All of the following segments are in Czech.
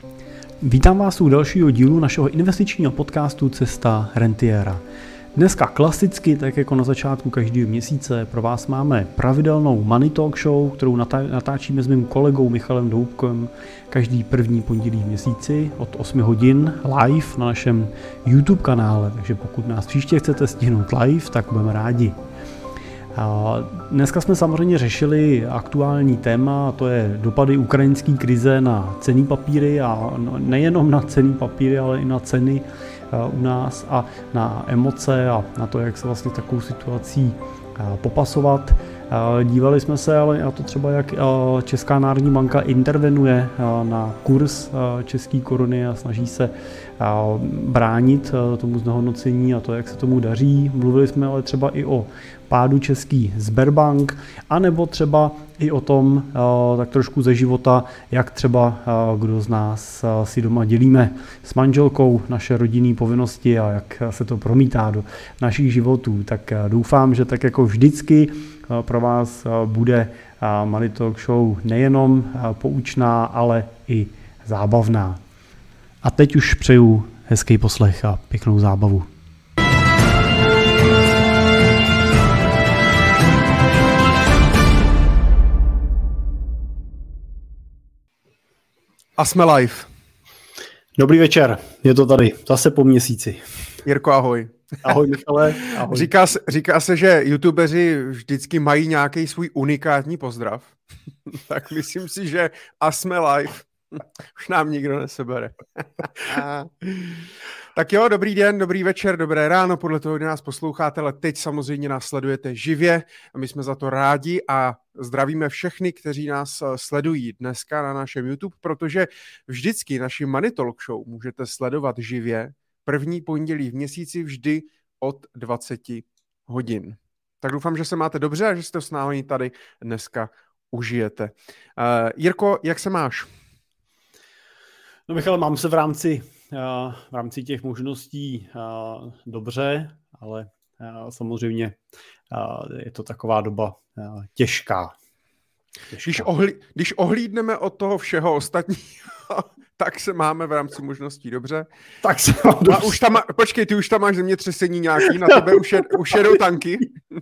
Vítám vás u dalšího dílu našeho investičního podcastu Cesta rentiéra. Dneska klasicky, tak jako na začátku každého měsíce, pro vás máme pravidelnou Money Talk Show, kterou natáčíme s mým kolegou Michalem Doubkem každý první pondělí v měsíci od 8 hodin live na našem YouTube kanále, takže pokud nás příště chcete stihnout live, tak budeme rádi. Dneska jsme samozřejmě řešili aktuální téma, a to je dopady ukrajinské krize na cenné papíry a nejenom na cenné papíry, ale i na ceny u nás a na emoce a na to, jak se vlastně takovou situací popasovat. Dívali jsme se ale na to třeba, jak Česká národní banka intervenuje na kurz české koruny a snaží se bránit tomu znehodnocení a to, jak se tomu daří. Mluvili jsme ale třeba i o pádu český Sberbank, anebo třeba i o tom tak trošku ze života, jak třeba kdo z nás si doma dělíme s manželkou naše rodinné povinnosti a jak se to promítá do našich životů. Tak doufám, že tak jako vždycky pro vás bude Money Talk Show nejenom poučná, ale i zábavná. A teď už přeju hezký poslech a pěknou zábavu. A jsme live. Dobrý večer, je to tady, zase po měsíci. Jirko, ahoj. Ahoj Michale, ahoj. Říká se, že youtubeři vždycky mají nějaký svůj unikátní pozdrav. Tak myslím si, že a jsme live. Už nám nikdo nesebere. Tak jo, dobrý den, dobrý večer, dobré ráno, podle toho, kdy nás posloucháte, ale teď samozřejmě nás sledujete živě a my jsme za to rádi a zdravíme všechny, kteří nás sledují dneska na našem YouTube, protože vždycky naši Money Talk Show můžete sledovat živě první pondělí v měsíci vždy od 20 hodin. Tak doufám, že se máte dobře a že si to s námi tady dneska užijete. Jirko, jak se máš? No Michale, mám se v rámci těch možností dobře, ale samozřejmě je to taková doba těžká. Když ohlídneme od toho všeho ostatního, tak se máme v rámci možností dobře. Tak se mám dobře. Počkej, ty už tam máš zemětřesení nějaký, na tebe už jedou tanky.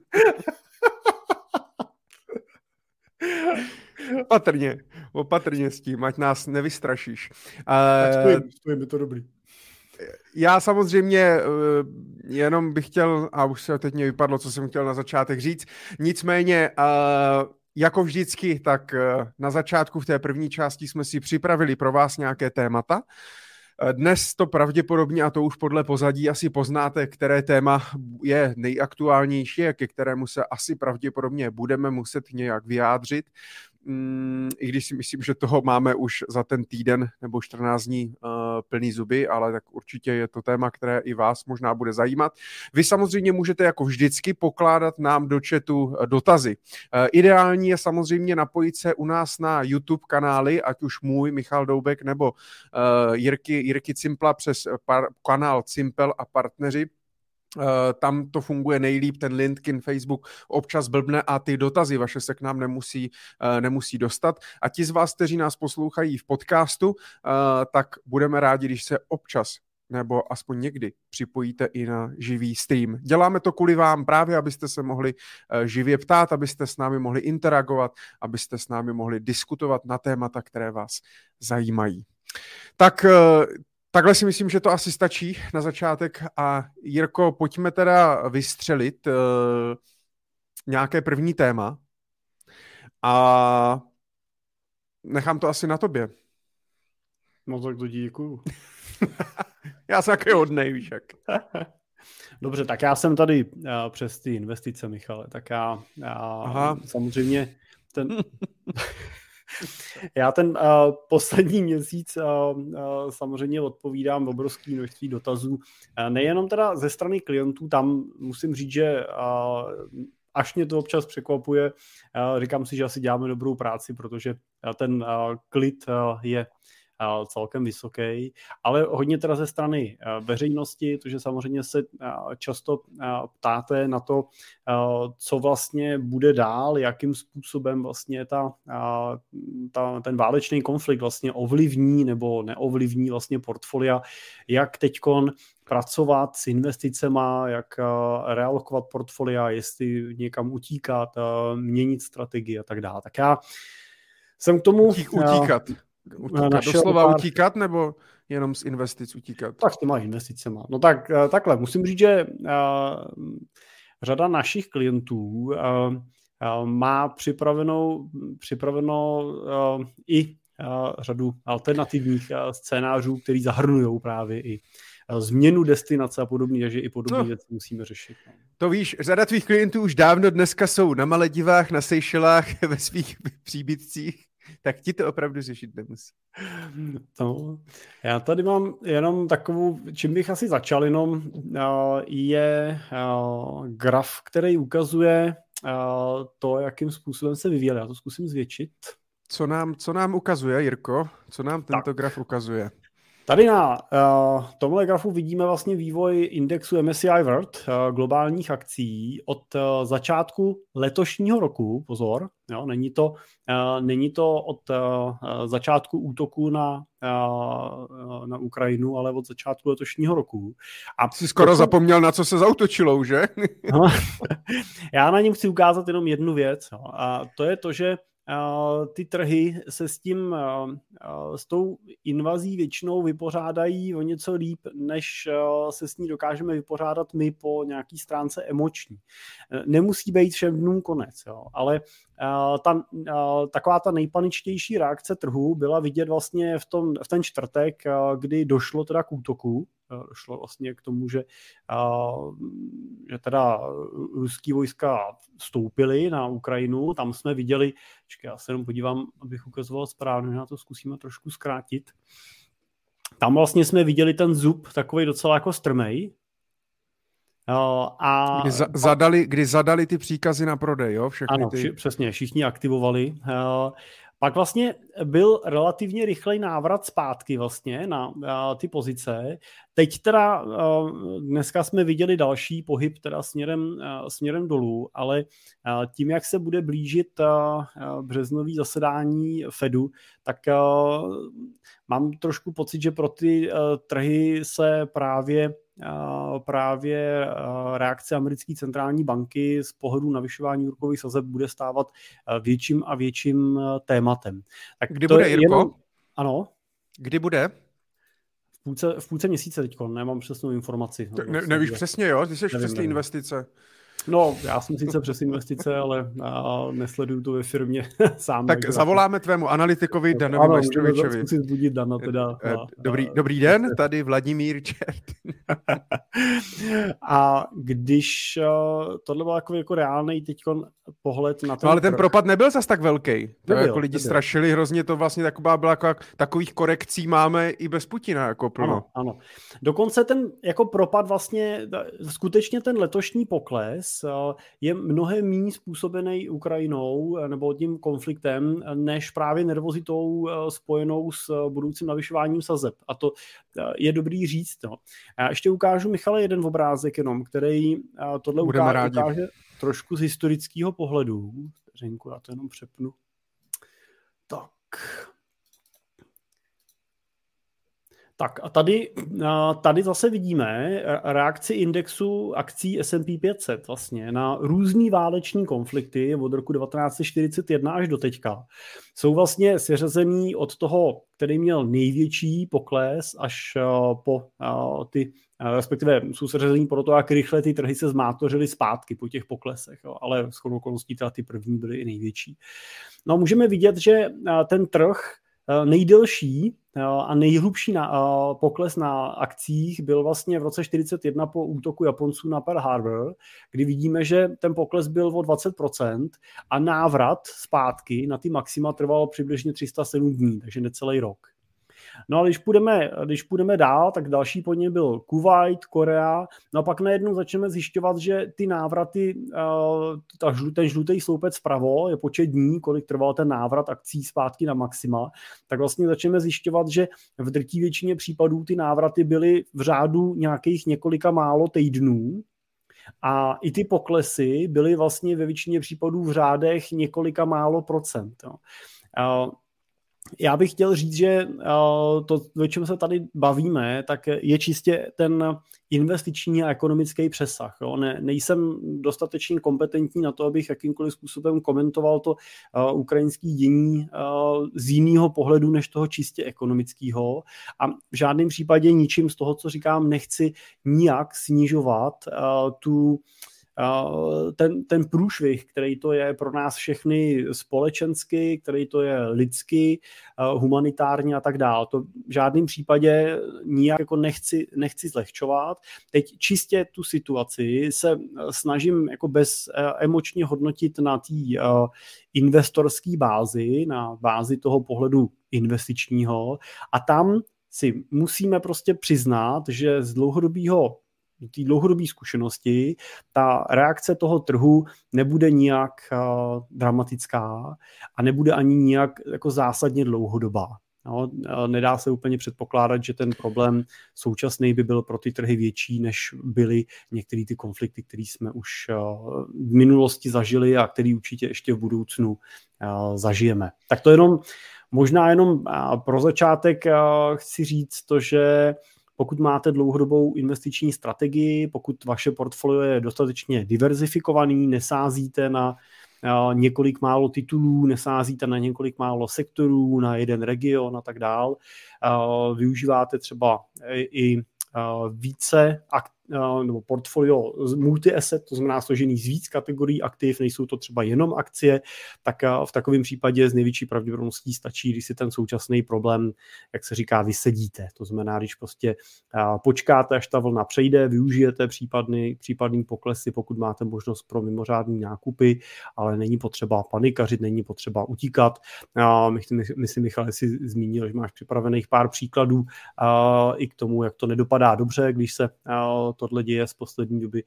Opatrně s tím, ať nás nevystrašíš. Stojím, je to dobrý. Já samozřejmě jenom bych chtěl, a už se teď mě vypadlo, co jsem chtěl na začátek říct, nicméně jako vždycky, tak na začátku v té první části jsme si připravili pro vás nějaké témata. Dnes to pravděpodobně, a to už podle pozadí asi poznáte, které téma je nejaktuálnější a ke kterému se asi pravděpodobně budeme muset nějak vyjádřit. I když si myslím, že toho máme už za ten týden nebo 14 dní plný zuby, ale tak určitě je to téma, které i vás možná bude zajímat. Vy samozřejmě můžete jako vždycky pokládat nám do chatu dotazy. Ideální je samozřejmě napojit se u nás na YouTube kanály, ať už můj Michal Doubek nebo Jirky Cimpla přes kanál Cimpel a partneři. Tam to funguje nejlíp, ten LinkedIn, Facebook občas blbne a ty dotazy vaše se k nám nemusí dostat. A ti z vás, kteří nás poslouchají v podcastu, tak budeme rádi, když se občas nebo aspoň někdy připojíte i na živý stream. Děláme to kvůli vám právě, abyste se mohli živě ptát, abyste s námi mohli interagovat, abyste s námi mohli diskutovat na témata, které vás zajímají. Tak takhle si myslím, že to asi stačí na začátek a Jirko, pojďme teda vystřelit nějaké první téma a nechám to asi na tobě. No tak to děkuju. Já jsem takový hodnej, víš jak. Dobře, tak já jsem tady přes ty investice, Michale, tak já samozřejmě Já ten poslední měsíc samozřejmě odpovídám obrovské množství dotazů. Nejenom teda ze strany klientů, tam musím říct, že až mě to občas překvapuje, říkám si, že asi děláme dobrou práci, protože ten klid je celkem vysoký, ale hodně teda ze strany veřejnosti, protože samozřejmě se často ptáte na to, co vlastně bude dál, jakým způsobem vlastně ten válečný konflikt vlastně ovlivní nebo neovlivní vlastně portfolia, jak teďkon pracovat s investicema, jak realokovat portfolia, jestli někam utíkat, měnit strategii a tak dále. Tak já jsem k tomu... Utíkat. Doslova utíkat, nebo jenom z investic utíkat? Tak s těma investicema. No tak takhle, musím říct, že řada našich klientů má připravenou i řadu alternativních scénářů, který zahrnují právě i změnu destinace a podobně, takže i podobné věci musíme řešit. To víš, řada tvých klientů už dávno dneska jsou na Maledivách, na Seychelách, ve svých příbytcích, tak ti to opravdu řešit nemusí. No, já tady mám jenom takovou, čím bych asi začal jenom, je graf, který ukazuje to, jakým způsobem se vyvíjel. Já to zkusím zvětšit. Co nám ukazuje, Jirko? Co nám tento graf ukazuje? Tady na tomhle grafu vidíme vlastně vývoj indexu MSCI World globálních akcí od začátku letošního roku, pozor, jo, není to od začátku útoku na Ukrajinu, ale od začátku letošního roku. A jsi skoro zapomněl, na co se zaútočilo, že? No, já na něm chci ukázat jenom jednu věc, jo, a to je to, že ty trhy se s tou invazí většinou vypořádají o něco líp, než se s ní dokážeme vypořádat my po nějaký stránce emoční. Nemusí být všem dnům konec, jo, ale taková ta nejpaničtější reakce trhu byla vidět vlastně v ten čtvrtek, kdy došlo teda k útoku. Došlo vlastně k tomu, že teda ruský vojska vstoupily na Ukrajinu. Tam jsme viděli, já se jenom podívám, abych ukazoval správně, na to zkusíme trošku zkrátit. Tam vlastně jsme viděli ten zub takovej docela jako strmej. Kdy zadali ty příkazy na prodej, jo? Ano, přesně, všichni aktivovali. Pak vlastně byl relativně rychlej návrat zpátky vlastně na ty pozice. Teď teda dneska jsme viděli další pohyb teda směrem dolů, ale tím, jak se bude blížit březnový zasedání Fedu, tak mám trošku pocit, že pro ty trhy se právě reakce americké centrální banky z pohledu navyšování úrokových sazeb bude stávat větším a větším tématem. Tak kdy bude, Jirko? Ano. Kdy bude? V půlce měsíce teďko, nemám přesnou informaci. Nevíš přesně, jo? Ty jsi přes ty investice. No, já jsem sice přes investice, ale nesleduju to ve firmě sám. Tak zavoláme tvému analytikovi Danovi Majstrovičovi. Ano, zkusit zbudit Dana teda. Dobrý den, tady Vladimír Čert. A když tohle byl jako reálnej teďkon pohled na to. No, ale ten propad nebyl zas tak velký. Jako lidi strašili hrozně, to vlastně byla takových korekcí máme i bez Putina jako plno. Ano. Dokonce ten jako propad vlastně, skutečně ten letošní pokles je mnohem méně způsobený Ukrajinou nebo tím konfliktem, než právě nervozitou spojenou s budoucím navyšováním sazeb. A to je dobrý říct. No. Já ještě ukážu, Michale, jeden obrázek jenom, který tohle ukáže trošku z historického pohledu. Vteřinku, já to jenom přepnu. Tak a tady zase vidíme reakci indexu akcí S&P 500 vlastně na různý váleční konflikty od roku 1941 až do teďka. Jsou vlastně seřazený od toho, který měl největší pokles, až po ty, respektive jsou seřazený pro to, jak rychle ty trhy se zmátořily zpátky po těch poklesech, jo. Ale shodou okolností teda ty první byly i největší. No můžeme vidět, že ten trh nejdelší a nejhlubší pokles na akcích byl vlastně v roce 1941 po útoku Japonců na Pearl Harbor, kdy vidíme, že ten pokles byl o 20% a návrat zpátky na ty maxima trval přibližně 307 dní, takže necelý rok. No a když půjdeme dál, tak další podnět byl Kuwait, Korea, no a pak najednou začneme zjišťovat, že ty návraty, ten žlutý sloupec vpravo je počet dní, kolik trval ten návrat akcí zpátky na maxima, tak vlastně začneme zjišťovat, že v drtí většině případů ty návraty byly v řádu nějakých několika málo týdnů, a i ty poklesy byly vlastně ve většině případů v řádech několika málo procent. Jo. Já bych chtěl říct, že to, o čem se tady bavíme, tak je čistě ten investiční a ekonomický přesah. Jo. Nejsem dostatečně kompetentní na to, abych jakýmkoliv způsobem komentoval to ukrajinské dění z jiného pohledu než toho čistě ekonomického. A v žádném případě ničím z toho, co říkám, nechci nijak snižovat ten průšvih, který to je pro nás všechny společensky, který to je lidsky, humanitárně a tak dále. To v žádném případě nijak jako nechci zlehčovat. Teď čistě tu situaci se snažím jako bez emočně hodnotit na té investorské bázi, na bázi toho pohledu investičního, a tam si musíme prostě přiznat, že z té dlouhodobé zkušenosti ta reakce toho trhu nebude nijak dramatická a nebude ani nijak jako zásadně dlouhodobá. No, nedá se úplně předpokládat, že ten problém současný by byl pro ty trhy větší, než byly některé ty konflikty, které jsme už v minulosti zažili a které určitě ještě v budoucnu zažijeme. Tak to možná jenom pro začátek chci říct to, že pokud máte dlouhodobou investiční strategii, pokud vaše portfolio je dostatečně diverzifikovaný, nesázíte na několik málo titulů, nesázíte na několik málo sektorů, na jeden region a tak dál, využíváte třeba i více nebo portfolio multi-asset, to znamená složený z víc kategorií aktiv, nejsou to třeba jenom akcie, tak v takovém případě z největší pravděpodobností stačí, když si ten současný problém, jak se říká, vysedíte. To znamená, když prostě počkáte, až ta vlna přejde, využijete případný poklesy, pokud máte možnost pro mimořádný nákupy, ale není potřeba panikařit, není potřeba utíkat. Myslím, Michal, jsi zmínil, že máš připravených pár příkladů i k tomu, jak to nedopadá dobře, když se tohle děje z poslední doby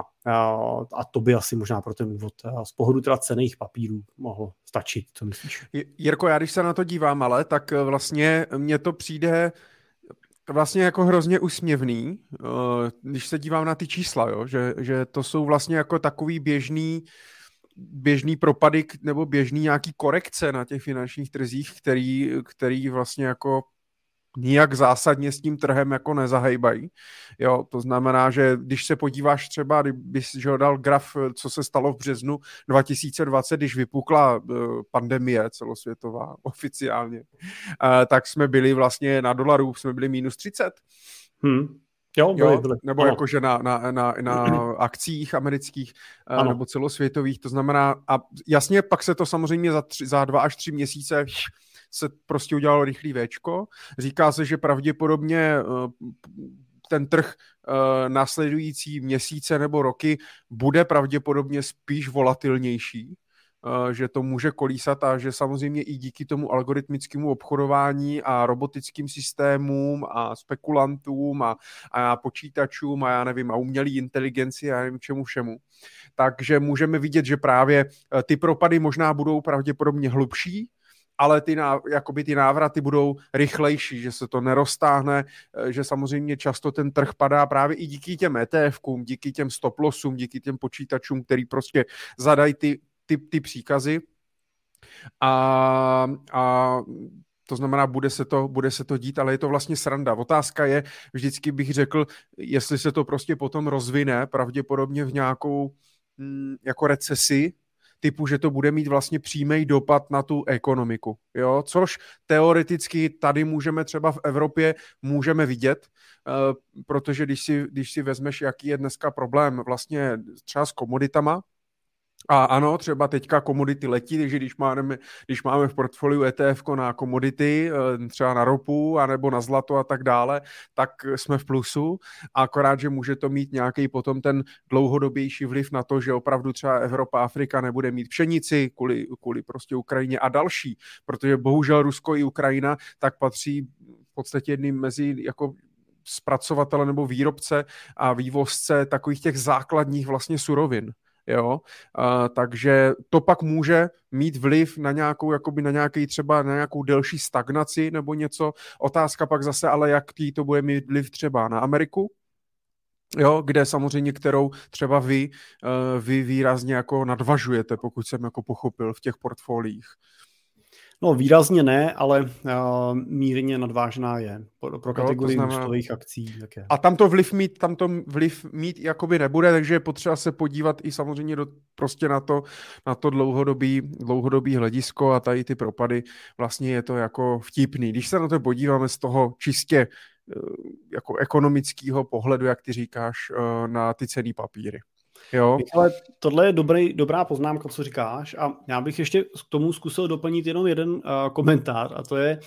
a to by asi možná pro ten úvod z pohledu teda cenných papírů mohlo stačit. Co myslíš? Jirko, já když se na to dívám, ale tak vlastně mně to přijde vlastně jako hrozně úsměvný, když se dívám na ty čísla, jo? Že to jsou vlastně jako takový běžný propady nebo běžný nějaký korekce na těch finančních trzích, který vlastně jako nijak zásadně s tím trhem jako nezahejbají. Jo, to znamená, že když se podíváš třeba, kdybys dal graf, co se stalo v březnu 2020, když vypukla pandemie celosvětová oficiálně, tak jsme byli vlastně na dolaru, jsme byli minus 30. Jo, byli. Nebo ano. Jakože na akcích amerických nebo celosvětových, to znamená, a jasně pak se to samozřejmě za 2 až 3 měsíce se prostě udělalo rychlý véčko. Říká se, že pravděpodobně ten trh následující měsíce nebo roky bude pravděpodobně spíš volatilnější, že to může kolísat a že samozřejmě i díky tomu algoritmickému obchodování a robotickým systémům a spekulantům a počítačům a já nevím, a umělé inteligenci a já nevím čemu všemu. Takže můžeme vidět, že právě ty propady možná budou pravděpodobně hlubší, ale ty návraty budou rychlejší, že se to neroztáhne, že samozřejmě často ten trh padá právě i díky těm ETF-kům, díky těm stop-lossům, díky těm počítačům, který prostě zadají ty příkazy a to znamená, bude se to dít, ale je to vlastně sranda. Otázka je, vždycky bych řekl, jestli se to prostě potom rozvine pravděpodobně v nějakou jako recesi, typu, že to bude mít vlastně přímý dopad na tu ekonomiku. Jo? Což teoreticky tady můžeme třeba v Evropě můžeme vidět, protože když si vezmeš, jaký je dneska problém vlastně třeba s komoditama, a ano, třeba teďka komodity letí, takže když máme v portfoliu ETF na komodity, třeba na ropu, anebo na zlato a tak dále, tak jsme v plusu. A akorát, že může to mít nějaký potom ten dlouhodobější vliv na to, že opravdu třeba Evropa, Afrika nebude mít pšenici kvůli prostě Ukrajině a další, protože bohužel Rusko i Ukrajina tak patří podstatě jedním mezi jako zpracovatele nebo výrobce a vývozce takových těch základních vlastně surovin. Jo? Takže to pak může mít vliv na nějakou, jakoby na nějaký třeba na nějakou delší stagnaci nebo něco. Otázka pak zase, ale jaký to bude mít vliv třeba na Ameriku, jo, kde samozřejmě, kterou třeba vy výrazně jako nadvažujete, pokud jsem jako pochopil v těch portfoliích. No výrazně ne, ale mírně nadvážná je. Pro kategorii růstových akcí. Tak je. A tam to vliv mít jakoby nebude, takže je potřeba se podívat i samozřejmě prostě na to dlouhodobý hledisko a tady ty propady. Vlastně je to jako vtipný. Když se na to podíváme z toho čistě jako ekonomického pohledu, jak ty říkáš, na ty cenné papíry. Jo. Ale tohle je dobrá poznámka, co říkáš, a já bych ještě k tomu zkusil doplnit jenom jeden komentář, a to je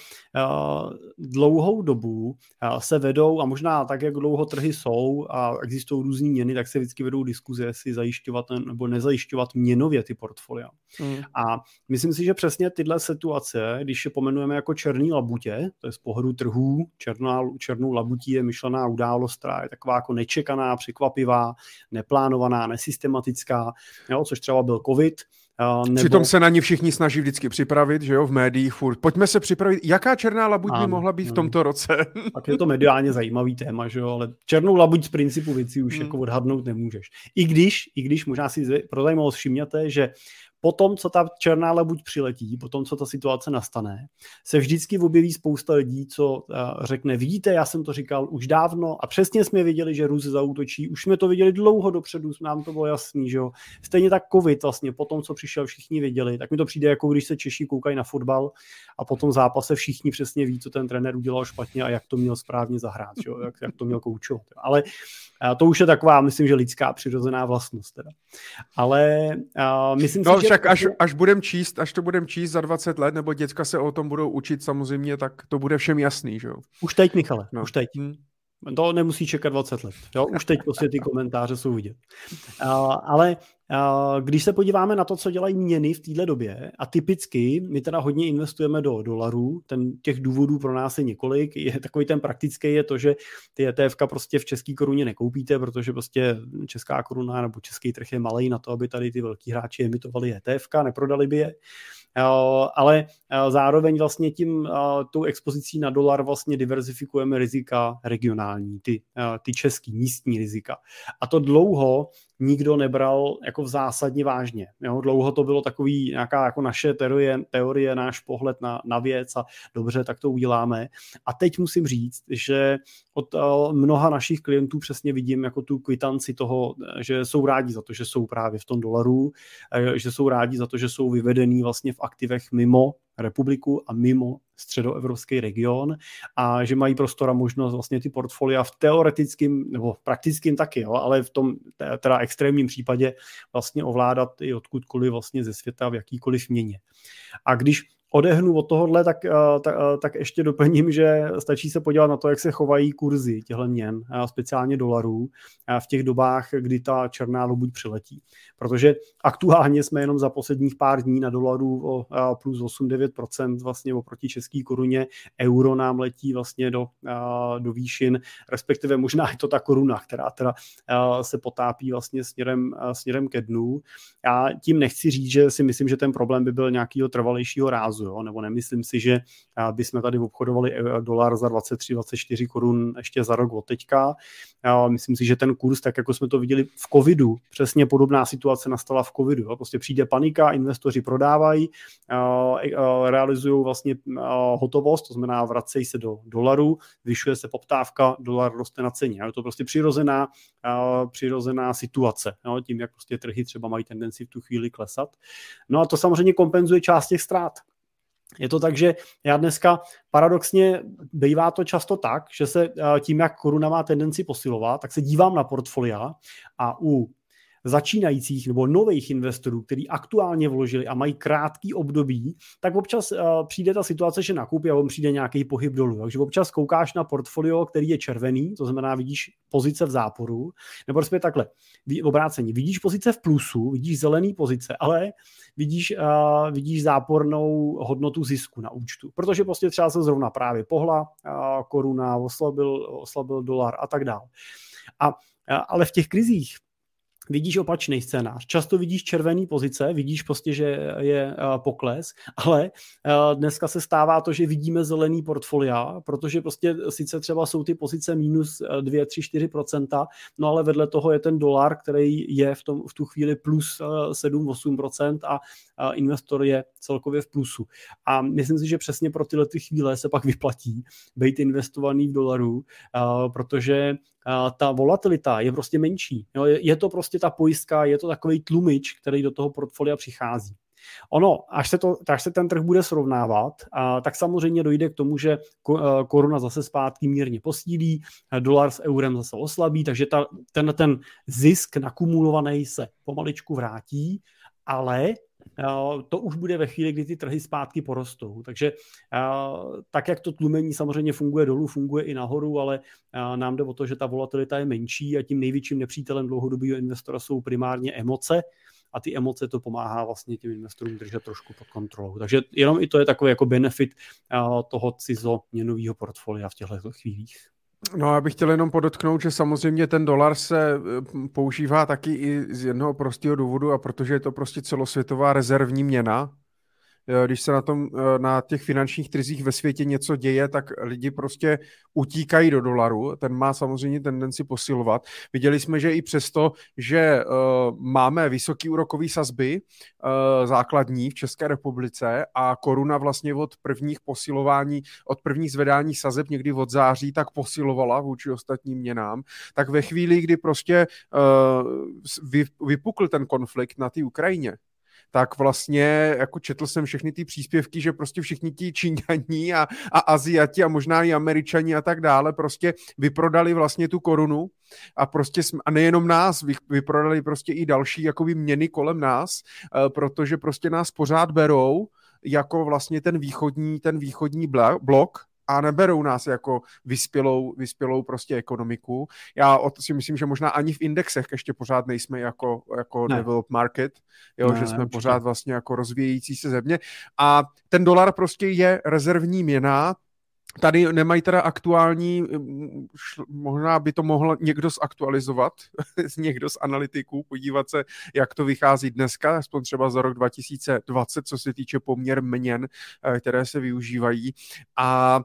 dlouhou dobu se vedou, a možná tak, jak dlouho trhy jsou a existují různý měny, tak se vždycky vedou diskuze, jestli zajišťovat nebo nezajišťovat měnově ty portfolia. A myslím si, že přesně tyhle situace, když je pomenujeme jako černý labutě, to je z pohledu trhů, černou labutí je myšlená událost, která je taková jako nečekaná, překvapivá, neplánovaná, nesystematická, jo, což třeba byl covid. Přitom se na ní všichni snaží vždycky připravit, že jo, v médiích furt. Pojďme se připravit, jaká černá labuť by mohla být v tomto roce. Tak je to mediálně zajímavý téma, že jo, ale černou labuť z principu věcí už jako odhadnout nemůžeš. I když možná si pro zajímavost všimněte, že potom, co ta černá labuť přiletí, potom, co ta situace nastane, se vždycky objeví spousta lidí, co řekne, vidíte, já jsem to říkal už dávno a přesně jsme věděli, že Rus zaútočí, už jsme to viděli dlouho dopředu, nám to bylo jasný, že jo. Stejně tak covid vlastně, potom, co přišel, všichni věděli, tak mi to přijde, jako když se Češi koukají na fotbal a potom v zápase všichni přesně ví, co ten trenér udělal špatně a jak to měl správně zahrát, že jo, jak to měl koučovat. Ale to už je taková, myslím, že lidská přirozená vlastnost teda. Ale myslím si, však až to budem číst za 20 let, nebo děcka se o tom budou učit samozřejmě, tak to bude všem jasný, že jo? Už teď, Michale, už teď. To nemusí čekat 20 let. Jo? Už teď prostě ty komentáře jsou vidět. Ale když se podíváme na to, co dělají měny v této době, a typicky my teda hodně investujeme do dolarů, těch důvodů pro nás je několik, takový ten praktický je to, že ty ETFka prostě v české koruně nekoupíte, protože prostě česká koruna nebo český trh je malej na to, aby tady ty velký hráči emitovali ETFka, neprodali by je. Ale zároveň vlastně tou expozicí na dolar vlastně diverzifikujeme rizika regionální, ty český místní rizika. A to dlouho nikdo nebral jako v zásadně vážně. Jo? Dlouho to bylo takový nějaká jako naše teorie, náš pohled na věc a dobře, tak to uděláme. A teď musím říct, že od mnoha našich klientů přesně vidím jako tu kvitanci toho, že jsou rádi za to, že jsou právě v tom dolaru, že jsou rádi za to, že jsou vyvedený vlastně v aktivech mimo republiku a mimo středoevropský region a že mají prostor a možnost vlastně ty portfolia v teoretickém nebo praktickém taky, jo, ale v tom teda extrémním případě vlastně ovládat i odkudkoliv vlastně ze světa v jakýkoliv měně. A když odehnu od tohohle, tak ještě doplním, že stačí se podívat na to, jak se chovají kurzy těchto měn, speciálně dolarů, v těch dobách, kdy ta černá labuť přiletí. Protože aktuálně jsme jenom za posledních pár dní na dolaru o plus 8-9% vlastně oproti české koruně. Euro nám letí vlastně do výšin, respektive možná je to ta koruna, která teda se potápí vlastně směrem ke dnu. Já tím nechci říct, že si myslím, že ten problém by byl nějakého trvalejšího rázu, jo? Nebo nemyslím si, že bychom tady obchodovali dolar za 23-24 korun ještě za rok od teďka. Myslím si, že ten kurz, tak jako jsme to viděli v covidu, přesně podobná situace nastala v covidu. Jo? Prostě přijde panika, investoři prodávají, realizují vlastně hotovost, to znamená vracejí se do dolaru, zvyšuje se poptávka, dolar roste na ceně. Je to prostě přirozená situace, jo? Tím, jak prostě trhy třeba mají tendenci v tu chvíli klesat. No a to samozřejmě kompenzuje část těch ztrát. Je to tak, že já dneska paradoxně bývá to často tak, že se tím, jak koruna má tendenci posilovat, tak se dívám na portfolia a u začínajících nebo nových investorů, kteří aktuálně vložili a mají krátký období, tak občas přijde ta situace, že nakoupí a on přijde nějaký pohyb dolů. Takže občas koukáš na portfolio, který je červený, to znamená vidíš pozice v záporu, nebo respektive takhle, obráceně, vidíš pozice v plusu, vidíš zelený pozice, ale vidíš zápornou hodnotu zisku na účtu, protože prostě třeba se zrovna právě pohla koruna, oslabil dolar a tak dále. Ale v těch krizích vidíš opačný scénář. Často vidíš červený pozice, vidíš prostě, že je pokles, ale dneska se stává to, že vidíme zelený portfolia, protože prostě sice třeba jsou ty pozice minus 2, 3, 4%, no ale vedle toho je ten dolar, který je v tu chvíli plus 7-8% a investor je celkově v plusu. A myslím si, že přesně pro tyhle ty chvíle se pak vyplatí být investovaný v dolaru, protože ta volatilita je prostě menší. Jo? Je to prostě ta pojistka, je to takový tlumič, který do toho portfolia přichází. Až se ten trh bude srovnávat, tak samozřejmě dojde k tomu, že koruna zase zpátky mírně posílí, dolar s eurem zase oslabí, takže ten zisk nakumulovaný se pomaličku vrátí, ale to už bude ve chvíli, kdy ty trhy zpátky porostou. Takže tak, jak to tlumení samozřejmě funguje dolů, funguje i nahoru, ale nám jde o to, že ta volatilita je menší a tím největším nepřítelem dlouhodobého investora jsou primárně emoce a ty emoce to pomáhá vlastně těm investorům držet trošku pod kontrolou. Takže jenom i to je takový jako benefit toho cizoměnového portfolia v těchto chvílích. No, já bych chtěl jenom podotknout, že samozřejmě ten dolar se používá taky i z jednoho prostého důvodu, a protože je to prostě celosvětová rezervní měna. Když se na těch finančních trzích ve světě něco děje, tak lidi prostě utíkají do dolaru. Ten má samozřejmě tendenci posilovat. Viděli jsme, že i přesto, že máme vysoký úrokový sazby základní v České republice a koruna vlastně od prvních zvedání sazeb někdy od září tak posilovala vůči ostatním měnám, tak ve chvíli, kdy prostě vypukl ten konflikt na té Ukrajině, tak vlastně jako četl jsem všechny ty příspěvky, že prostě všichni ti Číňaní a Aziati a možná i Američani a tak dále prostě vyprodali vlastně tu korunu a prostě a nejenom nás, vyprodali prostě i další jakoby měny kolem nás, protože prostě nás pořád berou jako vlastně ten východní blok a neberou nás jako vyspělou prostě ekonomiku. Já si myslím, že možná ani v indexech ještě pořád nejsme jako developed market, jo, že jsme pořád vlastně jako rozvíjející se země. A ten dolar prostě je rezervní měna. Tady nemají teda aktuální, možná by to mohl někdo zaktualizovat, někdo z analytiků, podívat se, jak to vychází dneska, aspoň třeba za rok 2020, co se týče poměr měn, které se využívají. A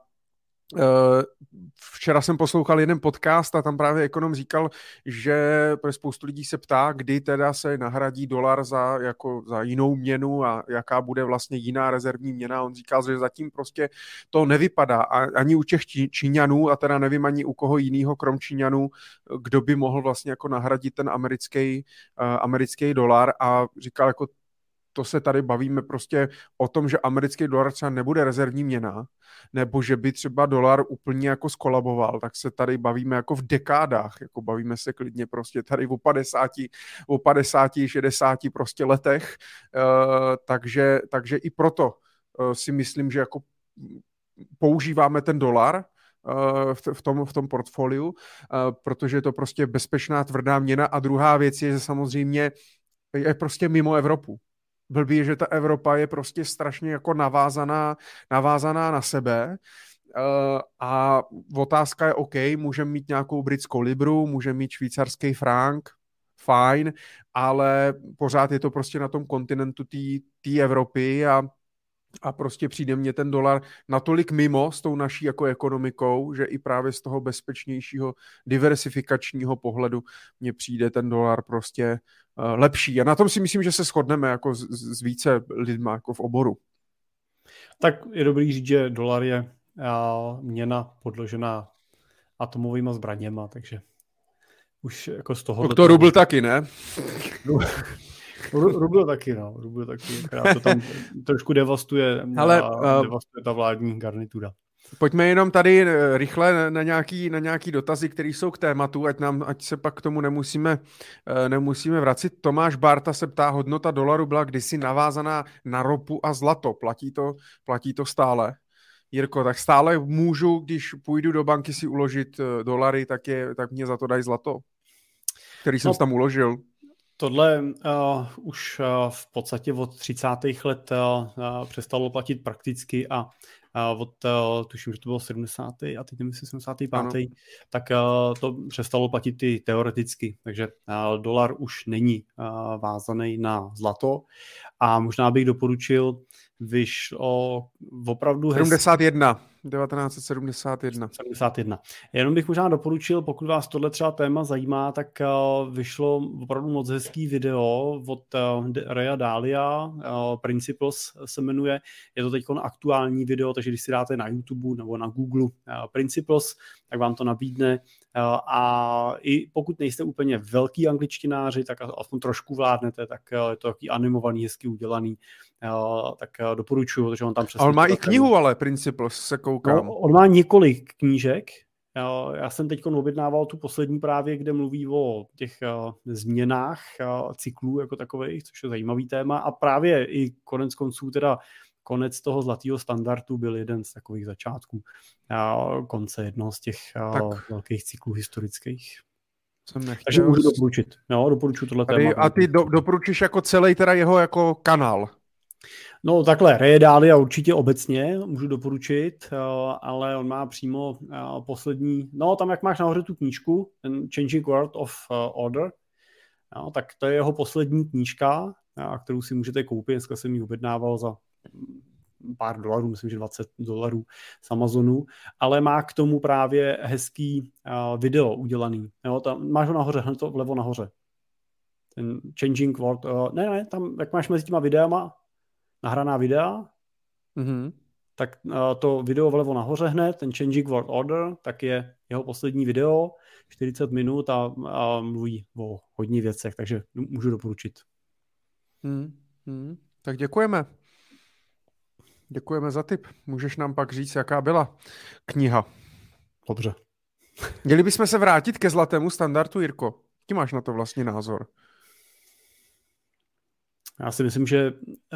včera jsem poslouchal jeden podcast a tam právě ekonom říkal, že spoustu lidí se ptá, kdy teda se nahradí dolar za jinou měnu a jaká bude vlastně jiná rezervní měna. On říkal, že zatím prostě to nevypadá ani u těch Číňanů a teda nevím ani u koho jiného krom Číňanů, kdo by mohl vlastně jako nahradit ten americký dolar, a říkal, jako to se tady bavíme prostě o tom, že americký dolar třeba nebude rezervní měna, nebo že by třeba dolar úplně jako skolaboval, tak se tady bavíme jako v dekádách, jako bavíme se klidně prostě tady o 50, 60 prostě letech, takže i proto si myslím, že jako používáme ten dolar v tom portfoliu, protože je to prostě bezpečná tvrdá měna. A druhá věc je, že samozřejmě je prostě mimo Evropu. Blbý je, že ta Evropa je prostě strašně jako navázaná na sebe, a otázka je OK, můžeme mít nějakou britskou libru, můžeme mít švýcarský frank, fajn, ale pořád je to prostě na tom kontinentu té Evropy a prostě přijde mně ten dolar natolik mimo s tou naší jako ekonomikou, že i právě z toho bezpečnějšího diversifikačního pohledu mně přijde ten dolar prostě lepší. A na tom si myslím, že se shodneme jako s více lidma jako v oboru. Tak je dobrý říct, že dolar je měna podložená atomovýma zbraněma, takže už jako z toho... To rubl taky, ne? Rubl taky, která to tam trošku devastuje ta vládní garnitura. Pojďme jenom tady rychle na nějaký dotazy, které jsou k tématu, ať se pak k tomu nemusíme vracit. Tomáš Barta se ptá, hodnota dolaru byla kdysi navázaná na ropu a zlato. Platí to stále? Jirko, tak stále můžu, když půjdu do banky si uložit dolary, tak mě za to dají zlato, který jsem tam uložil. Tohle už v podstatě od 30. let přestalo platit prakticky a od, tuším, že to bylo 70. a teď nemyslím 75. Ano. Tak to přestalo platit i teoreticky, takže dolar už není vázaný na zlato a možná bych doporučil vyšlo opravdu 1971. Jenom bych možná doporučil, pokud vás tohle třeba téma zajímá, tak vyšlo opravdu moc hezký video od Raya Dalia, Principles se jmenuje. Je to teď aktuální video, takže když si dáte na YouTube nebo na Google Principles, tak vám to nabídne. A i pokud nejste úplně velký angličtináři, tak aspoň trošku vládnete, tak je to takový animovaný, hezky udělaný. Tak doporučuju, protože on tam přesně... Ale má i knihu, ale Principles se koukám. No, on má několik knížek. Já jsem teď objednával tu poslední právě, kde mluví o těch změnách cyklů jako takových, což je zajímavý téma. A právě i konec konců teda konec toho zlatého standardu byl jeden z takových začátků konce jednoho z těch velkých cyklů historických. Takže můžu doporučit. Jo, doporučuji tohle téma. A ty doporučíš jako celý teda jeho jako kanál? No takhle, Ray Dalia určitě obecně můžu doporučit, ale on má přímo poslední, no tam jak máš nahoře tu knížku, ten Changing World of Order, tak to je jeho poslední knížka, kterou si můžete koupit, dneska jsem ji objednával za pár dolarů, myslím, že $20 z Amazonu, ale má k tomu právě hezký video udělaný. Jo, tam máš ho nahoře, hned to vlevo nahoře. Ten Changing World, ne, tam jak máš mezi těma videama, nahraná videa, tak to video vlevo nahoře hned, ten Changing World Order, tak je jeho poslední video, 40 minut a mluví o hodně věcech, takže můžu doporučit. Tak děkujeme. Děkujeme za tip. Můžeš nám pak říct, jaká byla kniha. Dobře. Měli bychom se vrátit ke zlatému standardu, Jirko. Jaký máš na to vlastně názor? Já si myslím, že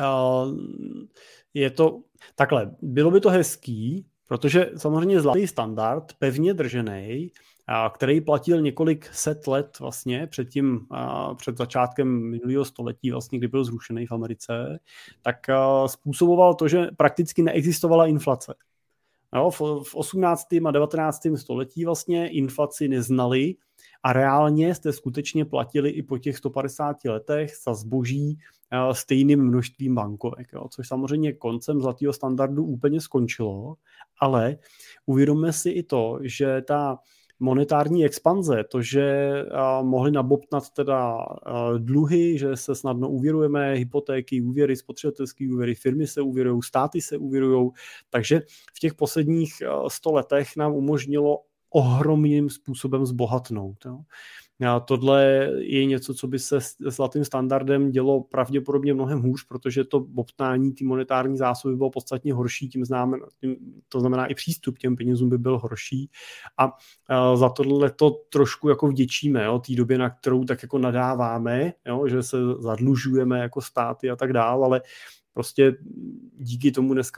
je to takhle. Bylo by to hezký, protože samozřejmě zlatý standard, pevně držený, který platil několik set let vlastně před začátkem minulého století, vlastně, kdy byl zrušený v Americe, tak způsoboval to, že prakticky neexistovala inflace. Jo, v 18. a 19. století vlastně inflaci neznali a reálně jste skutečně platili i po těch 150 letech za zboží stejným množstvím bankovek, jo, což samozřejmě koncem zlatého standardu úplně skončilo, ale uvědomme si i to, že ta monetární expanze, to, že mohli nabobtnat teda dluhy, že se snadno úvěrujeme, hypotéky, úvěry, spotřebitelské úvěry, firmy se úvěrují, státy se úvěrují, takže v těch posledních 100 letech nám umožnilo ohromným způsobem zbohatnout. Jo. A tohle je něco, co by se s zlatým standardem dělo pravděpodobně mnohem hůř, protože to bobtnání té monetární zásoby bylo podstatně horší, to znamená i přístup k těm penězům by byl horší a za tohle to trošku jako vděčíme, té době, na kterou tak jako nadáváme, jo, že se zadlužujeme jako státy a tak dál, ale prostě díky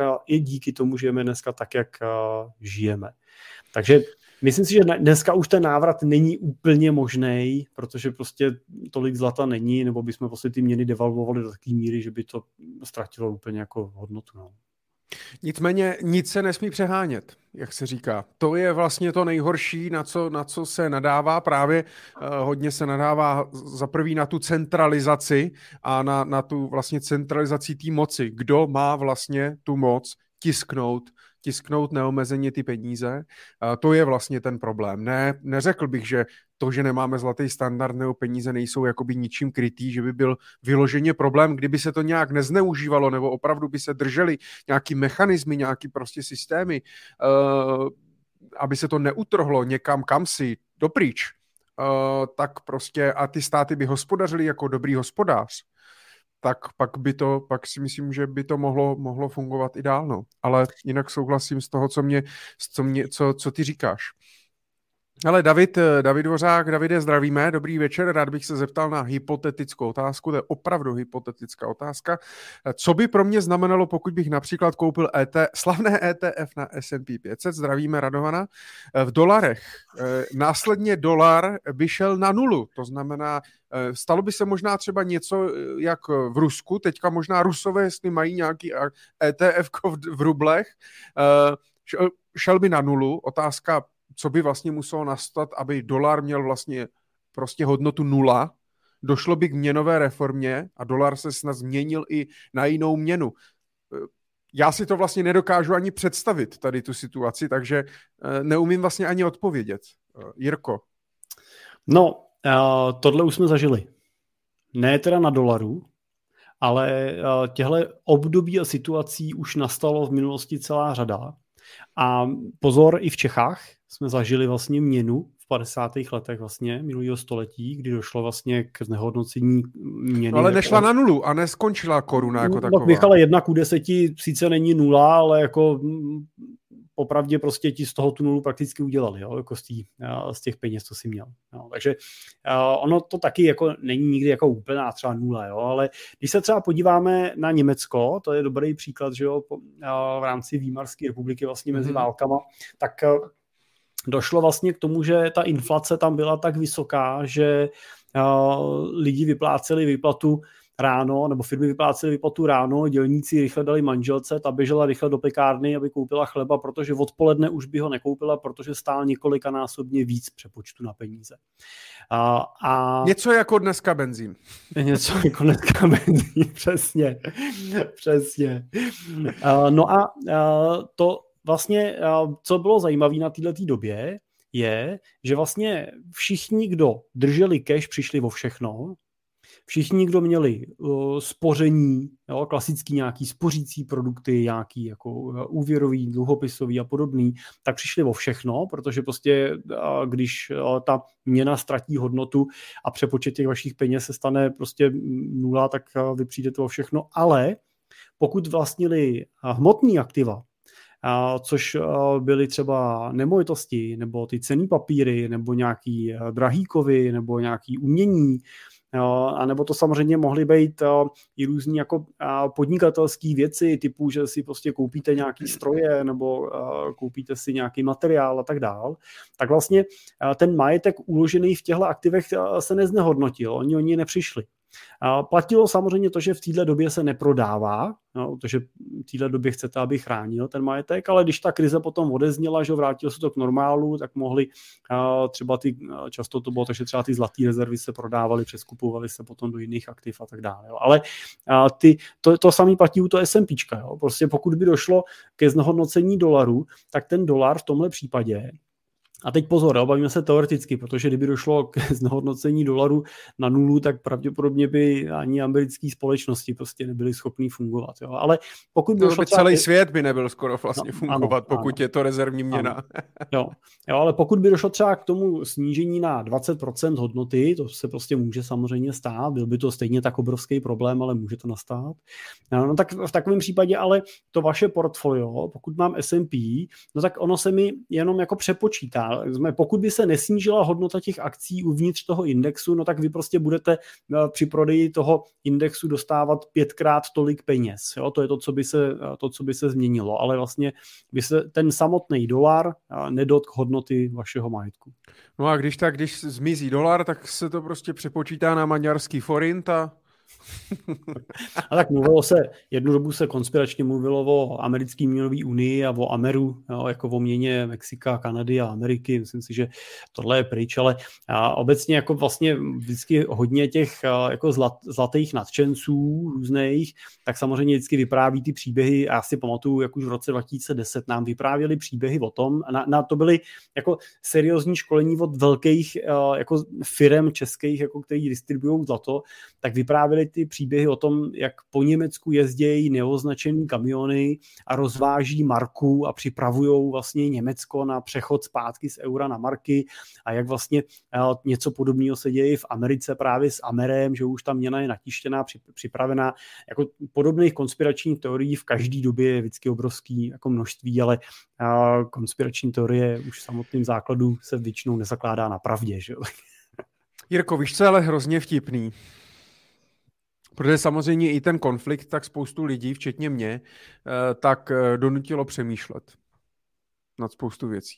tomu žijeme dneska tak, jak žijeme. Takže myslím si, že dneska už ten návrat není úplně možný, protože prostě tolik zlata není, nebo bychom prostě ty měny devalvovali do takové míry, že by to ztratilo úplně jako hodnotu. No. Nicméně nic se nesmí přehánět, jak se říká. To je vlastně to nejhorší, na co se nadává. Právě hodně se nadává za prvý na tu centralizaci a na tu vlastně centralizaci té moci. Kdo má vlastně tu moc tisknout neomezeně ty peníze. To je vlastně ten problém. Neřekl bych, že to, že nemáme zlatý standard nebo peníze nejsou jakoby ničím krytý, že by byl vyloženě problém, kdyby se to nějak nezneužívalo nebo opravdu by se držely nějaký mechanismy, nějaký prostě systémy, aby se to neutrhlo někam kamsi dopryč, tak prostě a ty státy by hospodařily jako dobrý hospodář, tak pak si myslím, že by to mohlo fungovat i dál, no. Ale jinak souhlasím z toho, co ty říkáš. Ale David Dvořák, Davide, zdravíme, dobrý večer, rád bych se zeptal na hypotetickou otázku, to je opravdu hypotetická otázka. Co by pro mě znamenalo, pokud bych například koupil slavné ETF na S&P 500, zdravíme Radovana, v dolarech. Následně dolar by šel na nulu, to znamená, stalo by se možná třeba něco jak v Rusku, teďka možná Rusové, jestli mají nějaký ETF v rublech, šel by na nulu, otázka, co by vlastně muselo nastat, aby dolar měl vlastně prostě hodnotu 0, došlo by k měnové reformě a dolar se snad změnil i na jinou měnu. Já si to vlastně nedokážu ani představit, tady tu situaci, takže neumím vlastně ani odpovědět. Jirko. No, tohle už jsme zažili. Ne teda na dolaru, ale těhle období a situací už nastalo v minulosti celá řada. A pozor, i v Čechách jsme zažili vlastně měnu v 50. letech vlastně minulého století, kdy došlo vlastně k znehodnocení měny. Ale nešla na nulu a neskončila koruna jako taková. Michale, 1:10 sice není nula, ale jako popravdě prostě ti z toho tu nulu prakticky udělali, jo, jako z těch peněz, co si měl. Jo. Takže ono to taky jako není nikdy jako úplná třeba nula, jo, ale když se třeba podíváme na Německo, to je dobrý příklad, že jo, v rámci Výmarské republiky vlastně mezi válkama, tak došlo vlastně k tomu, že ta inflace tam byla tak vysoká, že lidi vypláceli výplatu ráno, nebo firmy vyplácely výplatu ráno, dělníci rychle dali manželce, ta běžela rychle do pekárny, aby koupila chleba, protože odpoledne už by ho nekoupila, protože stál několikanásobně víc přepočtu na peníze. Něco jako dneska benzín. Něco jako dneska benzín, přesně. No a to vlastně, co bylo zajímavé na této době, je, že vlastně všichni, kdo drželi cash, přišli o všechno. Všichni, kdo měli spoření, jo, klasický nějaký spořící produkty, nějaký jako úvěrový, dluhopisový a podobný, tak přišli o všechno, protože prostě když ta měna ztratí hodnotu a přepočet těch vašich peněz se stane prostě nula, tak vy přijdete o všechno, ale pokud vlastnili hmotný aktiva, což byly třeba nemovitosti, nebo ty cenné papíry, nebo nějaký drahý kovy, nebo nějaký umění, a nebo to samozřejmě mohly být i různý jako podnikatelské věci, typu, že si prostě koupíte nějaký stroje nebo koupíte si nějaký materiál a tak dál, tak vlastně ten majetek uložený v těchto aktivech se neznehodnotil, oni o ní nepřišli. Platilo samozřejmě to, že v této době se neprodává, no, protože v této době chcete, aby chránil ten majetek, ale když ta krize potom odezněla, že vrátilo se to k normálu, tak mohli třeba často to bylo, takže třeba ty zlaté rezervy se prodávaly, přeskupovaly se potom do jiných aktiv a tak dále. Jo. Ale to samé platí u toho S&Pčka. Jo. Prostě pokud by došlo ke znehodnocení dolaru, tak ten dolar v tomhle případě, a teď pozor, bavíme se teoreticky, protože kdyby došlo k znehodnocení dolaru na nulu, tak pravděpodobně by ani americké společnosti prostě nebyly schopný fungovat. Jo. Ale pokud by došlo celý svět by nebyl skoro vlastně fungovat, pokud je to rezervní měna. Jo, ale pokud by došlo třeba k tomu snížení na 20% hodnoty, to se prostě může samozřejmě stát, byl by to stejně tak obrovský problém, ale může to nastat. No tak v takovém případě ale to vaše portfolio, pokud mám S&P, no tak ono se mi jenom jako přepočítá. Pokud by se nesnížila hodnota těch akcí uvnitř toho indexu, no tak vy prostě budete při prodeji toho indexu dostávat 5x tolik peněz. Jo? To je to, co by se změnilo. Ale vlastně by se ten samotný dolar nedotk hodnoty vašeho majetku. No a když zmizí dolar, tak se to prostě přepočítá na maďarský forint a A tak jednu dobu se konspiračně mluvilo o americké měnové unii a o Ameru, jo, jako o měně Mexika, Kanady a Ameriky. Myslím si, že tohle je pryč, ale obecně jako vlastně vždycky hodně těch jako zlatých nadšenců různých, tak samozřejmě vždycky vypráví ty příběhy. Já si pamatuju, jak už v roce 2010 nám vyprávěli příběhy o tom, na to byly jako seriózní školení od velkých jako firem českých, jako který distribuují zlato, tak vyprávěli byly ty příběhy o tom, jak po Německu jezdějí neoznačený kamiony a rozváží marku a připravují vlastně Německo na přechod zpátky z eura na marky a jak vlastně něco podobného se děje v Americe právě s Amerem, že už ta měna je natištěná, připravená. Jako podobných konspiračních teorií v každé době je vždycky obrovský jako množství, ale konspirační teorie už v samotném základu se většinou nezakládá na pravdě. Že? Jirko, víš, co je ale hrozně vtipný? Protože samozřejmě i ten konflikt, tak spoustu lidí, včetně mě, tak donutilo přemýšlet nad spoustu věcí.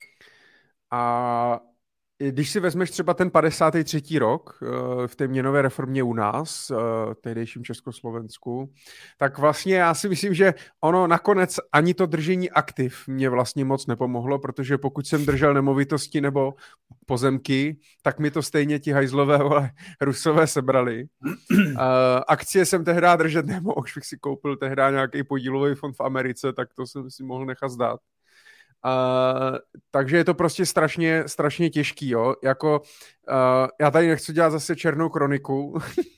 A když si vezmeš třeba ten 53. rok v té měnové reformě u nás, v tehdejším Československu, tak vlastně já si myslím, že ono nakonec ani to držení aktiv mě vlastně moc nepomohlo, protože pokud jsem držel nemovitosti nebo pozemky, tak mi to stejně ti hajzlové Rusové sebrali. Akcie jsem tehdy držet nemohl, už bych si koupil tehdy nějaký podílový fond v Americe, tak to jsem si mohl nechat zdát. Takže je to prostě strašně těžký, jo. Jako, já tady nechci dělat zase černou kroniku.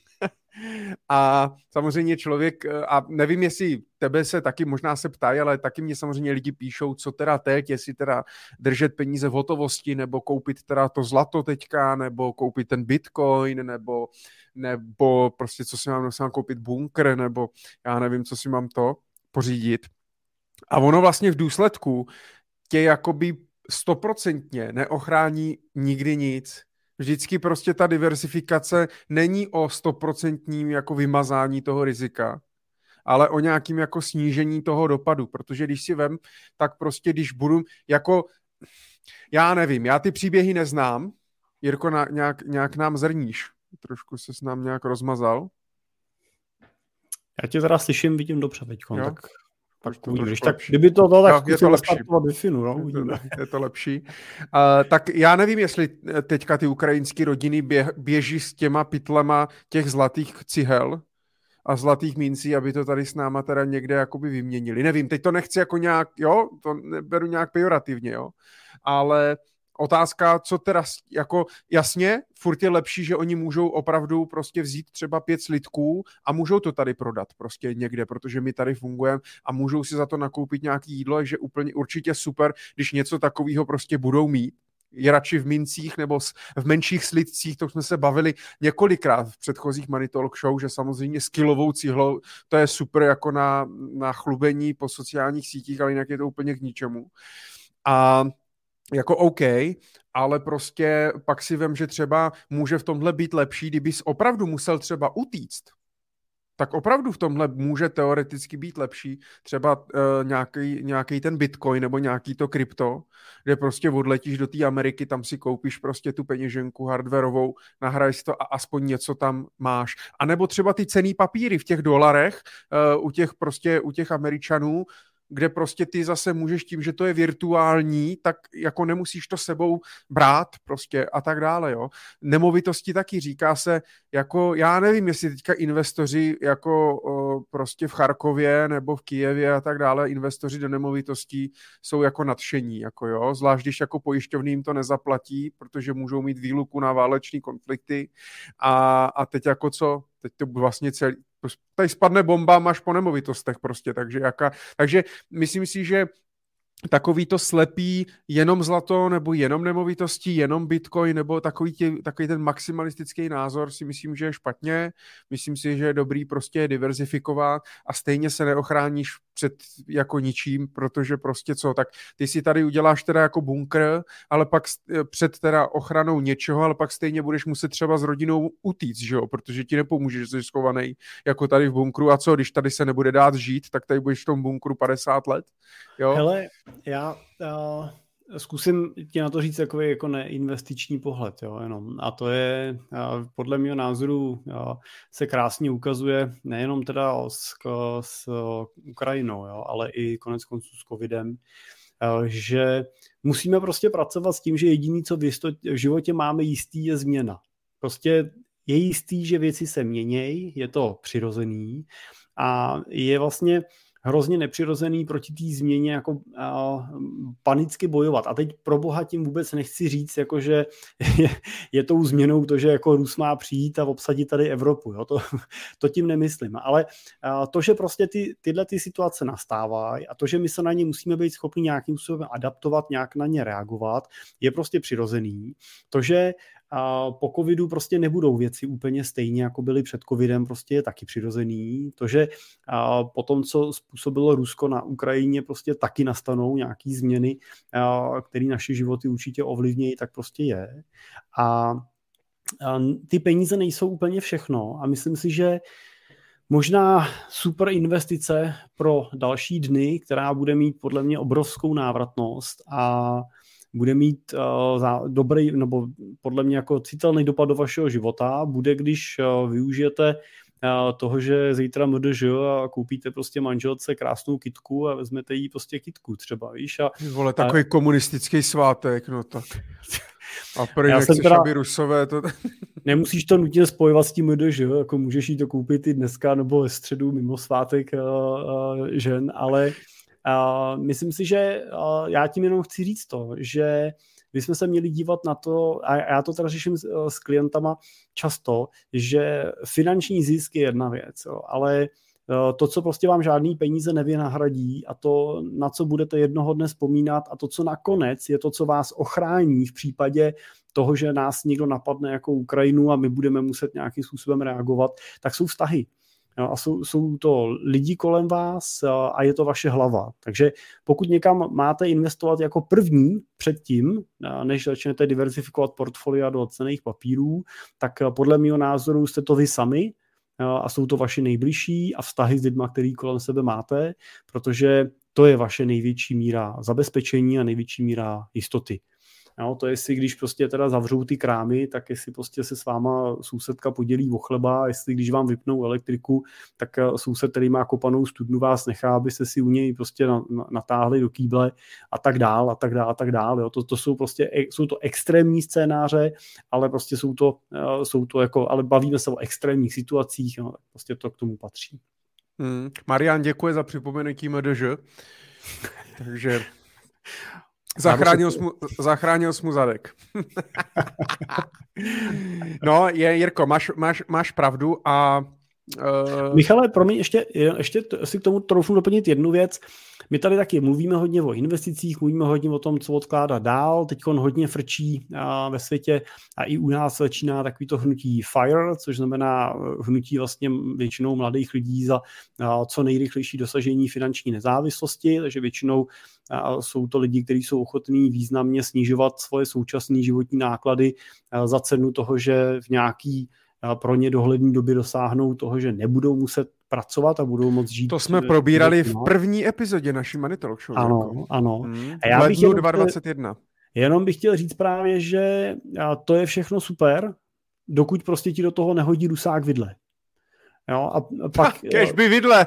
A samozřejmě člověk, a nevím, jestli tebe se taky možná se ptají, ale taky mě samozřejmě lidi píšou, co teda teď, jestli teda držet peníze v hotovosti, nebo koupit teda to zlato teďka, nebo koupit ten bitcoin, nebo prostě co si mám koupit bunkr, nebo já nevím, co si mám to pořídit. A ono vlastně v důsledku tě jakoby 100% neochrání nikdy nic. Vždycky prostě ta diversifikace není o 100% jako vymazání toho rizika, ale o nějakým jako snížení toho dopadu, protože když si vem, tak prostě když budu jako, já nevím, já ty příběhy neznám, Jirko, nějak nám zrníš, trošku se s nám nějak rozmazal. Já tě teda slyším, vidím dobře teďko, tak uvidíš. Tak kdyby to bylo, tak je to lepší. Je to lepší. Tak já nevím, jestli teďka ty ukrajinské rodiny běží s těma pytlema těch zlatých cihel a zlatých mincí, aby to tady s náma teda někde jakoby vyměnili. Nevím, teď to nechci jako nějak, jo, to beru nějak pejorativně, jo, ale otázka, co teda, jako jasně, furt je lepší, že oni můžou opravdu prostě vzít třeba 5 slitků a můžou to tady prodat prostě někde, protože my tady fungujeme a můžou si za to nakoupit nějaký jídlo, že úplně určitě super, když něco takového prostě budou mít. Je radši v mincích nebo v menších slitcích, to jsme se bavili několikrát v předchozích Money Talk Show, že samozřejmě s kilovou cihlou to je super jako na chlubení po sociálních sítích, ale jinak je to úplně k ničemu. A jako OK, ale prostě pak si vem, že třeba může v tomhle být lepší, kdybys opravdu musel třeba utíct, tak opravdu v tomhle může teoreticky být lepší třeba nějaký ten Bitcoin nebo nějaký to krypto, kde prostě odletíš do té Ameriky, tam si koupíš prostě tu peněženku hardwarovou, nahraješ to a aspoň něco tam máš. A nebo třeba ty cenný papíry v těch dolarech, u těch Američanů, kde prostě ty zase můžeš tím, že to je virtuální, tak jako nemusíš to sebou brát prostě a tak dále, jo. Nemovitosti taky říká se, jako já nevím, jestli teďka investoři jako prostě v Charkově nebo v Kyjevě a tak dále, investoři do nemovitostí jsou jako nadšení, jako jo, zvlášť když jako pojišťovny jim to nezaplatí, protože můžou mít výluku na váleční konflikty a teď jako co, teď to vlastně celý, tady spadne bomba, máš po nemovitostech prostě, takže myslím si, že takový to slepý jenom zlato nebo jenom nemovitosti, jenom bitcoin nebo takový ten maximalistický názor si myslím, že je špatně. Myslím si, že je dobrý prostě diverzifikovat a stejně se neochráníš před jako ničím, protože prostě co, tak ty si tady uděláš teda jako bunkr, ale pak před teda ochranou něčeho, ale pak stejně budeš muset třeba s rodinou utíct, že jo, protože ti nepomůže, že jsi schovaný jako tady v bunkru a co, když tady se nebude dát žít, tak tady budeš v tom bunkru 50 let, jo. Hele, já zkusím ti na to říct takový jako neinvestiční pohled, jo, jenom. A to je, podle mého názoru, se krásně ukazuje nejenom teda s Ukrajinou, jo, ale i konec konců s covidem, že musíme prostě pracovat s tím, že jediný, co v životě máme jistý, je změna. Prostě je jistý, že věci se měnějí, je to přirozený a je vlastně hrozně nepřirozený proti té změně jako panicky bojovat. A teď pro boha tím vůbec nechci říct, jako že je tou změnou to, že jako Rus má přijít a obsadit tady Evropu. Jo? To tím nemyslím. Ale to, že prostě tyhle situace nastávají a to, že my se na ně musíme být schopni nějakým způsobem adaptovat, nějak na ně reagovat, je prostě přirozený. To, že po covidu prostě nebudou věci úplně stejně, jako byly před covidem, prostě je taky přirozený. To, že po tom, co způsobilo Rusko na Ukrajině, prostě taky nastanou nějaký změny, které naše životy určitě ovlivnějí, tak prostě je. A ty peníze nejsou úplně všechno a myslím si, že možná super investice pro další dny, která bude mít podle mě obrovskou návratnost a bude mít dobrý, nebo podle mě jako citelný dopad do vašeho života, bude, když využijete toho, že zítra MDŽ a koupíte prostě manželce krásnou kytku a vezmete jí prostě kytku třeba, víš. Vole, takový komunistický svátek, no tak. A prý nechceš, aby Rusové to... Nemusíš to nutně spojovat s tím MDŽ, jako můžeš jí to koupit i dneska nebo ve středu mimo svátek žen, ale myslím si, že já tím jenom chci říct to, že bychom se měli dívat na to, a já to teda řeším s klientama často, že finanční zisk je jedna věc, jo, ale to, co prostě vám žádný peníze nevynahradí a to, na co budete jednoho dne vzpomínat a to, co nakonec je to, co vás ochrání v případě toho, že nás někdo napadne jako Ukrajinu a my budeme muset nějakým způsobem reagovat, tak jsou vztahy. A jsou to lidi kolem vás a je to vaše hlava. Takže pokud někam máte investovat jako první předtím, než začnete diverzifikovat portfolia do cenných papírů, tak podle mého názoru jste to vy sami a jsou to vaši nejbližší a vztahy s lidmi, který kolem sebe máte, protože to je vaše největší míra zabezpečení a největší míra jistoty. Jo, to jestli když prostě teda zavřou ty krámy, tak jestli prostě se s váma sousedka podělí o chleba, jestli když vám vypnou elektriku, tak soused, který má kopanou studnu, vás nechá, abyste si u něj prostě natáhli do kýble a tak dál a tak dál a tak dál. Jo. To jsou prostě jsou to extrémní scénáře, ale prostě jsou to jako, ale bavíme se o extrémních situacích, jo, tak prostě to k tomu patří. Marian, děkuji za připomenutí MDŽ. Takže zachránil jsi mu zadek. No, Jirko, máš pravdu a... Michale, promiň, ještě si k tomu troufnu doplnit jednu věc. My tady taky mluvíme hodně o investicích, mluvíme hodně o tom, co odkládat dál. Teď hodně frčí ve světě a i u nás začíná takový to hnutí FIRE, což znamená hnutí vlastně většinou mladých lidí za co nejrychlejší dosažení finanční nezávislosti, takže většinou jsou to lidi, kteří jsou ochotní významně snižovat svoje současné životní náklady za cenu toho, že v nějaký pro ně dohlední době dosáhnou toho, že nebudou muset pracovat a budou moct žít. To jsme probírali v první epizodě naší Money Talk Show. Ano. A já bych 2021. Jenom bych chtěl říct právě, že to je všechno super, dokud prostě ti do toho nehodí dusák vidle. Jo, a pak... Kežby vidle!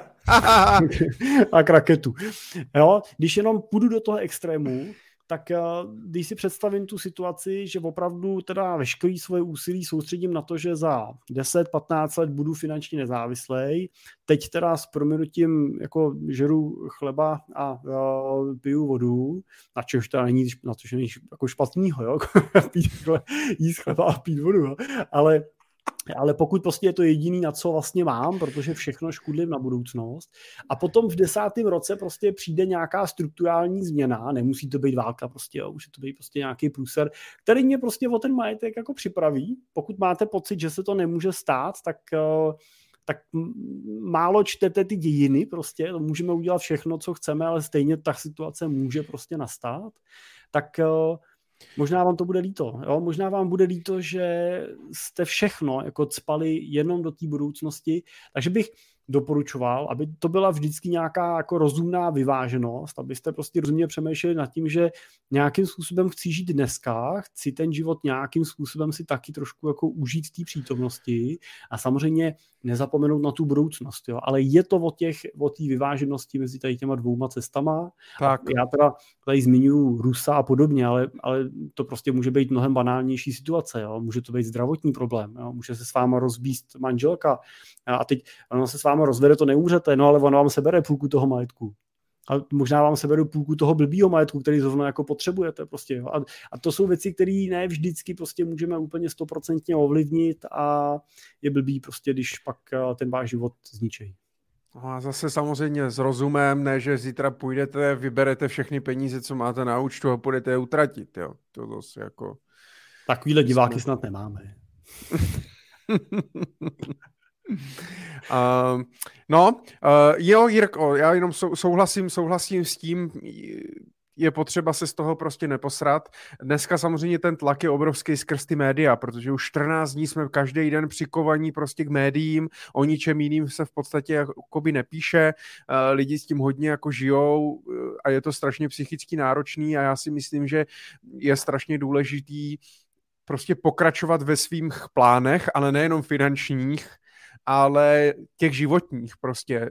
A raketu. Jo, když jenom půjdu do toho extrému, tak když si představím tu situaci, že opravdu teda veškerý svoje úsilí soustředím na to, že za 10-15 let budu finančně nezávislej, teď teda s prominutím jako žeru chleba a piju vodu, na čehož teda není jako špatnýho, jo? Jíst chleba a pít vodu, jo? Ale pokud prostě je to jediný, na co vlastně mám, protože všechno škudlím na budoucnost a potom v 10. roce prostě přijde nějaká strukturální změna, nemusí to být válka prostě, jo, může to být prostě nějaký průser, který mě prostě o ten majetek jako připraví. Pokud máte pocit, že se to nemůže stát, tak málo čtete ty dějiny prostě, můžeme udělat všechno, co chceme, ale stejně ta situace může prostě nastat, tak možná vám to bude líto. Jo? Možná vám bude líto, že jste všechno jako cpali jenom do té budoucnosti. Takže bych doporučoval, aby to byla vždycky nějaká jako rozumná vyváženost, abyste prostě rozumně přemýšleli nad tím, že nějakým způsobem chci žít dneska, chci ten život nějakým způsobem si taky trošku jako užít v té přítomnosti a samozřejmě nezapomenout na tu budoucnost. Jo? Ale je to o té vyváženosti mezi tady těma dvouma cestama. Tak. Já teda tady zmiňuji Rusa a podobně, ale to prostě může být mnohem banálnější situace. Jo? Může to být zdravotní problém, jo? Může se s váma rozbíst manželka a teď ona se s váma vám rozvede, to neumřete, no ale on vám sebere půlku toho majetku. A možná vám seberu půlku toho blbýho majetku, který zrovna jako potřebujete prostě. Jo. A to jsou věci, které ne vždycky prostě můžeme úplně 100% ovlivnit a je blbý prostě, když pak ten váš život zničí. No a zase samozřejmě s rozumem, ne, že zítra půjdete, vyberete všechny peníze, co máte na účtu a půjdete je utratit, jo. To zase jako... Takovýhle diváky snad nemáme. Jo, Jirko, já jenom souhlasím s tím, je potřeba se z toho prostě neposrat. Dneska samozřejmě ten tlak je obrovský skrz ty média, protože už 14 dní jsme každý den přikovaní prostě k médiím, o ničem jiným se v podstatě jakoby nepíše, lidi s tím hodně jako žijou a je to strašně psychicky náročný a já si myslím, že je strašně důležitý prostě pokračovat ve svých plánech, ale nejenom finančních, ale těch životních prostě.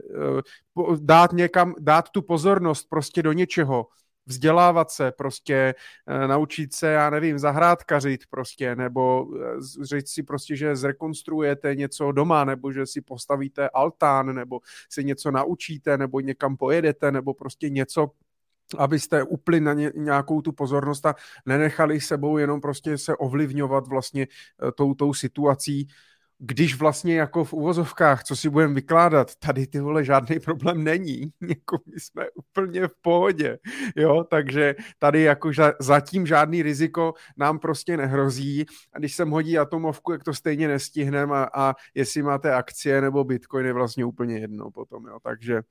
Dát tu pozornost prostě do něčeho, vzdělávat se prostě, naučit se, já nevím, zahrádkařit prostě, nebo říct si prostě, že zrekonstruujete něco doma, nebo že si postavíte altán, nebo se něco naučíte, nebo někam pojedete, nebo prostě něco, abyste upli na nějakou tu pozornost a nenechali sebou jenom prostě se ovlivňovat vlastně tou situací, když vlastně jako v uvozovkách, co si budeme vykládat, tady ty vole žádný problém není, jako my jsme úplně v pohodě, jo, takže tady jako zatím žádný riziko nám prostě nehrozí a když sem hodí atomovku, jak to stejně nestihneme a jestli máte akcie nebo bitcoin je vlastně úplně jedno potom, jo,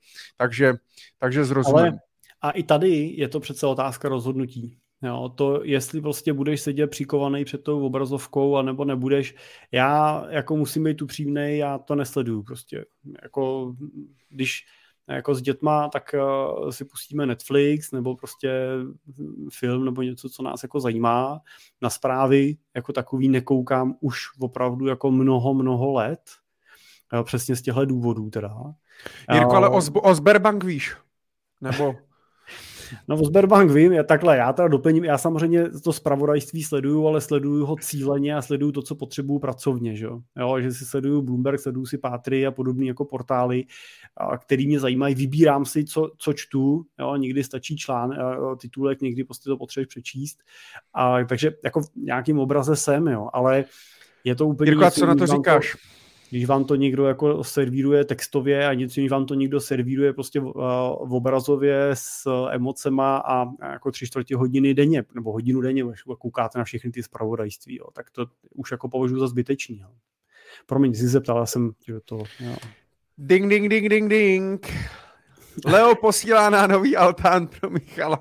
takže zrozumím. A i tady je to přece otázka rozhodnutí. Jo, to, jestli prostě budeš sedět přikovaný před tou obrazovkou, anebo nebudeš, já jako musím být upřímnej, já to nesleduju prostě. Jako, když jako s dětma, tak si pustíme Netflix, nebo prostě film, nebo něco, co nás jako zajímá. Na zprávy jako takový nekoukám už opravdu jako mnoho let. Přesně z těchto důvodů teda. Jirko, ale o Sberbank víš? Nebo... No, o Sberbank vím, já teda doplním, já samozřejmě to zpravodajství sleduju, ale sleduju ho cíleně a sleduju to, co potřebuju pracovně, že si sleduju Bloomberg, sleduju si Pátry a podobný jako portály, který mě zajímají, vybírám si, co čtu, jo, někdy stačí titulek, někdy prostě to potřebuješ přečíst, takže jako v nějakým obraze jsem, jo, ale je to úplně... Jirko, co na to říkáš? Když vám to někdo jako servíruje textově a něco, když vám to někdo servíruje prostě v obrazově s emocema a jako 3/4 hodiny denně, nebo hodinu denně, když koukáte na všechny ty zpravodajství, jo, tak to už jako považuji za zbytečný. Jo. Promiň, jsi zeptal, jsem to... Jo. Ding, ding, ding, ding, ding. Leo posílá na nový altán pro Michala.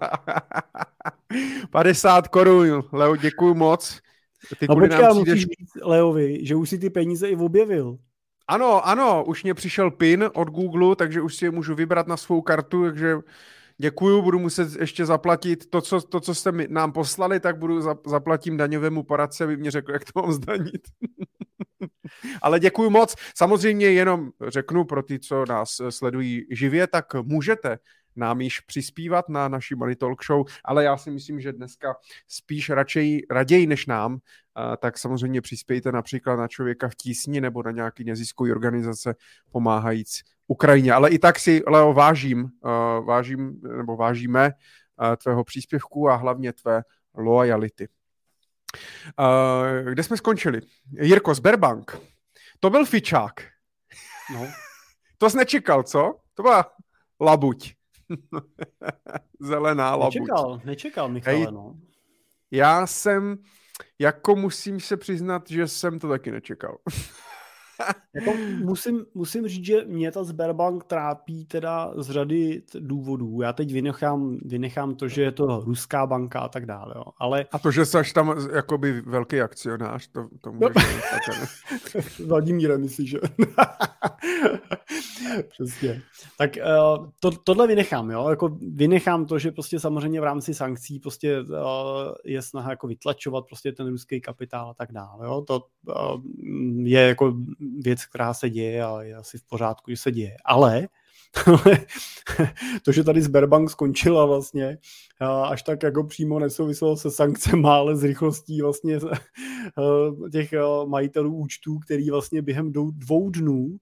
50 korun. Leo, děkuju moc. No počkej, musíš říct Leovi, že už si ty peníze i objevil. Ano, už mě přišel PIN od Google, takže už si je můžu vybrat na svou kartu, takže děkuju, budu muset ještě zaplatit to, co jste nám poslali, tak zaplatím daňovému poradci, aby mě řekl, jak to mám zdanit. Ale děkuju moc. Samozřejmě jenom řeknu pro ty, co nás sledují živě, tak můžete nám již přispívat na naší Money Talk Show, ale já si myslím, že dneska spíš raději než nám, tak samozřejmě přispějte například na Člověka v tísni nebo na nějaký neziskový organizace pomáhajíc Ukrajině. Ale i tak si, Leo, vážíme tvého příspěvku a hlavně tvé loajality. Kde jsme skončili? Jirko, Sberbank. To byl fičák. No. To jsi nečekal, co? To byla labuť. Zelená labuť. Nečekal, Michale, no. Já jsem, jako musím se přiznat, že jsem to taky nečekal. Jako musím říct, že mě ta Sberbank trápí teda z řady důvodů. Já teď vynechám to, že je to ruská banka a tak dále. Jo. Ale... A to, že jsi tam jakoby velký akcionář, to může být. Vladimíre, myslíš, že? Přesně. Tak tohle vynechám, jo. Jako vynechám to, že prostě samozřejmě v rámci sankcí prostě je snaha jako vytlačovat prostě ten ruský kapitál a tak dále. Jo. To je jako věc, která se děje a je asi v pořádku, že se děje. Ale to, že tady Sberbank skončila vlastně, až tak jako přímo nesouviselo se sankcema, ale s rychlostí vlastně těch majitelů účtů, který vlastně během 2 dnů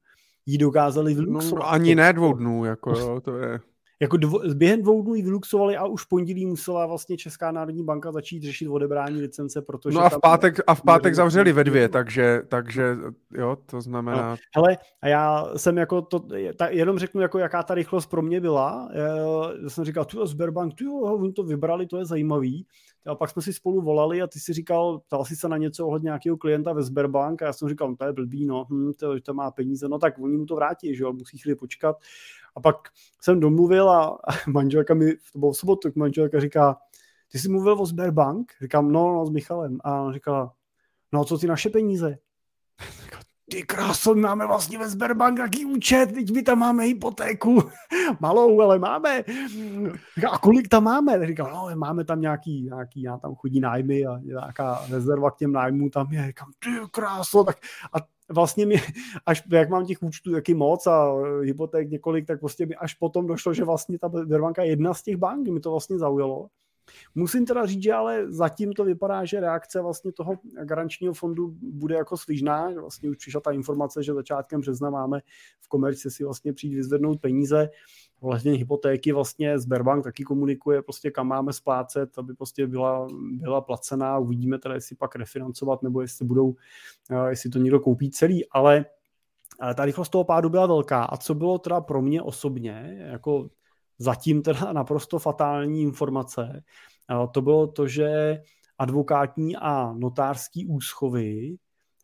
jí dokázali vyluxovat. No, ani ne 2 dnů, jako jo, to je... Jako během 2 dnů ji vyluxovali a už v pondělí musela vlastně Česká národní banka začít řešit odebrání licence, protože... No a v pátek zavřeli ve 2, takže jo, to znamená... No, hele, a já jsem jako to, jenom řeknu, jako jaká ta rychlost pro mě byla. Já jsem říkal, tu Sberbank, oni to vybrali, to je zajímavý. A pak jsme si spolu volali a ty si říkal, ptal si se na něco ohledně nějakého klienta ve Sberbank a já jsem říkal, no to je blbý, no, to má peníze, no tak oni mu to vrátí, že jo, musí chvíli počkat. A pak jsem domluvil a manželka mi, to bylo v sobotu, manželka říká, ty jsi mluvil o Sberbank? Říkám, no, s Michalem. A on říkala, no co ty naše peníze? Říkám, ty kráso, my máme vlastně ve Sberbank jaký účet, teď my tam máme hypotéku, malou, ale máme. Říkám, a kolik tam máme? Říkám, no, máme tam nějaký tam chodí nájmy a nějaká rezerva k těm nájmům tam je. Říkám, ty kráso, tak a vlastně mi, až jak mám těch účtů taky moc a hypoték několik, tak prostě mi až potom došlo, že vlastně ta Sberbanka je jedna z těch bank, mi to vlastně zaujalo. Musím teda říct, že ale zatím to vypadá, že reakce vlastně toho garančního fondu bude jako svižná. Vlastně už přišla ta informace, že začátkem března máme v Komerci si vlastně přijít vyzvednout peníze. Vlastně hypotéky vlastně Sberbank taky komunikuje, prostě kam máme splácet, aby prostě byla placená. Uvidíme teda, jestli pak refinancovat, nebo jestli to někdo koupí celý, ale ta rychlost toho pádu byla velká. A co bylo teda pro mě osobně, jako zatím teda naprosto fatální informace, to bylo to, že advokátní a notářský úschovy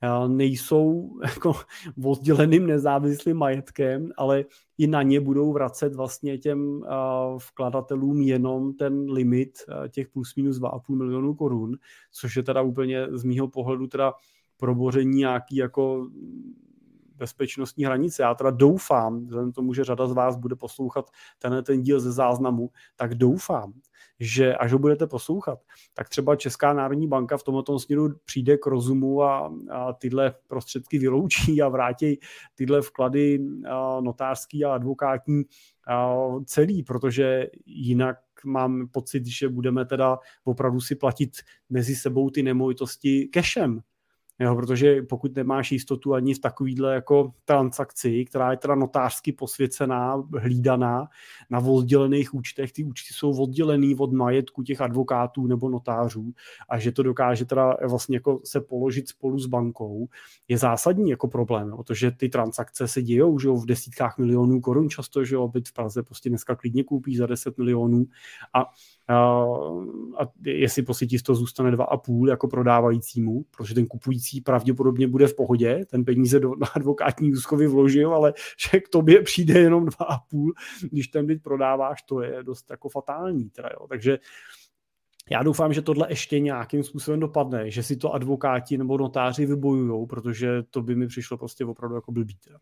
nejsou jako odděleným nezávislým majetkem, ale i na ně budou vracet vlastně těm vkladatelům jenom ten limit těch plus minus 2,5 milionu korun, což je teda úplně z mýho pohledu teda proboření nějaký jako bezpečnostní hranice. Já teda doufám, vzhledem tomu, že řada z vás bude poslouchat ten díl ze záznamu, tak doufám, že až ho budete poslouchat, tak třeba Česká národní banka v tomto směru přijde k rozumu a tyhle prostředky vyloučí a vrátí tyhle vklady notářský a advokátní celý, protože jinak mám pocit, že budeme teda opravdu si platit mezi sebou ty nemovitosti cashem. Jo, protože pokud nemáš jistotu ani v takovýhle jako transakci, která je teda notářsky posvěcená, hlídaná na oddělených účtech, ty účty jsou oddělený od majetku těch advokátů nebo notářů a že to dokáže teda vlastně jako se položit spolu s bankou, je zásadní jako problém, protože ty transakce se dějou, že jo, v desítkách milionů korun často, že jo, byt v Praze prostě dneska klidně koupí za 10 milionů a jestli prostě ti to zůstane 2,5 jako prodávajícímu, protože ten kupující pravděpodobně bude v pohodě, ten peníze na advokátní úschovy vložil, ale že k tobě přijde jenom 2,5, když ten byt prodáváš, to je dost jako fatální. Teda, jo. Takže já doufám, že tohle ještě nějakým způsobem dopadne, že si to advokáti nebo notáři vybojujou, protože to by mi přišlo prostě opravdu jako blbý. Teda.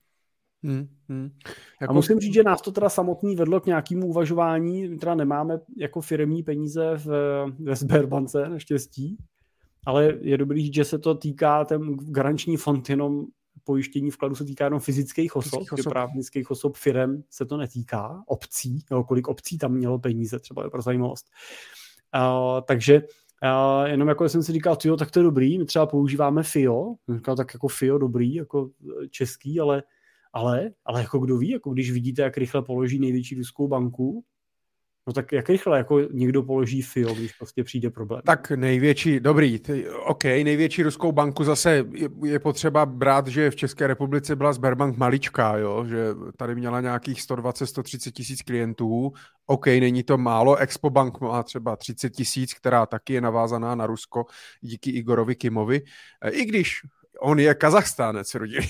Jako... A musím říct, že nás to teda samotný vedlo k nějakému uvažování. My teda nemáme jako firemní peníze ve Sberbance, naštěstí, ale je dobrý říct, že se to týká, ten garanční fond jenom pojištění vkladu se týká jenom fyzických osob, právnických osob, firem se to netýká, obcí, jo, kolik obcí tam mělo peníze, třeba je pro zajímavost. Takže jenom jako jsem si říkal, tyjo, tak to je dobrý, my třeba používáme FIO, říkal, tak jako FIO dobrý, jako český, ale jako kdo ví, jako když vidíte, jak rychle položí největší ruskou banku, no tak jak rychle jako někdo položí FIO, když prostě přijde problém. Tak největší největší ruskou banku zase je potřeba brát, že v České republice byla Sberbank maličká, jo? Že tady měla nějakých 120-130 tisíc klientů. Není to málo, Expo Bank má třeba 30 tisíc, která taky je navázaná na Rusko díky Igorovi Kimovi, i když on je Kazachstánec rodiny.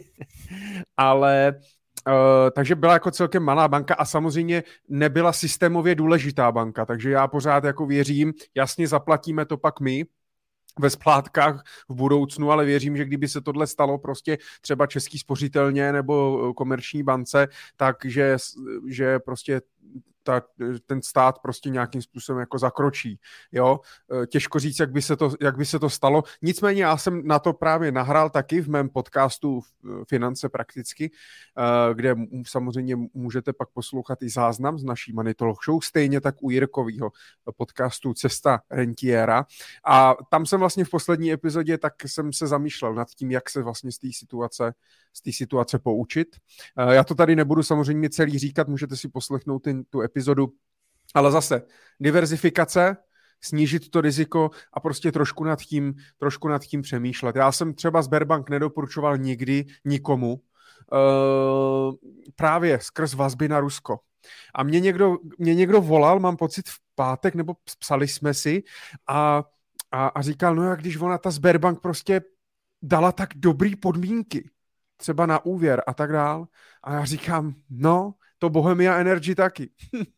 Ale takže byla jako celkem malá banka a samozřejmě nebyla systémově důležitá banka, takže já pořád jako věřím, jasně zaplatíme to pak my ve splátkách v budoucnu, ale věřím, že kdyby se tohle stalo prostě třeba Český spořitelně nebo Komerční bance, takže prostě ten stát prostě nějakým způsobem jako zakročí. Jo? Těžko říct, jak by se to stalo. Nicméně já jsem na to právě nahrál taky v mém podcastu Finance prakticky, kde samozřejmě můžete pak poslouchat i záznam z naší Money Talk Show, stejně tak u Jirkovýho podcastu Cesta rentiéra. A tam jsem vlastně v poslední epizodě, tak jsem se zamýšlel nad tím, jak se vlastně z té situace poučit. Já to tady nebudu samozřejmě celý říkat, můžete si poslechnout tu epizodu, ale zase diverzifikace, snížit to riziko a prostě trošku nad tím přemýšlet. Já jsem třeba Sberbank nedoporučoval nikdy nikomu, právě skrz vazby na Rusko. A mě někdo volal, mám pocit v pátek, nebo psali jsme si a říkal, no jak když ona ta Sberbank prostě dala tak dobrý podmínky, třeba na úvěr a tak dál. A já říkám, no, to Bohemia Energy taky.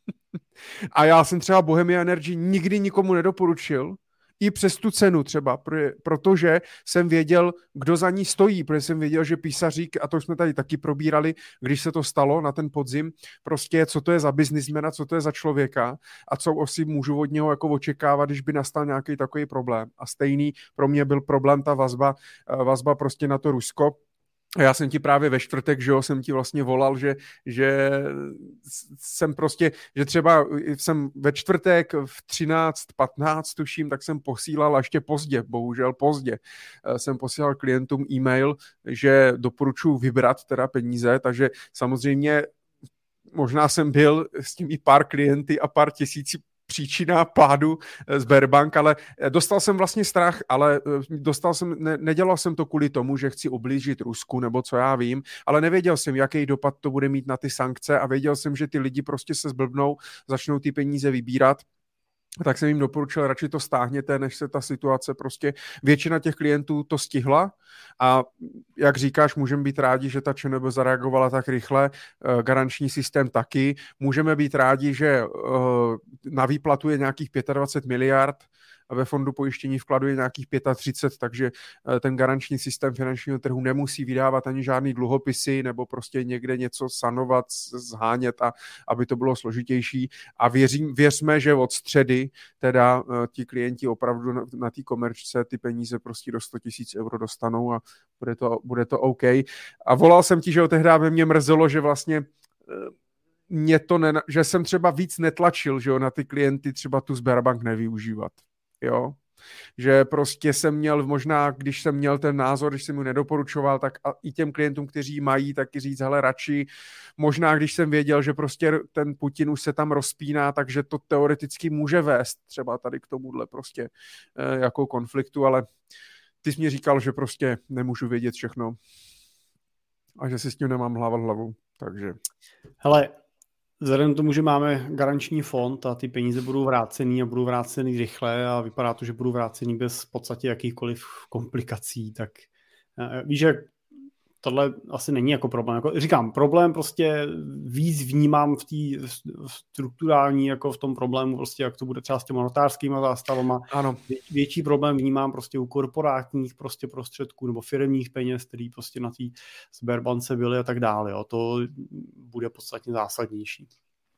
A já jsem třeba Bohemia Energy nikdy nikomu nedoporučil, i přes tu cenu třeba, protože jsem věděl, kdo za ní stojí, protože jsem věděl, že písařík, a to jsme tady taky probírali, když se to stalo na ten podzim, prostě co to je za biznismena, co to je za člověka a co asi můžu od něho jako očekávat, když by nastal nějaký takový problém. A stejný pro mě byl problém ta vazba prostě na to Rusko. A já jsem ti právě ve čtvrtek, že jo, jsem ti vlastně volal, že jsem prostě, že třeba jsem ve čtvrtek v 13:15 tuším, tak jsem posílal a ještě bohužel pozdě, jsem posílal klientům e-mail, že doporučuji vybrat teda peníze, takže samozřejmě možná jsem byl s tím i pár klienty a pár tisíci příčina pádu Sberbank, ale dostal jsem vlastně strach, ale nedělal jsem to kvůli tomu, že chci ublížit Rusku nebo co já vím, ale nevěděl jsem, jaký dopad to bude mít na ty sankce a věděl jsem, že ty lidi prostě se zblbnou, začnou ty peníze vybírat. Tak jsem jim doporučil, radši to stáhněte, než se ta situace prostě, většina těch klientů to stihla a jak říkáš, můžeme být rádi, že ta ČNB zareagovala tak rychle, garanční systém taky, můžeme být rádi, že na výplatu je nějakých 25 miliard, ve fondu pojištění vkladu je nějakých 35, takže ten garanční systém finančního trhu nemusí vydávat ani žádný dluhopisy nebo prostě někde něco sanovat, zhánět, a aby to bylo složitější. A věřme, že od středy teda ti klienti opravdu na té komerčce ty peníze prostě do 100 000 euro dostanou a bude to OK. A volal jsem ti, že tehdy by mě mrzelo, že vlastně že jsem třeba víc netlačil, že jo, na ty klienty třeba tu Sberbank nevyužívat. Jo, že prostě jsem měl možná, když jsem měl ten názor, když jsem mu nedoporučoval, tak i těm klientům, kteří mají, taky říct, hele, radši, možná když jsem věděl, že prostě ten Putin už se tam rozpíná, takže to teoreticky může vést třeba tady k tomuhle prostě jako konfliktu, ale ty jsi mi říkal, že prostě nemůžu vědět všechno a že si s tím nemám hlavu, takže. Hele, vzhledem k tomu, že máme garanční fond a ty peníze budou vrácený a budou vrácený rychle a vypadá to, že budou vrácený bez v podstatě jakýchkoliv komplikací, tak víš, že tohle asi není jako problém. Jako, říkám, problém prostě víc vnímám v té strukturální, jako v tom problému, prostě jak to bude třeba s těma notářskýma zástavama. Ano. Větší problém vnímám prostě u korporátních prostě prostředků nebo firemních peněz, který prostě na té Sberbance byly a tak dále. Jo. To bude podstatně zásadnější.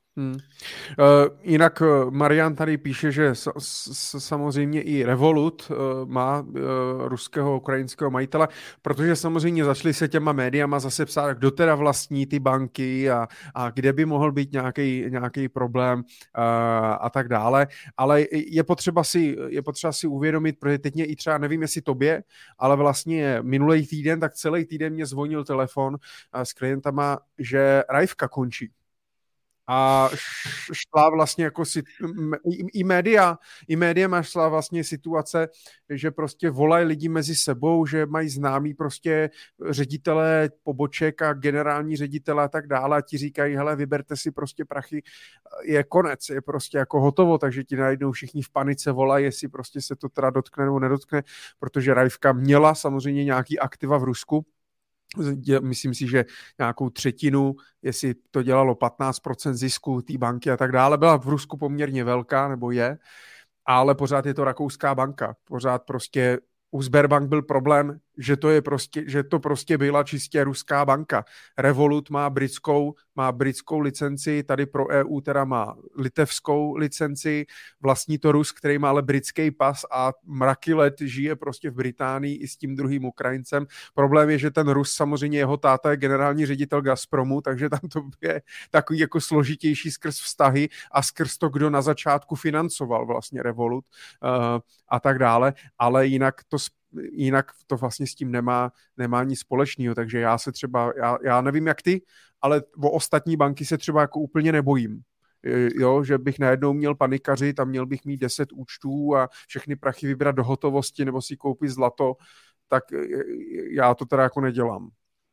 Jinak Marian tady píše, že samozřejmě i Revolut má ruského, ukrajinského majitele, protože samozřejmě začali se těma médiama zase psát, kdo teda vlastní ty banky a kde by mohl být nějaký problém a tak dále, ale je potřeba si uvědomit, protože teď mě i třeba, nevím jestli tobě, ale vlastně minulý týden, tak celý týden mě zvonil telefon s klientama, že Rajvka končí. A šla vlastně jako i média šla vlastně situace, že prostě volají lidi mezi sebou, že mají známí prostě ředitelé poboček a generální ředitele a tak dále a ti říkají, hele, vyberte si prostě prachy, je konec, je prostě jako hotovo, takže ti najednou všichni v panice volají, jestli prostě se to teda dotkne nebo nedotkne, protože Rajvka měla samozřejmě nějaký aktiva v Rusku. Myslím si, že nějakou třetinu, jestli to dělalo 15% zisku té banky a tak dále, byla v Rusku poměrně velká, nebo ale pořád je to rakouská banka. Pořád prostě u Sberbank byl problém, že to prostě byla čistě ruská banka. Revolut má britskou licenci, tady pro EU teda má litevskou licenci, vlastní to Rus, který má ale britský pas a mraky let žije prostě v Británii i s tím druhým Ukrajincem. Problém je, že ten Rus, samozřejmě jeho táta je generální ředitel Gazpromu, takže tam to je takový jako složitější skrz vztahy a skrz to, kdo na začátku financoval vlastně Revolut a tak dále, ale jinak to vlastně s tím nemá nic společného, takže já nevím jak ty, ale o ostatní banky se třeba jako úplně nebojím. Jo, že bych najednou měl panikařit a měl bych mít 10 účtů a všechny prachy vybrat do hotovosti nebo si koupit zlato, tak já to teda jako nedělám.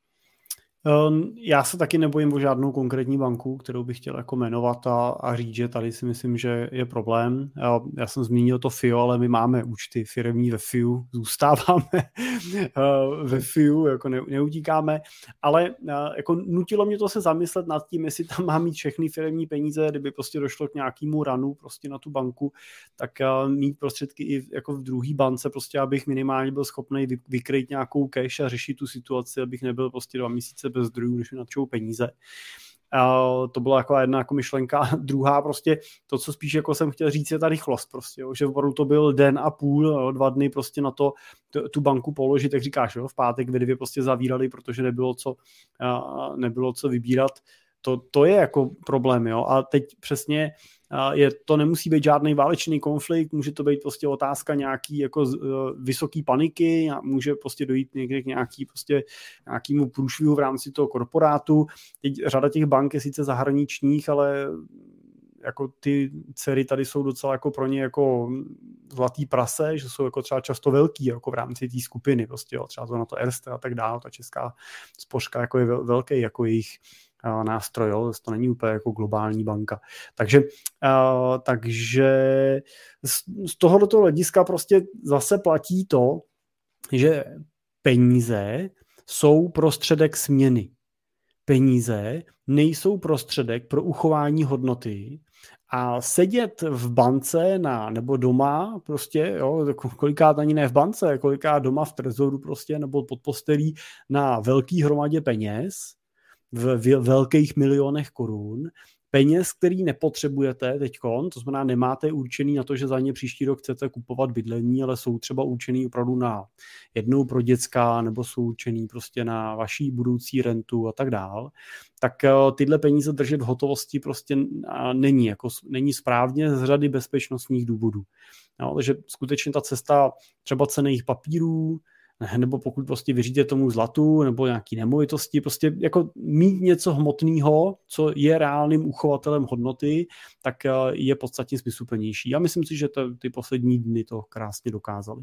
Já se taky nebojím o žádnou konkrétní banku, kterou bych chtěl jako jmenovat a říct, že tady si myslím, že je problém. Já jsem zmínil to FIO, ale my máme účty firemní ve FIU, zůstáváme ve FIU, jako neutíkáme, ale jako nutilo mě to se zamyslet nad tím, jestli tam má mít všechny firemní peníze, kdyby prostě došlo k nějakému ranu prostě na tu banku, tak mít prostředky i jako v druhé bance, prostě abych minimálně byl schopný vykrýt nějakou cash a řešit tu situaci, abych nebyl prostě 2 měsíce bez zdrojů, když mi natčou peníze. To byla jako jedna jako myšlenka. Druhá prostě, to, co spíš jako jsem chtěl říct, je ta rychlost prostě, jo, že opravdu to byl den a půl, jo, 2 dny prostě na to tu banku položit, jak říkáš, jo, v pátek ve 2 prostě zavírali, protože nebylo co vybírat. To je jako problém, jo, a teď přesně to nemusí být žádný válečný konflikt, může to být prostě otázka nějaký jako vysoký paniky, může prostě dojít někde k nějakému průšvihu v rámci toho korporátu. Teď řada těch bank je sice zahraničních, ale jako ty dcery tady jsou docela jako pro ně jako zlatý prase, že jsou jako třeba často velký jako v rámci té skupiny, prostě, jo, třeba to na to Erste a tak dále, ta česká spořka jako je velký jako jejich nástroj, jo? To není úplně jako globální banka. Takže z tohoto hlediska prostě zase platí to, že peníze jsou prostředek směny. Peníze nejsou prostředek pro uchování hodnoty a sedět v bance nebo doma prostě, jo, kolikrát ani ne v bance, kolikrát doma v trezoru prostě nebo pod postelí na velký hromadě peněz, v velkých milionech korun, peněz, který nepotřebujete teďkon, to znamená nemáte určený na to, že za ně příští rok chcete kupovat bydlení, ale jsou třeba určený opravdu na jednou pro děcka, nebo jsou určený prostě na vaší budoucí rentu a tak dál, tak tyhle peníze držet v hotovosti prostě není správně z řady bezpečnostních důvodů. No, takže skutečně ta cesta třeba cenných papírů, nebo pokud prostě věříte tomu zlatu nebo nějaký nemovitosti, prostě jako mít něco hmotného, co je reálným uchovatelem hodnoty, tak je podstatně smysluplnější. Já myslím si, že ty poslední dny to krásně dokázali.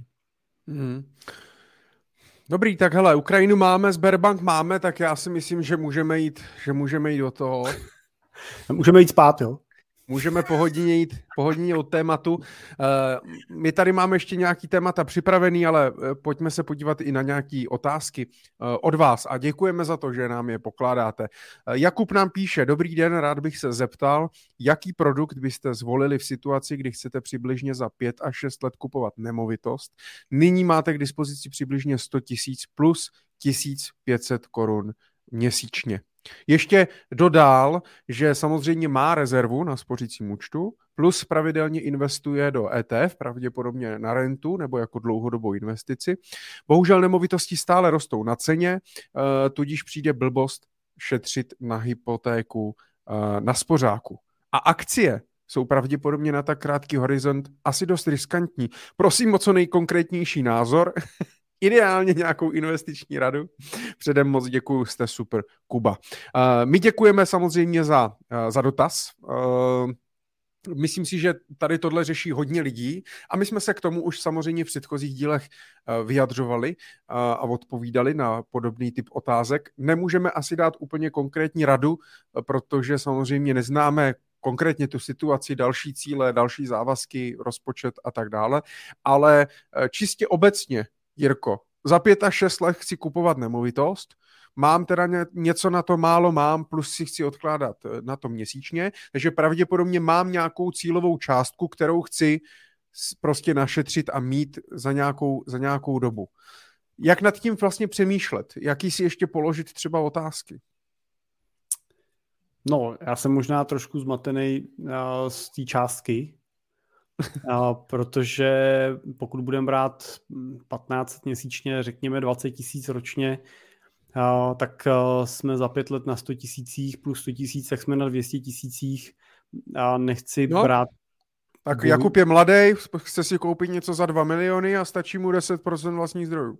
Dobrý, tak hele, Ukrajinu máme, Sberbank máme, tak já si myslím, že můžeme jít do toho. Můžeme jít spát, jo? Můžeme pohodlně od tématu. My tady máme ještě nějaký témata připravený, ale pojďme se podívat i na nějaké otázky od vás a děkujeme za to, že nám je pokládáte. Jakub nám píše, dobrý den, rád bych se zeptal, jaký produkt byste zvolili v situaci, kdy chcete přibližně za 5 až 6 let kupovat nemovitost. Nyní máte k dispozici přibližně 100 000 plus 1500 korun měsíčně. Ještě dodal, že samozřejmě má rezervu na spořícím účtu, plus pravidelně investuje do ETF, pravděpodobně na rentu nebo jako dlouhodobou investici. Bohužel nemovitosti stále rostou na ceně, tudíž přijde blbost šetřit na hypotéku na spořáku. A akcie jsou pravděpodobně na tak krátký horizont asi dost riskantní. Prosím o co nejkonkrétnější názor. Ideálně nějakou investiční radu. Předem moc děkuju, jste super, Kuba. My děkujeme samozřejmě za dotaz. Myslím si, že tady tohle řeší hodně lidí a my jsme se k tomu už samozřejmě v předchozích dílech vyjadřovali a odpovídali na podobný typ otázek. Nemůžeme asi dát úplně konkrétní radu, protože samozřejmě neznáme konkrétně tu situaci, další cíle, další závazky, rozpočet a tak dále, ale čistě obecně, Jirko, za 5 až 6 let chci kupovat nemovitost, mám teda něco na to málo mám, plus si chci odkládat na to měsíčně, takže pravděpodobně mám nějakou cílovou částku, kterou chci prostě našetřit a mít za nějakou dobu. Jak nad tím vlastně přemýšlet? Jaký si ještě položit třeba otázky? No, já jsem možná trošku zmatený z té částky, protože pokud budeme brát 15 měsíčně, řekněme 20 000 ročně, tak jsme za 5 let na 100 000 plus 100 000, tak jsme na 200 000 a nechci brát. Tak Jakub je mladý, chce si koupit něco za 2 miliony a stačí mu 10% vlastních zdrojů.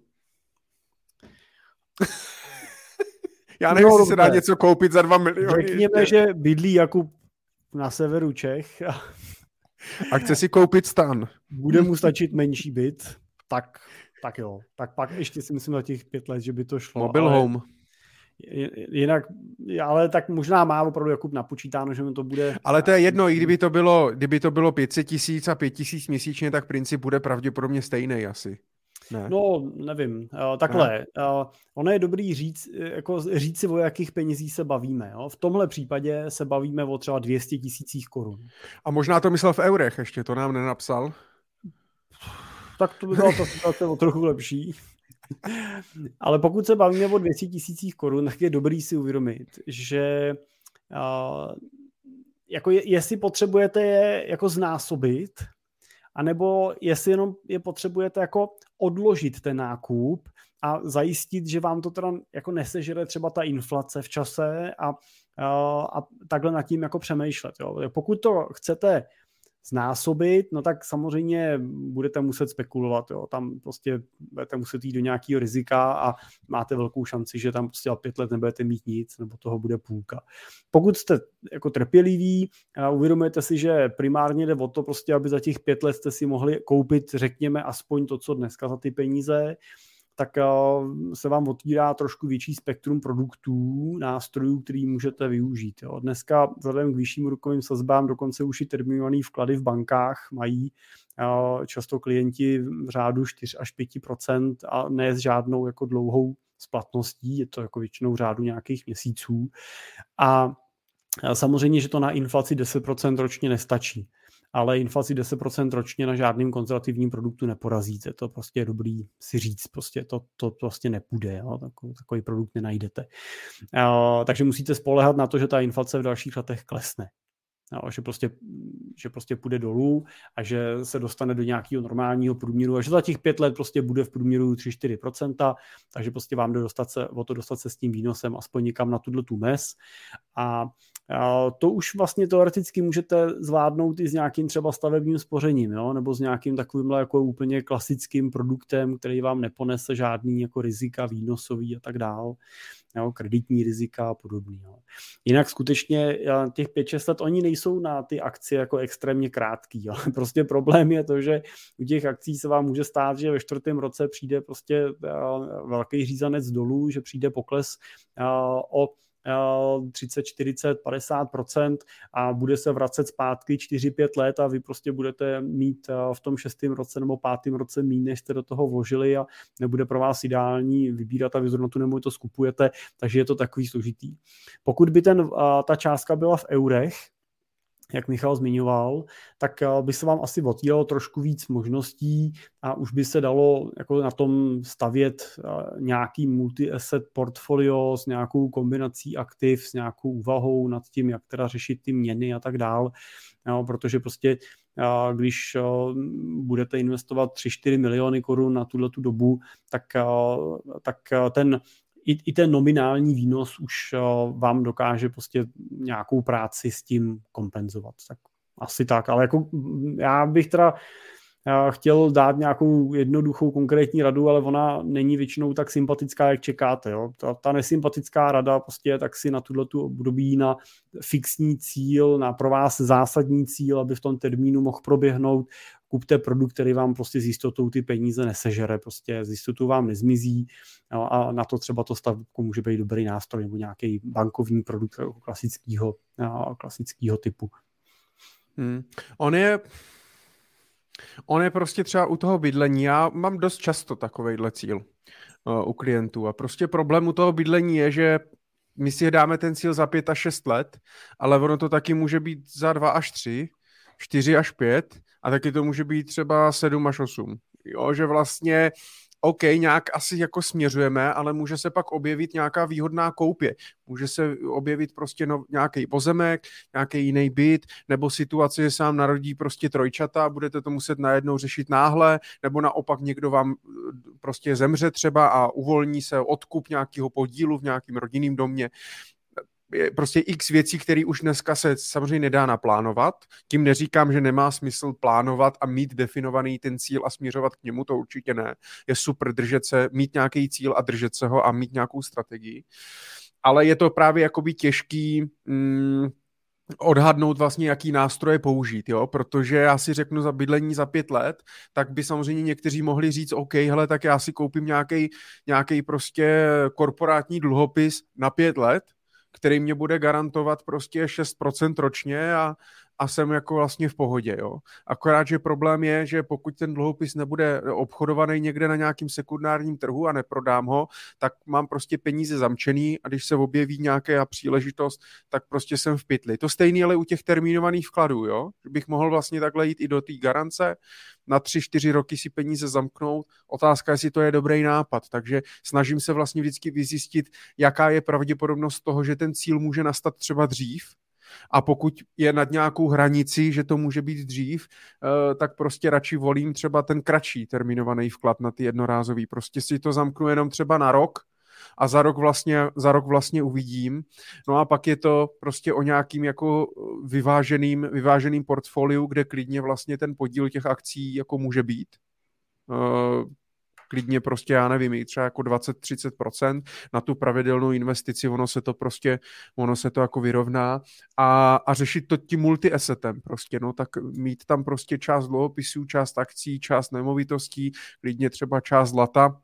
Já nevím, jestli se dá něco koupit za 2 miliony. Řekněme, že bydlí Jakub na severu Čech a chce si koupit stan. Bude mu stačit menší byt, tak jo. Tak pak ještě si myslím za těch 5 let, že by to šlo. Mobile home. Jinak, ale tak možná má opravdu Jakub napočítáno, že mu to bude... Ale to je jedno, i kdyby to bylo 500 000 a 5 000 měsíčně, tak princip bude pravděpodobně stejný asi. Ne. No, nevím. Takhle, ono je dobrý říct si, o jakých penězích se bavíme. Jo? V tomhle případě se bavíme o třeba 200 000 korun. A možná to myslel v eurech ještě, to nám nenapsal. Tak to by byla ta situace o trochu lepší. Ale pokud se bavíme o 200 000 korun, tak je dobrý si uvědomit, že jako jestli potřebujete je jako znásobit, anebo jestli jenom je potřebujete jako odložit ten nákup a zajistit, že vám to teda jako nesežere třeba ta inflace v čase a takhle nad tím jako přemýšlet. Jo. Pokud to chcete znásobit, no tak samozřejmě budete muset spekulovat. Jo. Tam prostě budete muset jít do nějakého rizika a máte velkou šanci, že tam prostě 5 let nebudete mít nic, nebo toho bude půlka. Pokud jste jako trpěliví a uvědomujete si, že primárně jde o to prostě, aby za těch 5 let jste si mohli koupit, řekněme, aspoň to, co dneska za ty peníze, tak se vám otvírá trošku větší spektrum produktů, nástrojů, který můžete využít. Jo. Dneska vzhledem k vyšším úrokovým sazbám dokonce už i terminované vklady v bankách mají často klienti v řádu 4 až 5% a ne s žádnou jako dlouhou splatností, je to jako většinou v řádu nějakých měsíců. A samozřejmě, že to na inflaci 10% ročně nestačí. Ale inflaci 10% ročně na žádným konzervativním produktu neporazíte. To prostě je dobrý si říct, prostě to prostě nepůjde, jo? Takový produkt nenajdete. Takže musíte spoléhat na to, že ta inflace v dalších letech klesne. Jo? Že prostě půjde dolů a že se dostane do nějakého normálního průměru a že za těch 5 let prostě bude v průměru 3-4%, takže prostě vám jde dostat se s tím výnosem aspoň někam na tu mez a to už vlastně teoreticky můžete zvládnout i s nějakým třeba stavebním spořením, jo? Nebo s nějakým takovýmhle jako úplně klasickým produktem, který vám neponese žádný jako rizika výnosový a tak dál, jo? Kreditní rizika a podobný. Jo? Jinak skutečně těch 5-6 let oni nejsou na ty akcie jako extrémně krátký. Jo? Prostě problém je to, že u těch akcí se vám může stát, že ve 4. roce přijde prostě velký řízanec dolů, že přijde pokles o 30, 40, 50% a bude se vracet zpátky 4-5 let a vy prostě budete mít v tom 6. roce nebo 5. roce míň, než jste do toho vložili a nebude pro vás ideální vybírat a vy zrovna tu nemovitost to skupujete, takže je to takový složitý. Pokud by ta částka byla v eurech, jak Michal zmiňoval, tak by se vám asi otvíralo trošku víc možností a už by se dalo jako na tom stavět nějaký multi-asset portfolio s nějakou kombinací aktiv, s nějakou úvahou nad tím, jak teda řešit ty měny a tak dál, no, protože prostě když budete investovat 3-4 miliony korun na tuhletu dobu, tak i ten nominální výnos už vám dokáže prostě nějakou práci s tím kompenzovat. Tak asi tak, ale jako já bych teda chtěl dát nějakou jednoduchou konkrétní radu, ale ona není většinou tak sympatická, jak čekáte. Jo? Ta nesympatická rada prostě je tak si na tuhletu období na fixní cíl, na pro vás zásadní cíl, aby v tom termínu mohl proběhnout. Kupte produkt, který vám prostě s jistotou ty peníze nesežere, prostě s jistotou vám nezmizí, no, a na to třeba to stavko může být dobrý nástroj nebo nějaký bankovní produkt klasického typu. On je prostě třeba u toho bydlení, já mám dost často takovejhle cíl u klientů a prostě problém u toho bydlení je, že my si dáme ten cíl za 5 až 6 let, ale ono to taky může být za 2 až 3, 4 až 5 a taky to může být třeba 7 až 8. Jo, že vlastně OK, nějak asi jako směřujeme, ale může se pak objevit nějaká výhodná koupě. Může se objevit prostě nějaký pozemek, nějaký jiný byt, nebo situace, že se vám narodí prostě trojčata, budete to muset najednou řešit náhle, nebo naopak někdo vám prostě zemře třeba a uvolní se odkup nějakého podílu v nějakém rodinném domě. Je prostě x věcí, které už dneska se samozřejmě nedá naplánovat. Tím neříkám, že nemá smysl plánovat a mít definovaný ten cíl a směřovat k němu, to určitě ne. Je super držet se, mít nějaký cíl a držet se ho a mít nějakou strategii. Ale je to právě jakoby těžký odhadnout vlastně, jaký nástroje použít, jo? Protože já si řeknu za bydlení za 5 let, tak by samozřejmě někteří mohli říct, OK, hele, tak já si koupím nějaký prostě korporátní dluhopis na 5 let, který mě bude garantovat prostě 6% ročně a jsem jako vlastně v pohodě, jo. Akorát, že problém je, že pokud ten dluhopis nebude obchodovaný někde na nějakým sekundárním trhu a neprodám ho, tak mám prostě peníze zamčený a když se objeví nějaká příležitost, tak prostě jsem v pytli. To stejný ale u těch termínovaných vkladů, jo. Bych mohl vlastně takhle jít i do té garance, na 3-4 roky si peníze zamknout. Otázka, jestli to je dobrý nápad. Takže snažím se vlastně vždycky vyzjistit, jaká je pravděpodobnost toho, že ten cíl může nastat třeba dřív. A pokud je nad nějakou hranici, že to může být dřív, tak prostě radši volím třeba ten kratší termínovaný vklad na ty jednorázový. Prostě si to zamknu jenom třeba na rok a za rok vlastně uvidím. No a pak je to prostě o nějakým jako vyváženým portfoliu, kde klidně vlastně ten podíl těch akcí jako může být. Klidně prostě, já nevím, třeba jako 20-30% na tu pravidelnou investici, ono se to jako vyrovná a řešit to tím multi-assetem prostě, no tak mít tam prostě část dluhopisů, část akcí, část nemovitostí, klidně třeba část zlata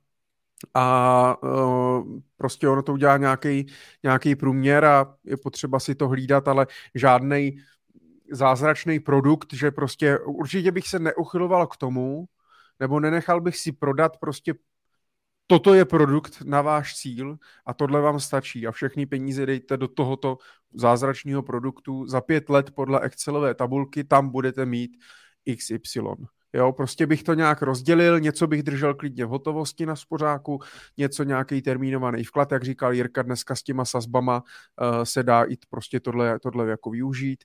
a prostě ono to udělá nějaký průměr a je potřeba si to hlídat, ale žádnej zázračný produkt, že prostě určitě bych se neuchyloval k tomu, nebo nenechal bych si prodat prostě toto je produkt na váš cíl a tohle vám stačí a všechny peníze dejte do tohoto zázračného produktu. Za 5 let podle Excelové tabulky tam budete mít XY. Jo, prostě bych to nějak rozdělil, něco bych držel klidně v hotovosti na spořáku, něco nějaký termínovaný vklad, jak říkal Jirka, dneska s těma sazbama se dá i prostě tohle jako využít.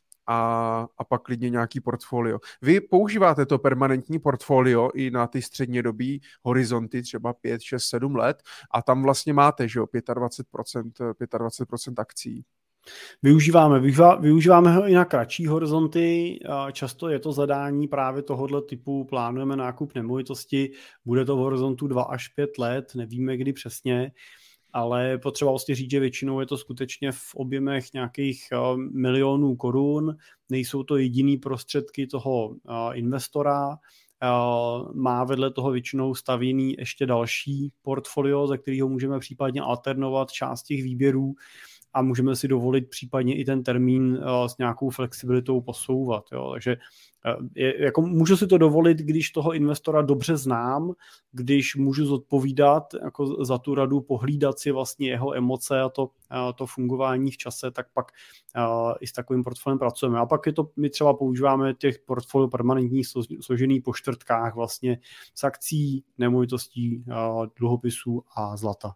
A pak klidně nějaký portfolio. Vy používáte to permanentní portfolio i na ty střednědobí horizonty, třeba 5, 6, 7 let a tam vlastně máte, že jo, 25% akcí. Využíváme ho i na kratší horizonty. Často je to zadání právě tohoto typu. Plánujeme nákup nemovitosti, bude to v horizontu 2 až 5 let, nevíme kdy přesně, ale potřeba vlastně říct, že většinou je to skutečně v objemech nějakých milionů korun. Nejsou to jediný prostředky toho investora. Má vedle toho většinou stavěný ještě další portfolio, ze kterého můžeme případně alternovat část těch výběrů a můžeme si dovolit případně i ten termín s nějakou flexibilitou posouvat. Jo. Takže jako můžu si to dovolit, když toho investora dobře znám, když můžu zodpovídat jako za tu radu, pohlídat si vlastně jeho emoce a to fungování v čase, tak pak i s takovým portfoliem pracujeme. A pak my třeba používáme těch portfolio permanentních složený po čtvrtkách vlastně s akcí, nemovitostí, dluhopisů a zlata.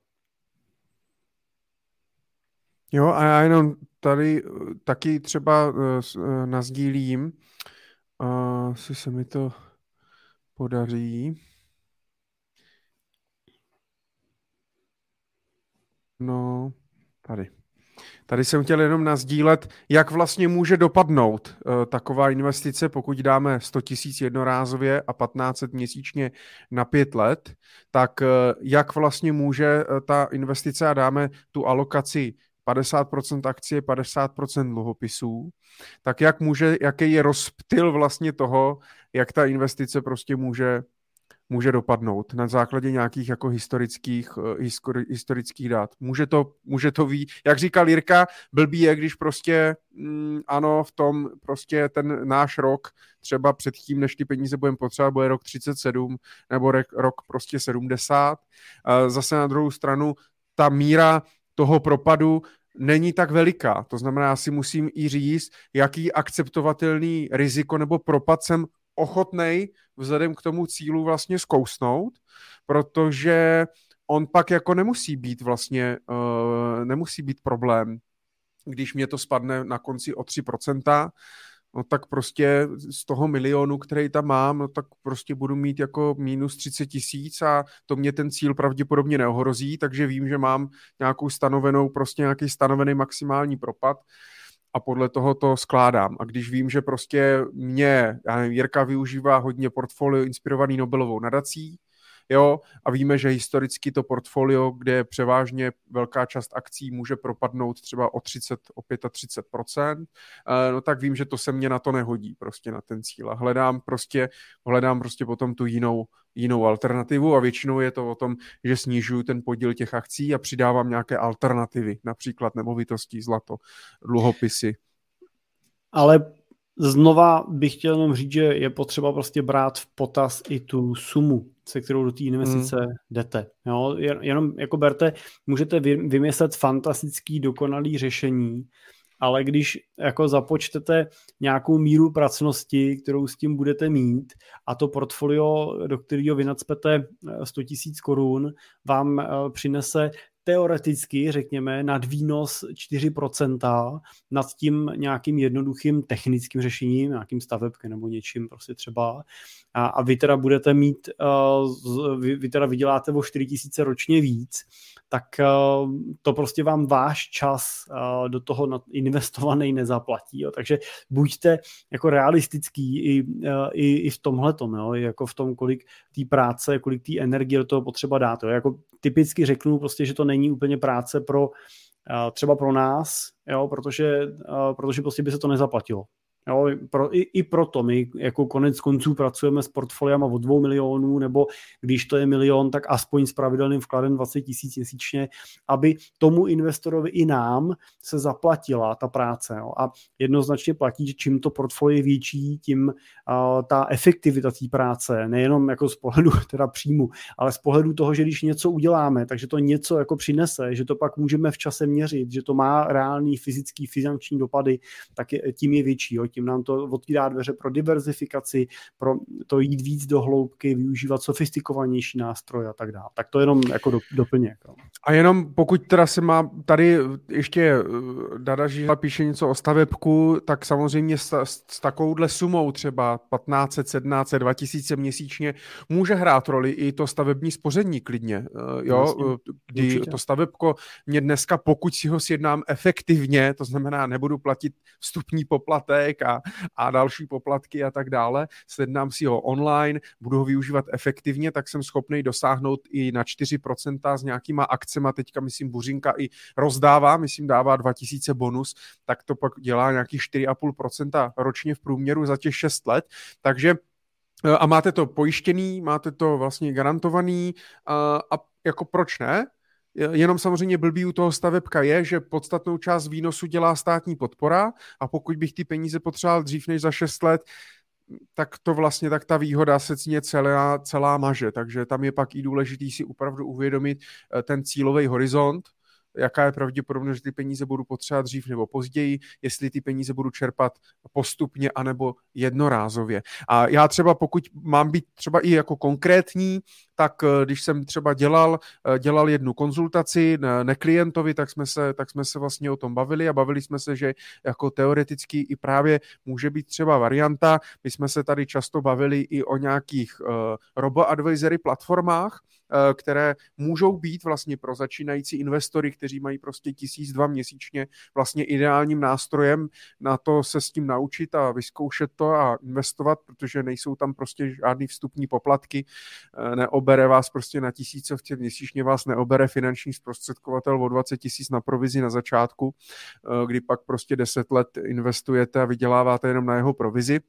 Jo, a já jenom tady taky třeba nasdílím, si se mi to podaří. No, Tady jsem chtěl jenom nasdílet, jak vlastně může dopadnout taková investice, pokud dáme 100 000 jednorázově a 1500 měsíčně na 5 let, tak jak vlastně může ta investice a dáme tu alokaci 50% akcie, 50% dluhopisů, tak jaký je rozptyl vlastně toho, jak ta investice prostě může dopadnout na základě nějakých jako historických dat. Může to jak říkal Jirka, blbý je, když prostě ano, v tom prostě ten náš rok, třeba předtím, než ty peníze budeme potřebovat, bude rok 37 nebo rok prostě 70. Zase na druhou stranu ta míra toho propadu není tak veliká. To znamená, já si musím i říct, jaký akceptovatelný riziko nebo propad jsem ochotnej vzhledem k tomu cílu vlastně zkousnout, protože on pak jako nemusí být problém, když mě to spadne na konci o 3%, no tak prostě z toho milionu, který tam mám, no tak prostě budu mít jako minus 30 000 a to mě ten cíl pravděpodobně neohrozí, takže vím, že mám nějaký stanovený maximální propad a podle toho to skládám. A když vím, že prostě Jirka využívá hodně portfolio inspirovaný Nobelovou nadací, jo, a víme, že historicky to portfolio, kde je převážně velká část akcí může propadnout třeba o 35%, no tak vím, že to se mně na to nehodí prostě na ten cíl. A hledám prostě potom tu jinou alternativu a většinou je to o tom, že snižuju ten podíl těch akcí a přidávám nějaké alternativy, například nemovitosti, zlato, dluhopisy. Ale znova bych chtěl jenom říct, že je potřeba prostě brát v potaz i tu sumu, se kterou do té investice jdete. Jo? Jenom jako berte, můžete vymyslet fantastický, dokonalý řešení, ale když jako započtete nějakou míru pracnosti, kterou s tím budete mít a to portfolio, do kterého vy nacpete 100 000 korun, vám přinese teoreticky, řekněme, nadvýnos 4% nad tím nějakým jednoduchým technickým řešením, nějakým stavebkem nebo něčím prostě třeba. A vy teda budete mít, vy teda vyděláte o 4 000 ročně víc, tak to prostě vám váš čas do toho investovaný nezaplatí. Jo. Takže buďte jako realistický i v tomhletom, jo. Jako v tom, kolik té práce, kolik té energie do toho potřeba dát. Jo. Jako typicky řeknu prostě, že to není úplně práce třeba pro nás, jo, protože prostě by se to nezaplatilo. Jo, i proto my jako konec konců pracujeme s portfoliama od 2 milionů, nebo když to je 1 milion, tak aspoň s pravidelným vkladem 20 000 měsíčně, aby tomu investorovi i nám se zaplatila ta práce. Jo. A jednoznačně platí, že čím to portfolio je větší, tím ta efektivita té práce, nejenom jako z pohledu teda příjmu, ale z pohledu toho, že když něco uděláme, takže to něco jako přinese, že to pak můžeme v čase měřit, že to má reálný fyzický, finanční dopady, tak tím je větší. Jo. Tím nám to otvírá dveře pro diverzifikaci, pro to jít víc do hloubky, využívat sofistikovanější nástroje a tak dále. Tak to jenom jako doplněk. A jenom pokud teda se má tady ještě Dada Žihla píše něco o stavebku, tak samozřejmě s takovouhle sumou třeba 1500, 1700, 2000 měsíčně může hrát roli i to stavební spoření klidně. Jo? Kdy určitě. To stavebko mě dneska, pokud si ho sjednám efektivně, to znamená nebudu platit vstupní poplatek a další poplatky a tak dále, sjednám si ho online, budu ho využívat efektivně, tak jsem schopný dosáhnout i na 4% s nějakýma akcema, teďka myslím Buřinka i rozdává, myslím dává 2000 bonus, tak to pak dělá nějakých 4,5% ročně v průměru za těch 6 let, takže a máte to pojištěný, máte to vlastně garantovaný a jako proč ne? Jenom samozřejmě blbý u toho stavebka je, že podstatnou část výnosu dělá státní podpora a pokud bych ty peníze potřeboval dřív než za 6 let, tak to vlastně, tak ta výhoda se cíně celá maže, takže tam je pak i důležitý si opravdu uvědomit ten cílový horizont, jaká je pravděpodobnost, že ty peníze budu potřebovat dřív nebo později, jestli ty peníze budu čerpat postupně anebo jednorázově. A já třeba, pokud mám být třeba i jako konkrétní, tak když jsem třeba dělal jednu konzultaci ne klientovi, tak jsme se vlastně o tom bavili a bavili jsme se, že jako teoreticky i právě může být třeba varianta. My jsme se tady často bavili i o nějakých robo-advisory platformách, které můžou být vlastně pro začínající investory, kteří mají prostě 1000-2 měsíčně vlastně ideálním nástrojem na to se s tím naučit a vyzkoušet to a investovat, protože nejsou tam prostě žádný vstupní poplatky, neobere vás prostě na 1000 měsíčně, vás neobere finanční zprostředkovatel o 20 000 na provizi na začátku, kdy pak prostě 10 let investujete a vyděláváte jenom na jeho provizi.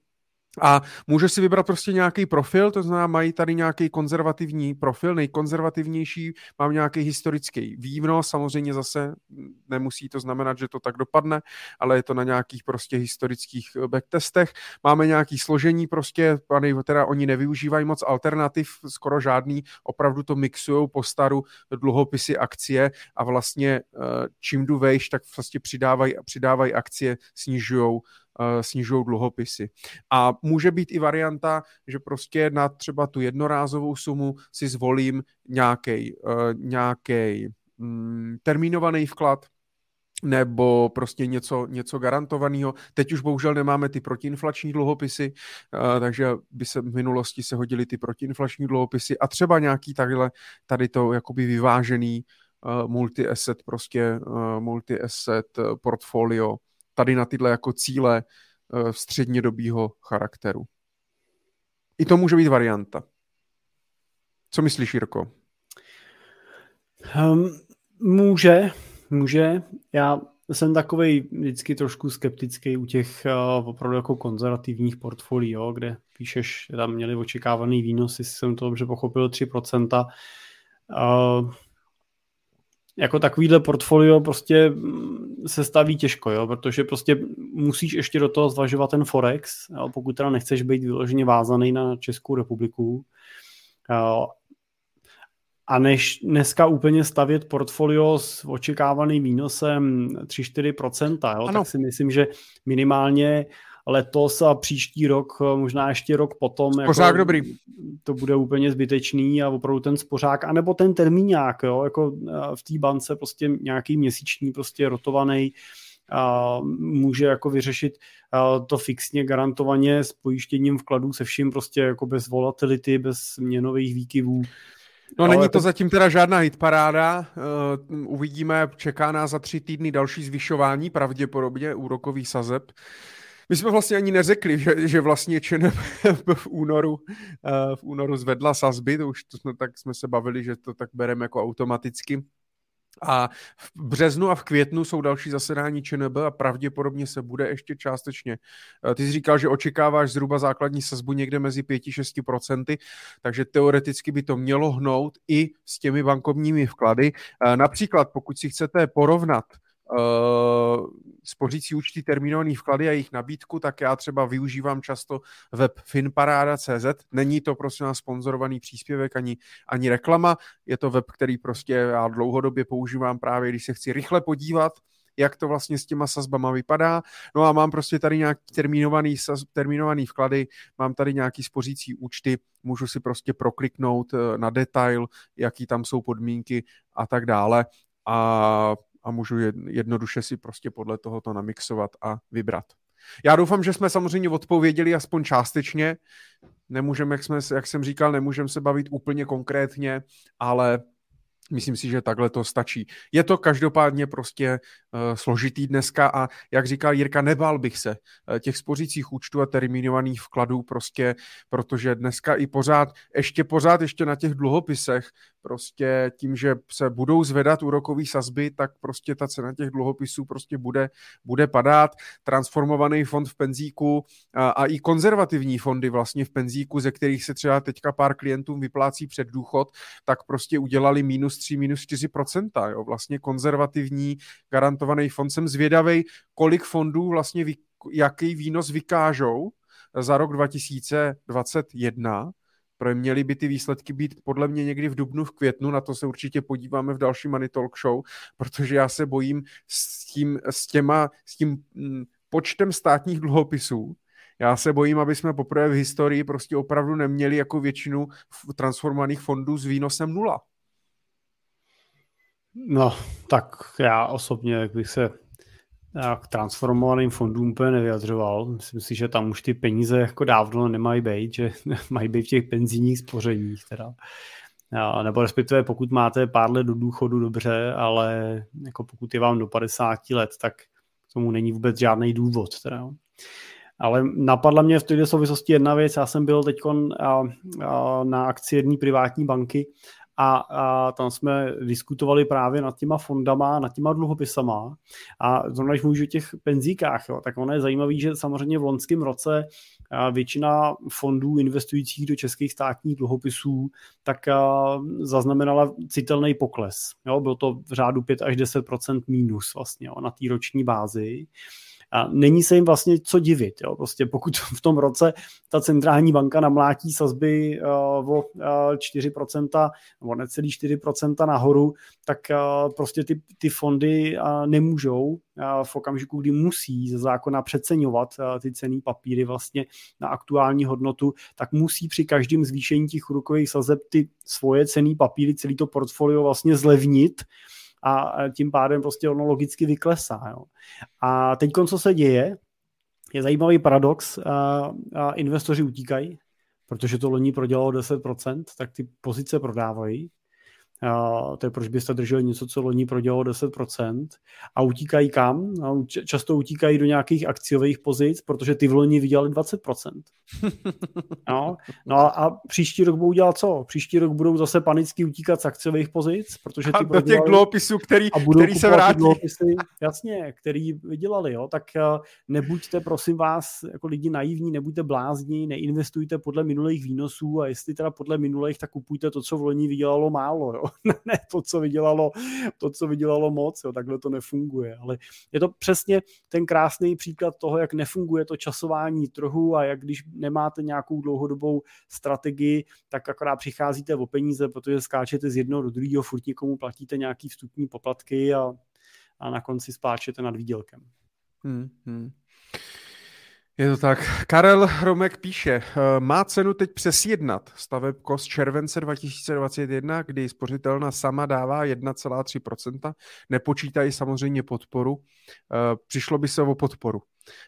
A může si vybrat prostě nějaký profil, to znamená, mají tady nějaký konzervativní profil, nejkonzervativnější, mám nějaký historický výnos, samozřejmě zase nemusí to znamenat, že to tak dopadne, ale je to na nějakých prostě historických backtestech. Máme nějaký složení prostě, teda oni nevyužívají moc alternativ, skoro žádný, opravdu to mixujou po staru dluhopisy, akcie a vlastně čím jdu vejš, tak vlastně přidávají akcie, snižují dluhopisy. A může být i varianta, že prostě na třeba tu jednorázovou sumu si zvolím nějaký termínovaný vklad, nebo prostě něco garantovaného. Teď už bohužel nemáme ty protiinflační dluhopisy, takže by se v minulosti se hodily ty protiinflační dluhopisy a třeba nějaký tady to jakoby vyvážený multi-asset portfolio tady na tyhle jako cíle střednědobýho charakteru. I to může být varianta. Co myslíš, Jirko? Může. Já jsem takovej vždycky trošku skeptický u těch opravdu jako konzervativních portfolií, kde píšeš, že tam měli očekávaný výnos, jestli jsem to dobře pochopil, 3%. Jako takovýhle portfolio prostě se staví těžko, protože prostě musíš ještě do toho zvažovat ten Forex, pokud teda nechceš být vyloženě vázaný na Českou republiku. A než dneska úplně stavět portfolio s očekávaným výnosem 3-4%, tak si myslím, že minimálně letos a příští rok, možná ještě rok potom, spořák dobrý. To bude úplně zbytečný a opravdu ten spořák, anebo ten termíňák, jako v té bance prostě nějaký měsíční prostě rotovaný může jako vyřešit to fixně garantovaně s pojištěním vkladů se vším prostě jako bez volatility, bez měnových výkyvů. No není to zatím teda žádná hitparáda, uvidíme, čeká nás za 3 týdny další zvyšování, pravděpodobně úrokových sazeb. My jsme vlastně ani neřekli, že vlastně ČNB v únoru zvedla sazby, tak jsme se bavili, že to tak bereme jako automaticky. A v březnu a v květnu jsou další zasedání ČNB a pravděpodobně se bude ještě částečně. Ty jsi říkal, že očekáváš zhruba základní sazbu někde mezi 5-6%, takže teoreticky by to mělo hnout i s těmi bankovními vklady. Například, pokud si chcete porovnat spořící účty termínovaný vklady a jejich nabídku, tak já třeba využívám často web finparada.cz. Není to prostě na sponzorovaný příspěvek ani reklama. Je to web, který prostě já dlouhodobě používám právě, když se chci rychle podívat, jak to vlastně s těma sazbama vypadá. No a mám prostě tady nějaký termínovaný vklady, mám tady nějaký spořící účty, můžu si prostě prokliknout na detail, jaký tam jsou podmínky a tak dále. A můžu jednoduše si prostě podle tohoto namixovat a vybrat. Já doufám, že jsme samozřejmě odpověděli aspoň částečně. Nemůžeme, jak jsem říkal, nemůžeme se bavit úplně konkrétně, ale myslím si, že takhle to stačí. Je to každopádně prostě složitý dneska a jak říkal Jirka, nebál bych se těch spořících účtů a termínovaných vkladů prostě, protože dneska i pořád ještě na těch dluhopisech prostě tím, že se budou zvedat úrokové sazby, tak prostě ta cena těch dluhopisů prostě bude padat. Transformovaný fond v penzíku a i konzervativní fondy vlastně v penzíku, ze kterých se třeba teďka pár klientům vyplácí před důchod, tak prostě udělali -3, -4%. Jo? Vlastně konzervativní garantovaný fond. Jsem zvědavej, kolik fondů vlastně jaký výnos vykážou za rok 2021. Měly by ty výsledky být podle mě někdy v dubnu, v květnu, na to se určitě podíváme v další Money Talk Show, protože já se bojím s tím počtem státních dluhopisů. Já se bojím, aby jsme poprvé v historii prostě opravdu neměli jako většinu transformovaných fondů s výnosem 0. No, tak já osobně bych se k transformovaným fondům úplně nevyjadřoval. Myslím si, že tam už ty peníze jako dávno nemají být, že mají být v těch penzijních spořeních teda. Nebo respektive pokud máte pár let do důchodu, dobře, ale jako pokud je vám do 50 let, tak tomu není vůbec žádný důvod. Teda. Ale napadla mě v této souvislosti jedna věc. Já jsem byl teď na akci jedné privátní banky a tam jsme diskutovali právě nad těma fondama, nad těma dluhopisama a zrovna, když mluvíš o těch penzíkách, tak ono je zajímavý, že samozřejmě v loňském roce většina fondů investujících do českých státních dluhopisů tak zaznamenala citelný pokles. Jo? Bylo to v řádu 5 až 10% mínus vlastně na té roční bázi. A není se jim vlastně co divit. Jo? Prostě pokud v tom roce ta centrální banka namlátí sazby o 4%, nebo necelý 4% nahoru, tak prostě ty fondy nemůžou v okamžiku, kdy musí ze zákona přeceňovat ty cenné papíry vlastně na aktuální hodnotu, tak musí při každém zvýšení těch úrokových sazeb ty svoje cenné papíry, celý to portfolio vlastně zlevnit a tím pádem prostě ono logicky vyklesá. Jo. A teď, co se děje, je zajímavý paradox, investoři utíkají, protože to loni prodělalo 10%, tak ty pozice prodávají. To je proč byste drželi něco, co loni prodělalo 10%, a utíkají kam? Často utíkají do nějakých akciových pozic, protože ty v loni vydělali 20%. No a příští rok budou dělat co? Příští rok budou zase panicky utíkat z akciových pozic, protože ty do těch dluhopisů, který se vrátí. Dluhopisy, jasně, který vydělali. Jo? Tak nebuďte, prosím vás, jako lidi naivní, nebuďte blázni, neinvestujte podle minulých výnosů, a jestli teda podle minulých, tak kupujte to, co v loni vydělalo málo. Jo? Ne to, co vydělalo moc, jo? Takhle to nefunguje. Ale je to přesně ten krásný příklad toho, jak nefunguje to časování trhu a jak když nemáte nějakou dlouhodobou strategii, tak akorát přicházíte o peníze, protože skáčete z jednoho do druhého, furt někomu platíte nějaký vstupní poplatky a na konci spláčete nad výdělkem. Je to tak. Karel Hromek píše, má cenu teď přesjednat stavebko z července 2021, kdy spořitelna sama dává 1,3%. Nepočítají samozřejmě podporu. Přišlo by se o podporu.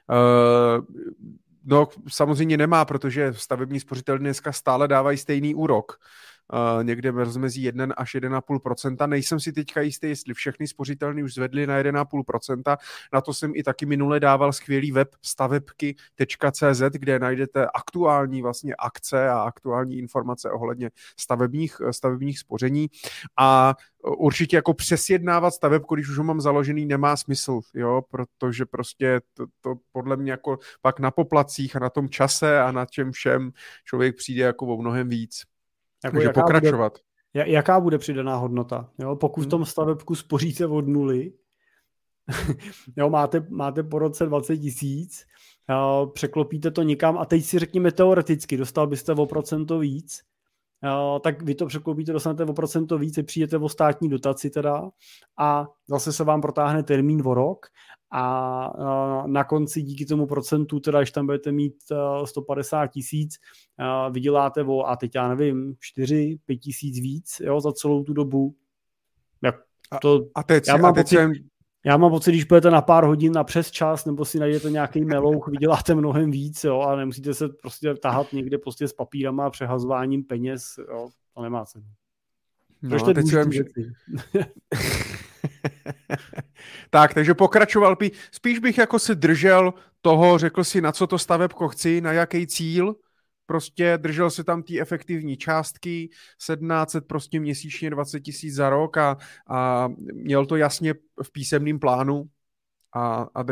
No, samozřejmě nemá, protože stavební spořitelny dneska stále dávají stejný úrok. Někde mezi 1 až 1,5%. Nejsem si teďka jistý, jestli všechny spořitelny už zvedly na 1,5%. Na to jsem i taky minule dával skvělý web stavebky.cz, kde najdete aktuální vlastně akce a aktuální informace ohledně stavebních spoření. A určitě jako přesjednávat stavebku, když už ho mám založený, nemá smysl, jo, protože prostě to podle mě jako pak na poplatcích a na tom čase a na čem všem člověk přijde jako o mnohem víc. Takže pokračovat. Jaká bude přidaná hodnota? Jo, pokud v tom stavebku spoříte od nuly, jo, máte po roce 20 000, překlopíte to někam a teď si řekněme teoreticky, dostal byste o procento víc, tak vy to překlopíte, dostanete o procento víc, přijdete o státní dotaci teda a zase se vám protáhne termín o rok a na konci díky tomu procentu, teda když tam budete mít 150 000, vyděláte a teď já nevím, 4-5 tisíc víc, jo, za celou tu dobu. Já mám pocit, když budete na pár hodin na přes čas, nebo si najdete nějaký melouch, vyděláte mnohem víc, jo, a nemusíte se prostě tahat někde prostě s papírama a přehazováním peněz, jo, to nemá cenu. No, teď tak, takže pokračoval by. Spíš bych jako si držel toho, řekl si, na co to stavebko chci, na jaký cíl, prostě držel se tam ty efektivní částky, 1700 prostě měsíčně, 20 000 za rok a měl to jasně v písemném plánu a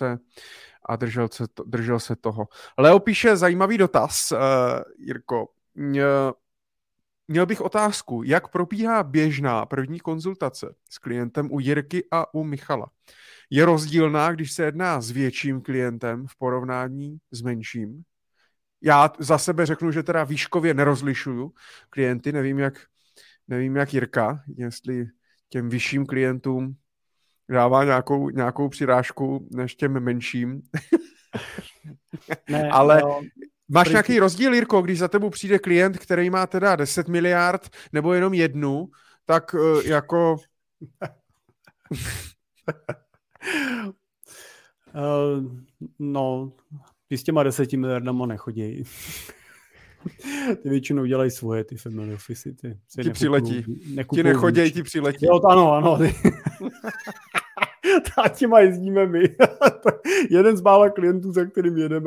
držel se toho. Leo píše zajímavý dotaz, Jirko. Měl bych otázku, jak probíhá běžná první konzultace s klientem u Jirky a u Michala. Je rozdílná, když se jedná s větším klientem v porovnání s menším? Já za sebe řeknu, že teda výškově nerozlišuju klienty, nevím jak Jirka, jestli těm vyšším klientům dává nějakou přirážku než těm menším. Ne, ale... No. Máš nějaký rozdíl, Jirko, když za tebou přijde klient, který má teda 10 miliard nebo jenom jednu, tak jako... No, ty s těma 10 miliardama nechodí. Ty většinou dělají svoje, ty family office. Ti přiletí. Ti nechodějí, ti přiletí. Jo, ano. Tak těma jezdíme my. Jeden z mála klientů, za kterým jedeme.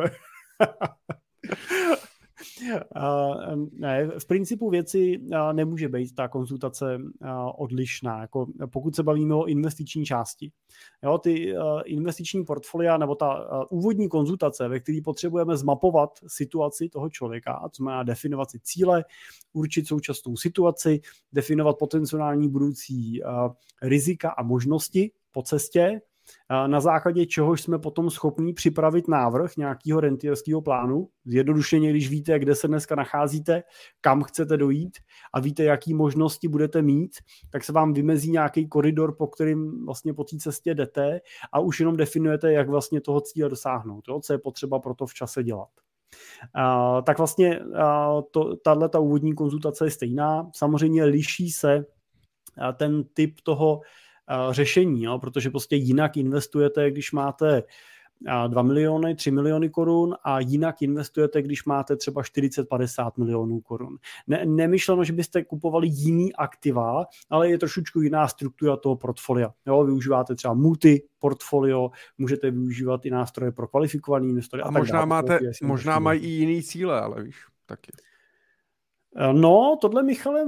Ne, v principu věci nemůže být ta konzultace odlišná, jako pokud se bavíme o investiční části. Jo, ty investiční portfolia nebo ta úvodní konzultace, ve které potřebujeme zmapovat situaci toho člověka, co má definovat si cíle, určit současnou situaci, definovat potenciální budoucí rizika a možnosti po cestě, na základě čehož jsme potom schopni připravit návrh nějakého rentierského plánu. Zjednodušeně, když víte, kde se dneska nacházíte, kam chcete dojít a víte, jaký možnosti budete mít, tak se vám vymezí nějaký koridor, po kterým vlastně po té cestě jdete a už jenom definujete, jak vlastně toho cíle dosáhnout, co je potřeba pro to v čase dělat. Tak vlastně tato úvodní konzultace je stejná. Samozřejmě liší se ten typ toho řešení, jo, protože prostě jinak investujete, když máte 2 miliony, 3 miliony korun a jinak investujete, když máte třeba 40-50 milionů korun. Nemyšleno, že byste kupovali jiný aktiva, ale je trošičku jiná struktura toho portfolia. Jo, využíváte třeba multi-portfolio, můžete využívat i nástroje pro kvalifikovaný investory. A možná mají i jiný cíle, ale víš, taky. No, tohle, Michale,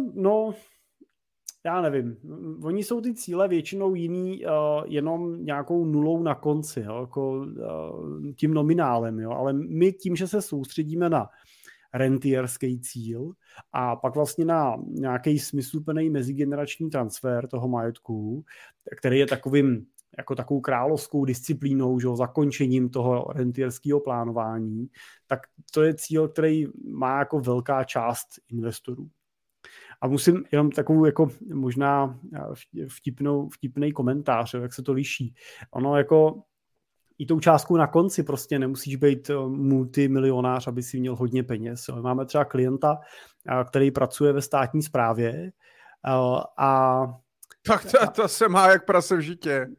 já nevím. Oni jsou ty cíle většinou jiný jenom nějakou nulou na konci, jo, jako tím nominálem, jo, ale my tím, že se soustředíme na rentierský cíl a pak vlastně na nějaký smysluplný mezigenerační transfer toho majetku, který je takovou královskou disciplínou, že, zakončením toho rentierského plánování, tak to je cíl, který má jako velká část investorů. A musím jenom takovou jako možná vtipný komentář, jak se to liší. Ono jako i tou částkou na konci prostě nemusíš být multimilionář, aby si měl hodně peněz. Máme třeba klienta, který pracuje ve státní správě a... Tak to se má jak prase v žitě.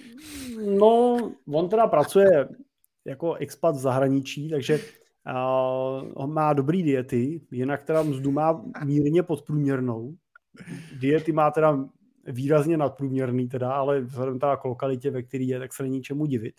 No, on teda pracuje jako expat v zahraničí, takže on má dobrý diety, jinak teda mzdu má mírně podprůměrnou. Diety má teda výrazně nadprůměrný teda, ale vzhledem teda k lokalitě, ve který je, tak se není čemu divit.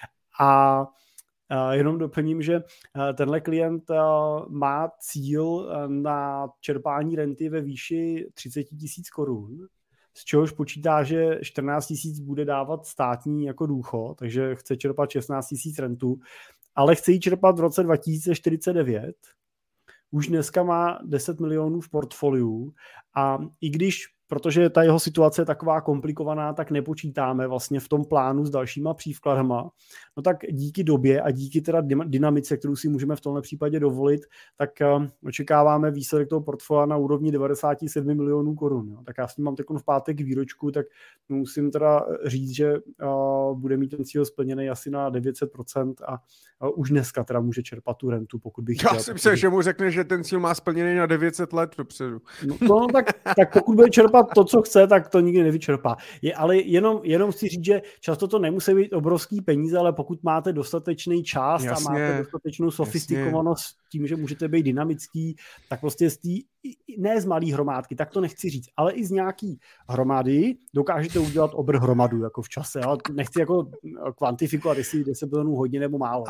A jenom doplním, že tenhle klient má cíl na čerpání renty ve výši 30 000 korun, z čehož počítá, že 14 000 bude dávat státní jako důchod, takže chce čerpat 16 000 rentu, ale chce ji čerpat v roce 2049. Už dneska má 10 milionů v portfoliu a i když, protože ta jeho situace je taková komplikovaná, tak nepočítáme vlastně v tom plánu s dalšíma přívkladama, no tak díky době a díky teda dynamice, kterou si můžeme v tomhle případě dovolit, tak očekáváme výsledek toho portfolia na úrovni 97 milionů korun. Jo. Tak já s ním mám v pátek výročku, tak musím teda říct, že bude mít ten cíl splněný asi na 900% a už dneska teda může čerpat tu rentu, pokud bych chtěl. Já si myslím, že mu řekne, že ten cíl má splněný na 900 let dopředu. No tak pokud bude čerpat to, co chce, tak to nikdy nevyčerpá. Ale jenom chci říct, že často to nemusí být obrovský peníze, ale pokud máte dostatečný čas a máte dostatečnou sofistikovanost tím, že můžete být dynamický, tak prostě ne z malý hromádky, tak to nechci říct, ale i z nějaký hromady dokážete udělat obr hromadu jako v čase. Ale nechci jako kvantifikovat, jestli 10 milionů hodně nebo málo.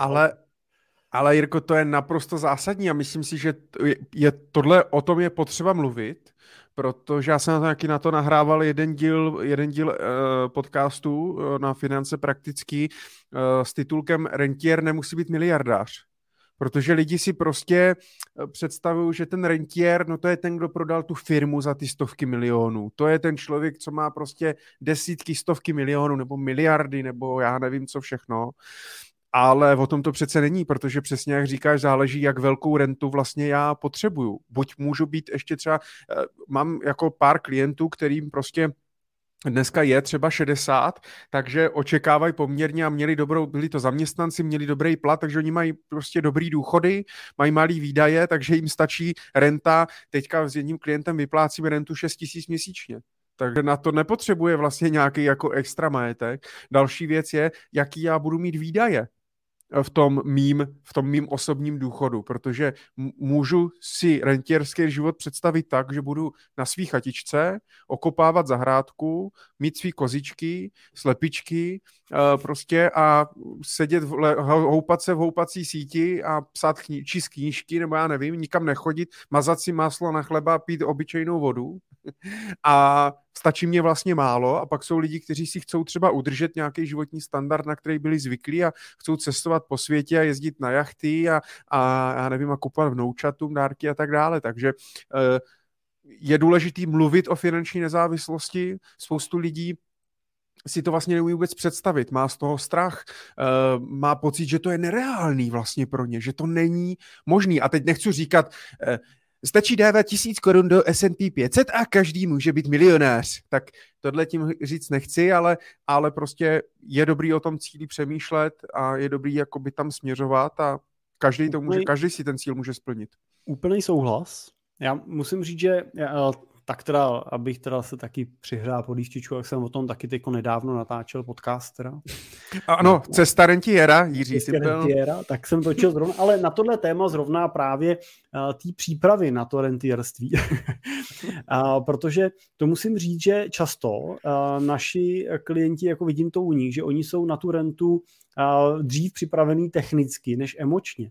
Ale Jirko, to je naprosto zásadní a myslím si, že o tom je potřeba mluvit, protože já jsem taky na to nahrával jeden díl podcastu na Finance praktický s titulkem Rentier nemusí být miliardář. Protože lidi si prostě představují, že ten rentier, no to je ten, kdo prodal tu firmu za ty stovky milionů. To je ten člověk, co má prostě desítky, stovky milionů nebo miliardy nebo já nevím co všechno. Ale o tom to přece není, protože přesně jak říkáš, záleží, jak velkou rentu vlastně já potřebuju. Buď můžu být ještě třeba, mám jako pár klientů, kterým prostě dneska je třeba 60, takže očekávají poměrně a byli to zaměstnanci, měli dobrý plat, takže oni mají prostě dobrý důchody, mají malý výdaje, takže jim stačí renta. Teďka s jedním klientem vyplácíme rentu 6 000 měsíčně. Takže na to nepotřebuje vlastně nějaký jako extra majetek. Další věc je, jaký já budu mít výdaje v tom mým osobním důchodu, protože můžu si rentierský život představit tak, že budu na svý chatičce okopávat zahrádku, mít svý kozičky, slepičky prostě a sedět, houpat se v houpací síti a psát číst knížky, nebo já nevím, nikam nechodit, mazat si máslo na chleba a pít obyčejnou vodu. A stačí mě vlastně málo a pak jsou lidi, kteří si chcou třeba udržet nějaký životní standard, na který byli zvyklí a chcou cestovat po světě a jezdit na jachty a já nevím, a kupovat vnoučatům dárky a tak dále. Takže je důležitý mluvit o finanční nezávislosti. Spoustu lidí si to vlastně neumí vůbec představit, má z toho strach, má pocit, že to je nereálný vlastně pro ně, že to není možný. A teď nechci říkat, stačí dávat 1000 korun do S&P 500 a každý může být milionář. Tak tohle tím říct nechci, ale prostě je dobrý o tom cíli přemýšlet a je dobrý jakoby tam směřovat a každý si ten cíl může splnit. Úplný souhlas. Já musím říct, že tak teda, abych teda se taky přihrál pod líštičku, jak jsem o tom taky teďko nedávno natáčel podcast. Teda. Ano, Cesta rentiera, Jiří Simpel. Tak jsem točil zrovna, ale na tohle téma zrovna právě té přípravy na to rentierství. Protože to musím říct, že často naši klienti, jako vidím to u nich, že oni jsou na tu rentu dřív připravený technicky než emočně.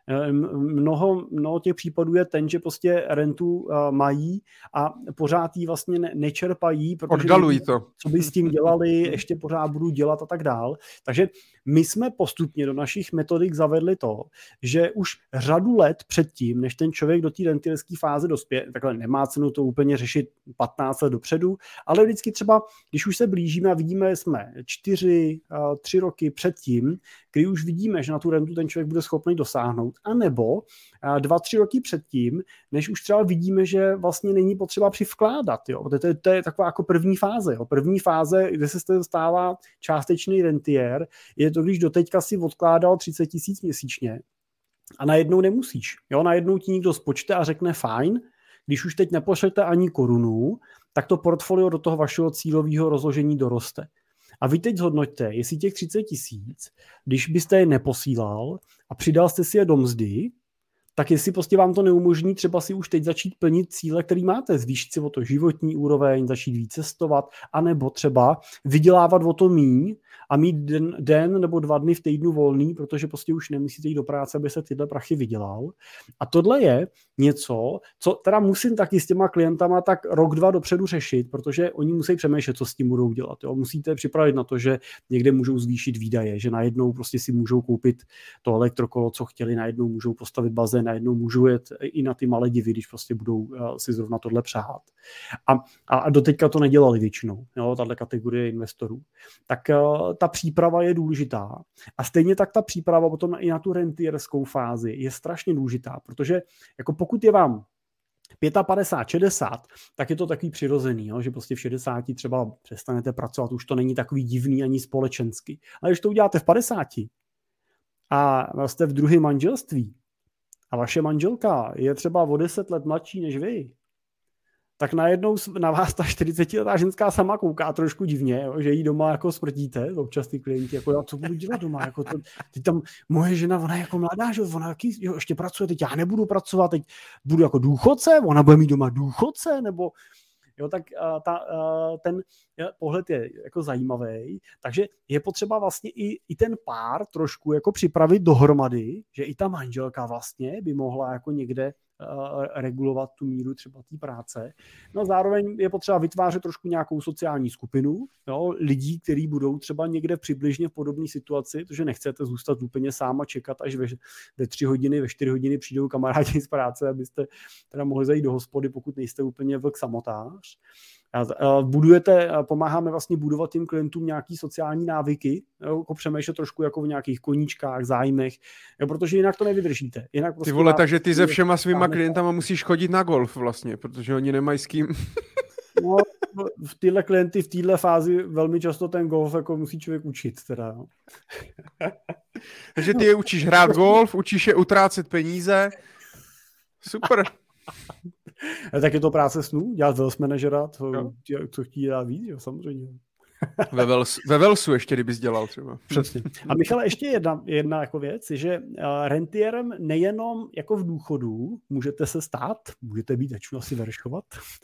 Mnoho těch případů je ten, že prostě rentu mají a pořád ji vlastně nečerpají, protože oddalují to. Co by s tím dělali, ještě pořád budou dělat a tak dál. Takže my jsme postupně do našich metodik zavedli to, že už řadu let předtím, než ten člověk do té rentierské fáze dospěje, takhle nemá cenu to úplně řešit 15 let dopředu, ale vždycky třeba, když už se blížíme a vidíme, jsme 4-3 roky předtím, kdy už vidíme, že na tu rentu ten člověk bude schopný dosáhnout, anebo 2-3 roky předtím, než už třeba vidíme, že vlastně není potřeba přivkládat. Jo? To je taková jako první fáze. Jo? První fáze, kde se stává částečný rentier, je to, když doteďka si odkládal 30 000 měsíčně a najednou nemusíš. Jo? Najednou ti někdo spočte a řekne fajn, když už teď nepošlete ani korunu, tak to portfolio do toho vašeho cílového rozložení doroste. A vy teď zhodnoťte, jestli těch 30 000, když byste je neposílal a přidal jste si je do mzdy, tak jestli prostě vám to neumožní třeba si už teď začít plnit cíle, který máte, zvýšit si o to životní úroveň, začít víc cestovat, anebo třeba vydělávat o to míň a mít den nebo 2 dny v týdnu volný, protože prostě už nemusíte jít do práce, aby se tyhle prachy vydělal. A tohle je něco, co teda musím taky s těma klientama tak 1-2 dopředu řešit, protože oni musí přemýšlet, co s tím budou dělat. Jo? Musíte připravit na to, že někde můžou zvýšit výdaje, že najednou prostě si můžou koupit to elektrokolo, co chtěli, najednou můžou postavit bazén, najednou můžou jet i na ty Maledivy, když prostě budou si zrovna tohle přát. A doteďka to nedělali většinou, jo, tato kategorie investorů. Tak ta příprava je důležitá. A stejně tak ta příprava potom i na tu rentierskou fázi je strašně důležitá, protože jako pokud je vám 55, 60, tak je to takový přirozený, jo? Že prostě v 60 třeba přestanete pracovat, už to není takový divný ani společensky. Ale když to uděláte v 50 a jste v druhém manželství a vaše manželka je třeba o 10 let mladší než vy, tak najednou na vás ta 40letá ženská sama kouká trošku divně, jo? Že jí doma jako smrtíte, občas ty klienti, jako já co budu dělat doma, jako to, teď tam moje žena, ona je jako mladá, že ona ještě pracuje, teď já nebudu pracovat, teď budu jako důchodce, ona bude mít doma důchodce, nebo jo, tak ten pohled je jako zajímavý, takže je potřeba vlastně i ten pár trošku jako připravit dohromady, že i ta manželka vlastně by mohla jako někde regulovat tu míru třeba té práce. No zároveň je potřeba vytvářet trošku nějakou sociální skupinu, jo, lidí, kteří budou třeba někde přibližně v podobné situaci, protože nechcete zůstat úplně sám a čekat, až ve 3 hodiny, ve 4 hodiny přijdou kamarádi z práce, abyste teda mohli zajít do hospody, pokud nejste úplně vlk samotář. Pomáháme vlastně budovat těm klientům nějaký sociální návyky, jako přemýšlet trošku jako v nějakých koníčkách, zájmech, jo, protože jinak to nevydržíte. Jinak prostě ty vole, takže ty se všema svýma klientama musíš chodit na golf vlastně, protože oni nemají s kým. No, v tyhle klienty v téhle fázi velmi často ten golf jako musí člověk učit. Teda, no. Takže ty je učíš hrát golf, učíš je utrácet peníze. Super. Tak je to práce snů, dělat wealth managera, co chtějí dělat víc, jo, samozřejmě. Ve Walesu ještě, kdybys dělal třeba. Přesně. A Michale, ještě jedna jako věc, je, že rentierem nejenom jako v důchodu můžete se stát, můžete být, začnu asi veršovat,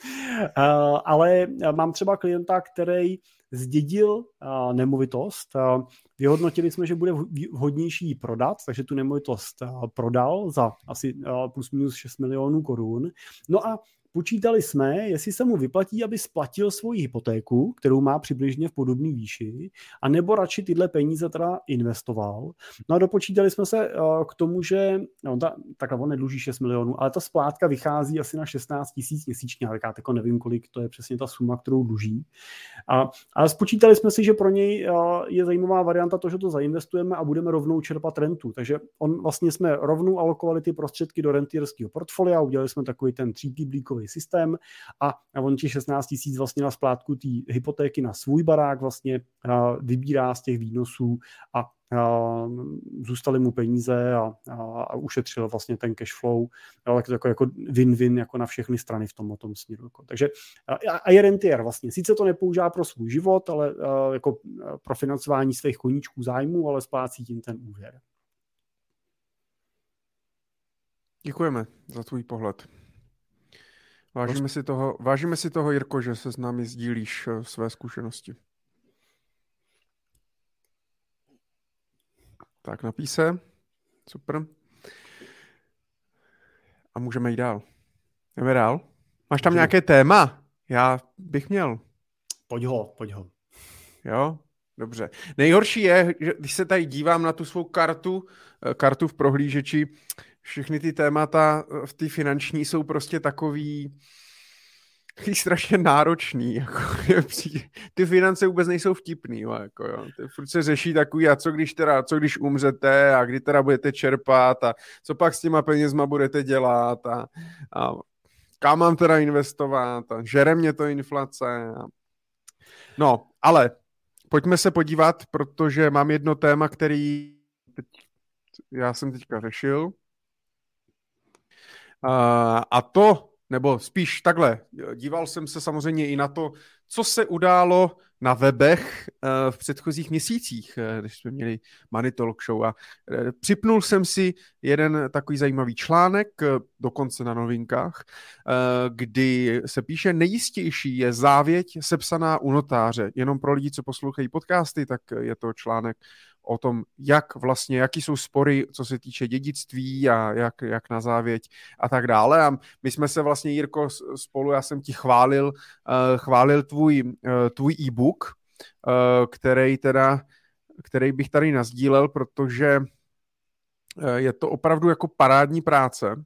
ale mám třeba klienta, který zdědil nemovitost. Vyhodnotili jsme, že bude vhodnější prodat, takže tu nemovitost prodal za asi plus minus 6 milionů korun. No a počítali jsme, jestli se mu vyplatí, aby splatil svoji hypotéku, kterou má přibližně v podobné výši, a nebo radši tyhle peníze teda investoval. No a dopočítali jsme se k tomu, že takhle on nedluží 6 milionů, ale ta splátka vychází asi na 16 000 měsíčně, ale já jako nevím, kolik to je přesně ta suma, kterou dluží. Ale spočítali jsme si, že pro něj je zajímavá varianta to, že to zainvestujeme a budeme rovnou čerpat rentu. Takže vlastně jsme rovnou alokovali ty prostředky do rentierského portfolia, udělali jsme takový ten 3P systém a on těch 16 000 vlastně na splátku té hypotéky na svůj barák vlastně vybírá z těch výnosů a zůstaly mu peníze a ušetřil vlastně ten cash flow, ale jako win-win jako na všechny strany v tom směru. Takže a je rentier vlastně. Sice to nepoužívá pro svůj život, ale jako pro financování svých koníčků zájmů, ale splácí tím ten úvěr. Děkujeme za tvůj pohled. Vážíme si toho, Jirko, že se s námi sdílíš své zkušenosti. Tak napíše. Super. A můžeme jít dál. Jdeme dál. Máš tam nějaké téma? Já bych měl. Pojď ho. Jo? Dobře. Nejhorší je, že když se tady dívám na tu svou kartu v prohlížeči, všechny ty témata v té finanční jsou prostě takový strašně náročný. Jako, ty finance vůbec nejsou vtipný. Jako, jo. Ty furt se řeší takový, a co když umřete a kdy teda budete čerpat a co pak s těma penězma budete dělat a kam mám teda investovat a žere mě to inflace. No, ale pojďme se podívat, protože mám jedno téma, který já jsem teďka řešil. A to, nebo spíš takhle, díval jsem se samozřejmě i na to, co se událo na webech v předchozích měsících, když jsme měli Money Talk Show, a připnul jsem si jeden takový zajímavý článek, dokonce na Novinkách, kdy se píše: nejistější je závěť sepsaná u notáře. Jenom pro lidi, co poslouchají podcasty, tak je to článek o tom, jaký jsou spory, co se týče dědictví a jak na závěť a tak dále. A my jsme se vlastně, Jirko, spolu, já jsem ti chválil tvůj e-book, který bych tady nasdílel, protože je to opravdu jako parádní práce.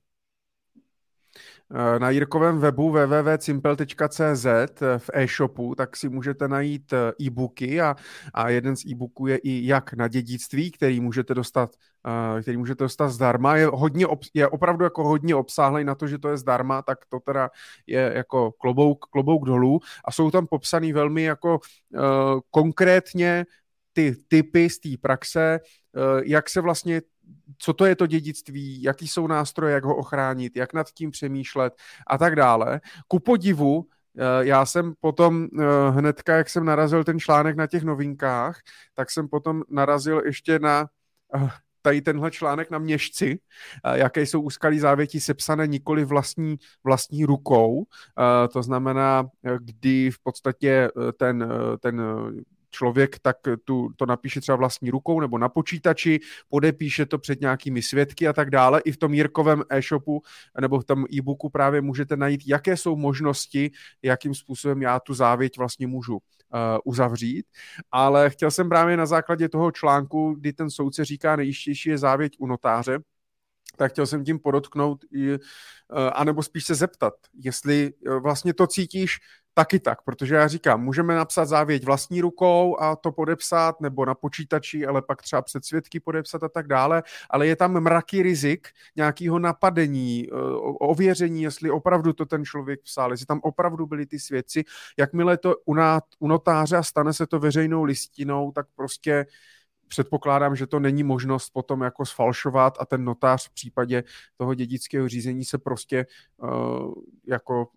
Na Jirkovém webu www.simple.cz v e-shopu tak si můžete najít e-booky a jeden z e-booků je i jak na dědictví, který můžete dostat zdarma. Je opravdu jako hodně obsáhlý na to, že to je zdarma, tak to teda je jako klobouk dolů, a jsou tam popsaný velmi jako konkrétně ty typy z té praxe, jak se vlastně, co to je to dědictví, jaký jsou nástroje, jak ho ochránit, jak nad tím přemýšlet a tak dále. Ku podivu, já jsem potom hnedka, jak jsem narazil ten článek na těch Novinkách, tak jsem potom narazil ještě na tady tenhle článek na Měšci, jaké jsou úskalí závěti sepsané nikoli vlastní rukou. To znamená, kdy v podstatě ten člověk tak to napíše třeba vlastní rukou nebo na počítači, podepíše to před nějakými svědky a tak dále. I v tom Jirkovém e-shopu nebo v tom e-booku právě můžete najít, jaké jsou možnosti, jakým způsobem já tu závěť vlastně můžu uzavřít. Ale chtěl jsem právě na základě toho článku, kdy ten soudce říká, nejistější je závěť u notáře, tak chtěl jsem tím podotknout, anebo spíš se zeptat, jestli vlastně to cítíš taky tak, protože já říkám, můžeme napsat závěť vlastní rukou a to podepsat, nebo na počítači, ale pak třeba před svědky podepsat a tak dále, ale je tam mraky rizik nějakého napadení, ověření, jestli opravdu to ten člověk psal, jestli tam opravdu byli ty svědci. Jakmile to u notáře a stane se to veřejnou listinou, tak prostě předpokládám, že to není možnost potom jako sfalšovat a ten notář v případě toho dědického řízení se prostě jako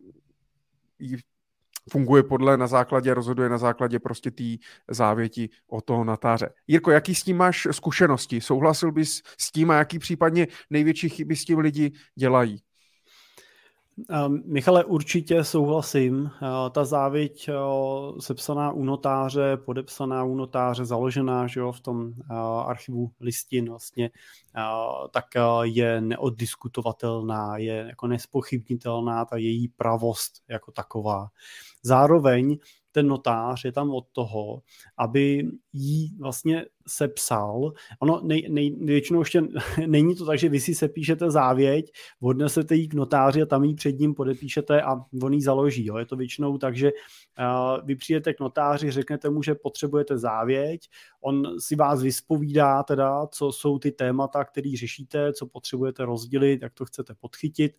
funguje rozhoduje na základě prostě té závěti od toho notáře. Jirko, jaký s tím máš zkušenosti? Souhlasil bys s tím a jaký případně největší chyby s tím lidi dělají? Michale, určitě souhlasím. Ta závěť sepsaná u notáře, podepsaná u notáře, založená, že jo, v tom archivu listin vlastně, tak je neoddiskutovatelná, je jako nespochybnitelná ta její pravost jako taková. Zároveň ten notář je tam od toho, aby jí vlastně sepsal. Ono většinou ještě není to tak, že vy si sepíšete závěť, odnesete ji k notáři a tam ji před ním podepíšete a on ji založí. Jo. Je to většinou tak, že vy přijdete k notáři, řeknete mu, že potřebujete závěť, on si vás vyspovídá teda, co jsou ty témata, které řešíte, co potřebujete rozdělit, jak to chcete podchytit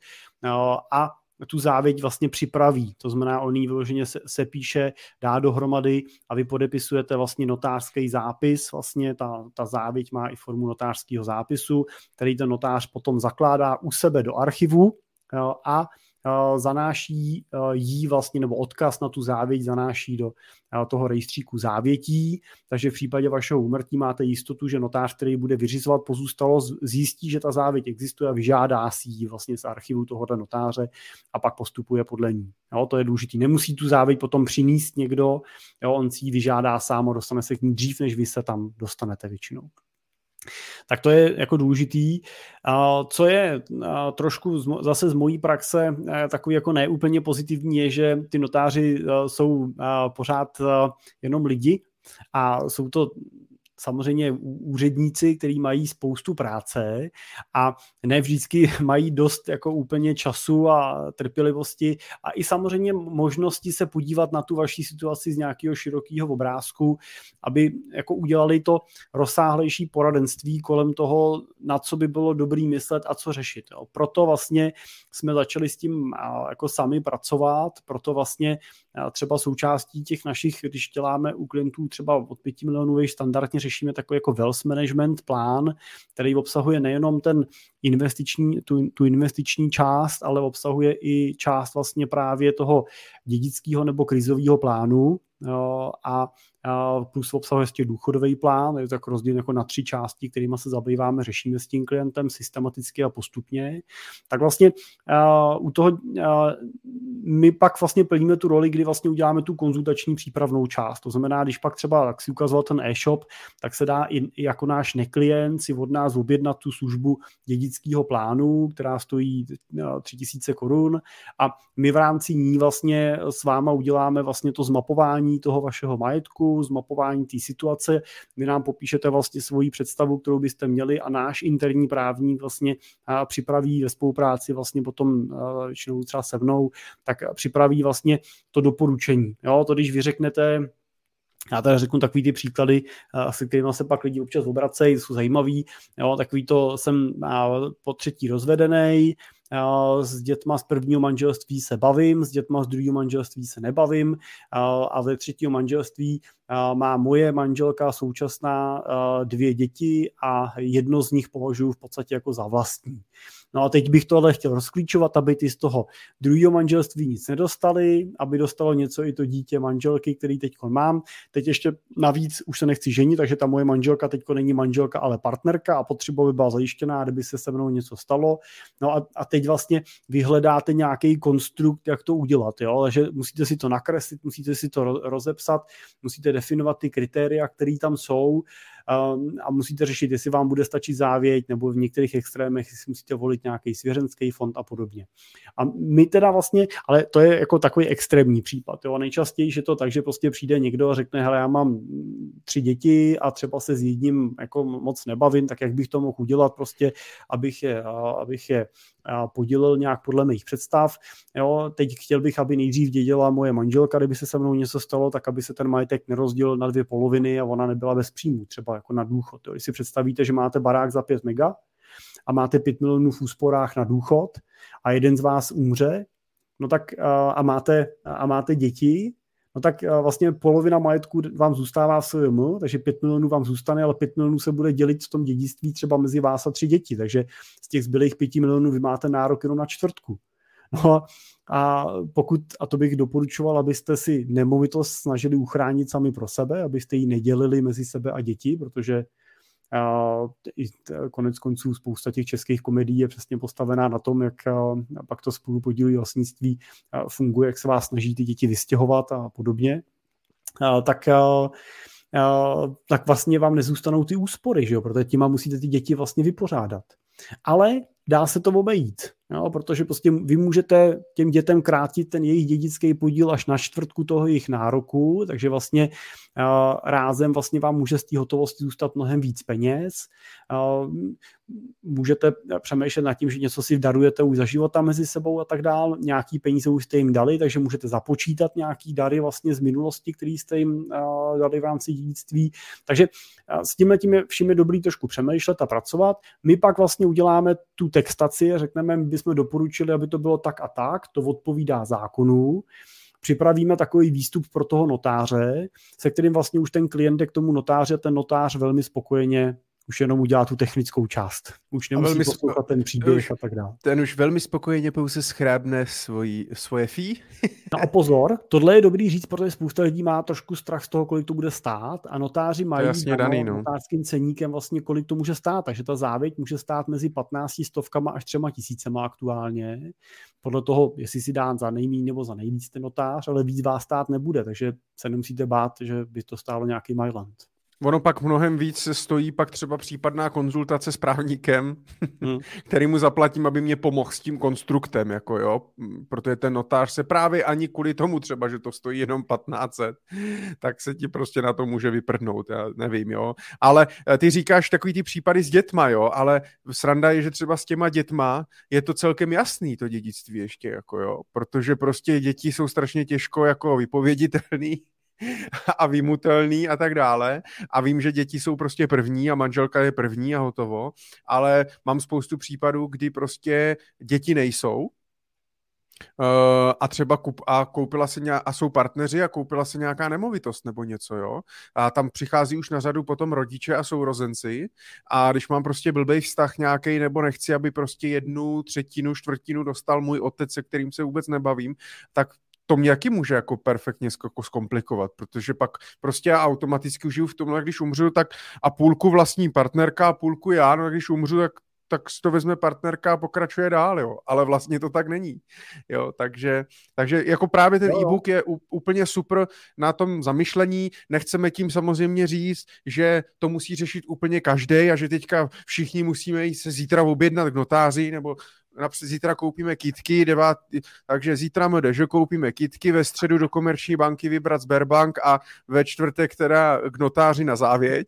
a tu závěť vlastně připraví. To znamená, on ji vyloženě se píše, dá dohromady a vy podepisujete vlastně notářský zápis. Vlastně ta závěť má i formu notářského zápisu, který ten notář potom zakládá u sebe do archivu a zanáší jí vlastně, nebo odkaz na tu závěť zanáší do toho rejstříku závětí, takže v případě vašeho úmrtí máte jistotu, že notář, který bude vyřizovat pozůstalost, zjistí, že ta závěť existuje a vyžádá si ji vlastně z archivu tohoto notáře a pak postupuje podle ní. Jo, to je důležitý. Nemusí tu závěť potom přinést někdo, jo, on si ji vyžádá sám a dostane se k ní dřív, než vy se tam dostanete většinou. Tak to je jako důležitý. Co je trošku zase z mojí praxe takový jako neúplně pozitivní je, že ty notáři jsou pořád jenom lidi a jsou to samozřejmě úředníci, kteří mají spoustu práce a ne vždycky mají dost jako úplně času a trpělivosti a i samozřejmě možnosti se podívat na tu vaši situaci z nějakého širokého obrázku, aby jako udělali to rozsáhlejší poradenství kolem toho, na co by bylo dobrý myslet a co řešit. Jo. Proto vlastně jsme začali s tím jako sami pracovat, proto vlastně třeba součástí těch našich, když děláme u klientů třeba od 5 milionů, standardně řešíme takový jako wealth management plán, který obsahuje nejenom tu investiční část, ale obsahuje i část vlastně právě toho dědického nebo krizového plánu a plus obsahuje ještě důchodový plán, je to tak rozdělen jako na 3 části, kterými se zabýváme, řešíme s tím klientem systematicky a postupně. Tak vlastně u toho my pak vlastně plníme tu roli, kdy vlastně uděláme tu konzultační přípravnou část. To znamená, když pak třeba, jak si ukazoval ten e-shop, tak se dá i jako náš neklient si od nás objednat tu službu dědického plánu, která stojí 3000 korun a my v rámci ní vlastně s váma uděláme vlastně to zmapování toho vašeho majetku, zmapování té situace, vy nám popíšete vlastně svoji představu, kterou byste měli a náš interní právník vlastně připraví ve spolupráci vlastně potom většinou třeba se mnou, tak připraví vlastně to doporučení. Jo, to když vy řeknete, já tady řeknu takový ty příklady, se kterými se pak lidi občas obracejí, jsou zajímavý, jo, takový to jsem po 3. rozvedenej, s dětma z 1. manželství se bavím, s dětma z 2. manželství se nebavím a ze 3. manželství má moje manželka současná 2 děti a jedno z nich považuji v podstatě jako za vlastní. No a teď bych tohle chtěl rozklíčovat, aby ty z toho 2. manželství nic nedostali, aby dostalo něco i to dítě manželky, který teď mám. Teď ještě navíc už se nechci ženit, takže ta moje manželka teď není manželka, ale partnerka a potřeba by byla zajištěná, kdyby se mnou něco stalo. No a teď vlastně vyhledáte nějaký konstrukt, jak to udělat. Jo? Takže musíte si to nakreslit, musíte si to rozepsat, musíte definovat ty kritéria, které tam jsou a musíte řešit, jestli vám bude stačit závěť nebo v některých extrémech si musíte volit nějaký svěřenský fond a podobně. A my teda vlastně, ale to je jako takový extrémní případ. Jo? Nejčastěji je to tak, že prostě přijde někdo a řekne, hele, já mám 3 děti a třeba se s jedním jako moc nebavím, tak jak bych to mohl udělat prostě, abych je podělil nějak podle mých představ. Jo, teď chtěl bych, aby nejdřív dědila moje manželka, kdyby se mnou něco stalo, tak aby se ten majetek nerozdělil na 2 poloviny a ona nebyla bez příjmu, třeba jako na důchod. Jo. Když si představíte, že máte barák za 5 mega a máte 5 milionů v úsporách na důchod a jeden z vás umře, no tak a máte děti, no tak vlastně polovina majetku vám zůstává v SVM, takže 5 milionů vám zůstane, ale 5 milionů se bude dělit v tom dědictví třeba mezi vás a 3 děti, takže z těch zbylých 5 milionů vy máte nárok jenom na 1/4. No a to bych doporučoval, abyste si nemovitost snažili uchránit sami pro sebe, abyste ji nedělili mezi sebe a děti, protože Konec konců spousta těch českých komedií je přesně postavená na tom, jak pak to spolupodílí vlastnictví funguje, jak se vás snaží ty děti vystěhovat a podobně. Tak vlastně vám nezůstanou ty úspory, že jo? Protože těma musíte ty děti vlastně vypořádat. Ale dá se to obejít, jo? Protože prostě vy můžete těm dětem krátit ten jejich dědický podíl až na čtvrtku toho jejich nároku, takže vlastně rázem vlastně vám může z té hotovosti zůstat mnohem víc peněz. Můžete přemýšlet nad tím, že něco si darujete už za života mezi sebou a tak dál, nějaký peníze už jste jim dali, takže můžete započítat nějaký dary vlastně z minulosti, který jste jim dali v rámci dědictví. Takže s tímhletím vším je dobrý trošku přemýšlet a pracovat. My pak vlastně uděláme tu textaci a řekneme, my bychom doporučili, aby to bylo tak a tak, to odpovídá zákonu. Připravíme takový výstup pro toho notáře, se kterým vlastně už ten klient jde k tomu notáře, ten notář velmi spokojeně už jenom udělá tu technickou část. Už nemusí poslouchat ten příběh a tak dále. Ten už velmi spokojeně pouze schrábne svoje fee. No a pozor, tohle je dobrý říct, protože spousta lidí má trošku strach z toho, kolik to bude stát a notáři mají notářským ceníkem vlastně, kolik to může stát. Takže ta závěť může stát mezi 15 stovkama až 3 000 aktuálně. Podle toho, jestli si dá za nejméně nebo za nejvíc ten notář, ale víc vás stát nebude, takže se nemusíte bát, že by to stálo nějaký Mailand. Ono pak mnohem víc stojí pak třeba případná konzultace s právníkem, který mu zaplatím, aby mě pomohl s tím konstruktem, jako jo, protože ten notář se právě ani kvůli tomu třeba, že to stojí jenom 1500, tak se ti prostě na to může vyprdnout, já nevím, jo. Ale ty říkáš takový ty případy s dětma, jo, ale sranda je, že třeba s těma dětma je to celkem jasný, to dědictví ještě, jako jo, protože prostě děti jsou strašně těžko jako vypověditelný a vymutelný a tak dále. A vím, že děti jsou prostě první a manželka je první a hotovo, ale mám spoustu případů, kdy prostě děti nejsou a třeba koupila se a jsou partneři a koupila se nějaká nemovitost nebo něco, jo. A tam přichází už na řadu potom rodiče a sourozenci a když mám prostě blbej vztah nějaký nebo nechci, aby prostě 1/3, 1/4 dostal můj otec, se kterým se vůbec nebavím, tak to mě jaký může jako perfektně zkomplikovat, protože pak prostě já automaticky žiju v tomhle, když umřu, tak a půlku vlastní partnerka a půlku já, no a když umřu, tak to vezme partnerka a pokračuje dál, jo, ale vlastně to tak není, jo, takže jako právě ten e-book je úplně super na tom zamyšlení, nechceme tím samozřejmě říct, že to musí řešit úplně každý a že teďka všichni musíme jít se zítra objednat k notáři, nebo zítra koupíme kytky, takže zítra že koupíme kytky, ve středu do Komerční banky vybrat Sberbank a ve čtvrtek teda k notáři na závěť,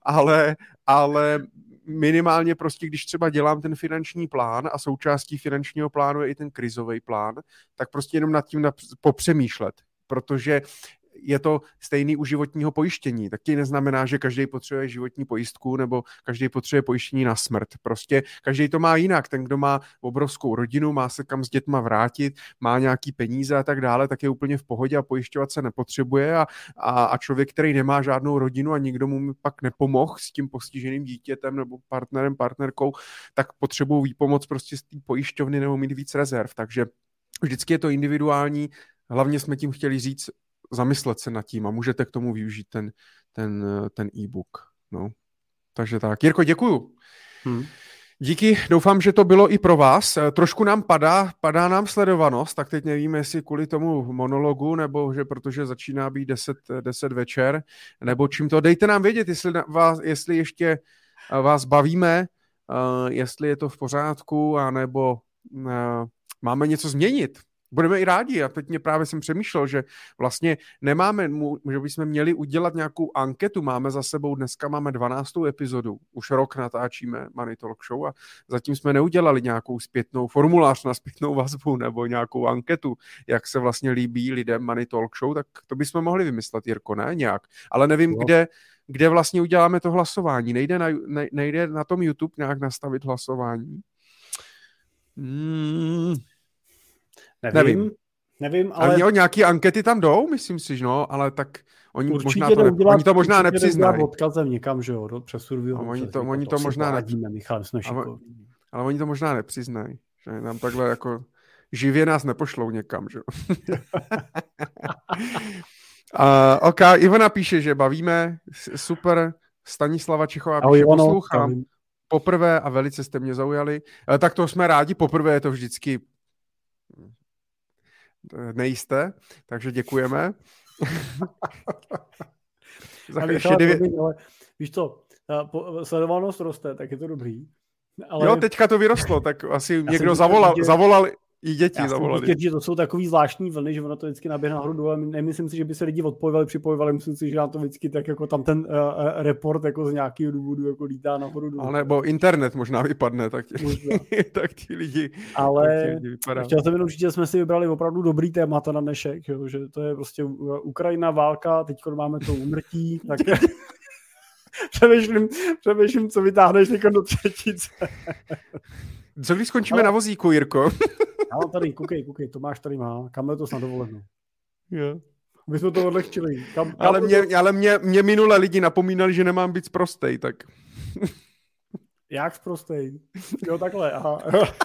ale minimálně prostě, když třeba dělám ten finanční plán a součástí finančního plánu je i ten krizový plán, tak prostě jenom nad tím popřemýšlet, protože je to stejný u životního pojištění. Taky neznamená, že každý potřebuje životní pojistku nebo každý potřebuje pojištění na smrt. Prostě každý to má jinak. Ten, kdo má obrovskou rodinu, má se kam s dětma vrátit, má nějaký peníze a tak dále, tak je úplně v pohodě a pojišťovat se nepotřebuje a člověk, který nemá žádnou rodinu a nikdo mu pak nepomohl s tím postiženým dítětem nebo partnerkou, tak potřebují výpomoc prostě z té pojišťovny nebo mít víc rezerv. Takže vždycky je to individuální. Hlavně jsme tím chtěli říct, zamyslet se nad tím a můžete k tomu využít ten e-book. No. Takže tak. Jirko, děkuju. Díky, doufám, že to bylo i pro vás. Trošku nám padá nám sledovanost, tak teď nevíme, jestli kvůli tomu monologu, nebo že protože začíná být 10 večer, nebo čím to. Dejte nám vědět, jestli ještě vás bavíme, jestli je to v pořádku, anebo máme něco změnit. Budeme i rádi. A teď právě jsem přemýšlel, že vlastně nemáme, že bychom měli udělat nějakou anketu. Máme za sebou, dneska máme 12. epizodu. Už rok natáčíme Money Talk Show a zatím jsme neudělali nějakou formulář na zpětnou vazbu nebo nějakou anketu, jak se vlastně líbí lidem Money Talk Show, tak to bychom mohli vymyslet, Jirko, ne? Nějak. Ale nevím, kde vlastně uděláme to hlasování. Nejde na tom YouTube nějak nastavit hlasování? Nevím, ale nějaký ankety tam jdou, myslím si, no, ale tak oni to možná nepřiznají. Odkazem někam, že jo, přes Survivor. Oni to možná ale oni to možná nepřiznají, že nám takhle jako živě nás nepošlou někam, že jo. OK, Ivana píše, že bavíme, Stanislava Čichová píše, poslouchám poprvé a velice jste mě zaujali. Tak to jsme rádi, poprvé je to vždycky nejisté, takže děkujeme. Ale víš co, sledovanost roste, tak je to dobrý. Ale... Jo, teďka to vyrostlo, tak asi někdo zavolal i děti zavolali. Že to jsou takový zvláštní vlny, že ono to vždycky naběhne nahoru dole. Nemyslím si, že by se lidi připojovali, myslím si, že nám to vždycky tak jako tam ten report jako z nějakého důvodu jako lítá nahoru dole. Ale nebo internet možná vypadne, tak ti lidi. Ale chtěl jsem jenom říct, že jsme si vybrali opravdu dobrý témata na dnešek, jo, že to je prostě Ukrajina, válka, teď máme to úmrtí, tak přemýšlím, co vytáhneš do třetice. Co když skončíme na vozíku, Jirko? Já tady, koukej, Tomáš tady má, kam letos na dovolenou. Jo. My jsme to odlehčili. Ale mě minule lidi napomínali, že nemám být sprostej, tak... Jak sprostej? Jo, takhle, aha.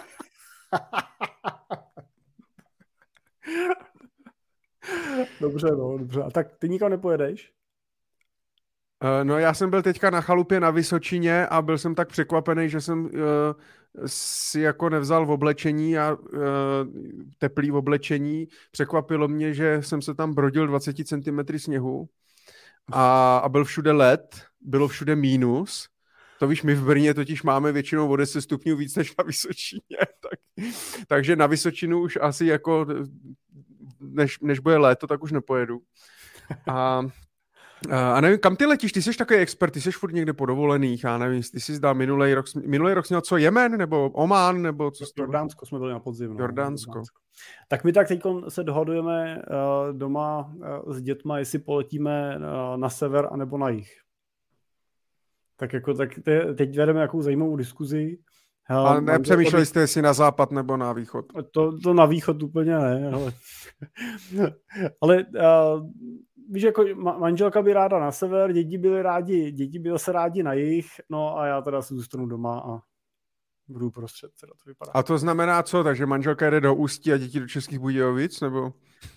Dobře. A tak ty nikam nepojedeš? No já jsem byl teďka na chalupě na Vysočině a byl jsem tak překvapený, že jsem si jako nevzal v oblečení a teplý v oblečení. Překvapilo mě, že jsem se tam brodil 20 cm sněhu a byl všude led, bylo všude mínus. To víš, my v Brně totiž máme většinou o 10 stupňů víc než na Vysočině. Takže na Vysočinu už asi jako, než bude léto, tak už nepojedu. A nevím, kam ty letíš? Ty jsi takový expert, ty jsi furt někde po dovolených, já nevím, ty jsi zdal minulý rok měl co, Jemen, nebo Oman, nebo co? Jordánsko jsme byli na podzim. Jordánsko. Tak my tak teď se dohadujeme doma s dětma, jestli poletíme na sever anebo na jih. Tak teď vedeme jakou zajímavou diskuzi. A nepřemýšleli jste, jestli na západ nebo na východ? To na východ úplně ne, ale víš, jako manželka by ráda na sever, děti byly se rádi na jih, no a já teda si zůstanu doma a budu prostřed, teda to vypadá. A to znamená co? Takže manželka jede do Ústí a děti do Českých Budějovic, nebo?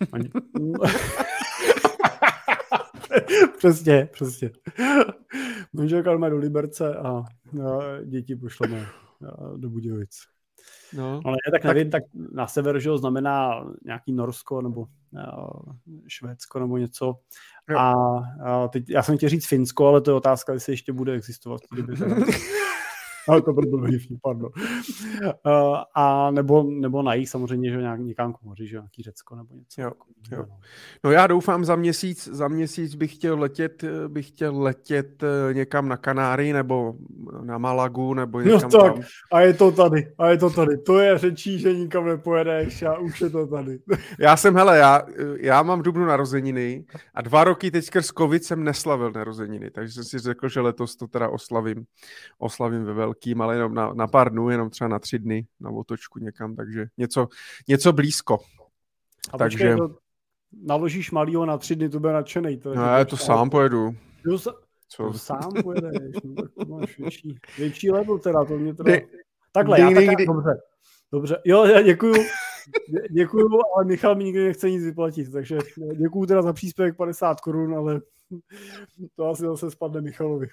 Přesně. Manželka má do Liberce a děti pošleme do Budějovic. No. Ale tak nevím, tak na sever, že znamená nějaký Norsko nebo Švédsko nebo něco. A teď, já jsem chtěl říct Finsko, ale to je otázka, jestli ještě bude existovat. Ale to bylo vlivný, pardon. A nebo na jich samozřejmě, že někam k moři, že nějaký Řecko nebo něco. Jo. No já doufám za měsíc bych chtěl letět někam na Kanáry nebo na Malagu nebo někam no tak, tam. A je to tady. To je řečí, že nikam nepojedeš a už je to tady. Já mám v dubnu narozeniny a 2 roky teď skrz covid jsem neslavil narozeniny, takže jsem si řekl, že letos to teda oslavím ve velkým, ale jenom na pár dnů, jenom třeba na 3 dny na otočku někam, takže něco blízko. A takže naložíš malýho na 3 dny, to bude nadšenej. To sám pojedu. To sám pojedeš, no, tak to máš větší level teda, to mě teda... Takhle, já tak dobře. Jo, já děkuju, ale Michal mi nikdy nechce nic vyplatit, takže děkuju teda za příspěvek 50 korun, ale to asi zase spadne Michalovi.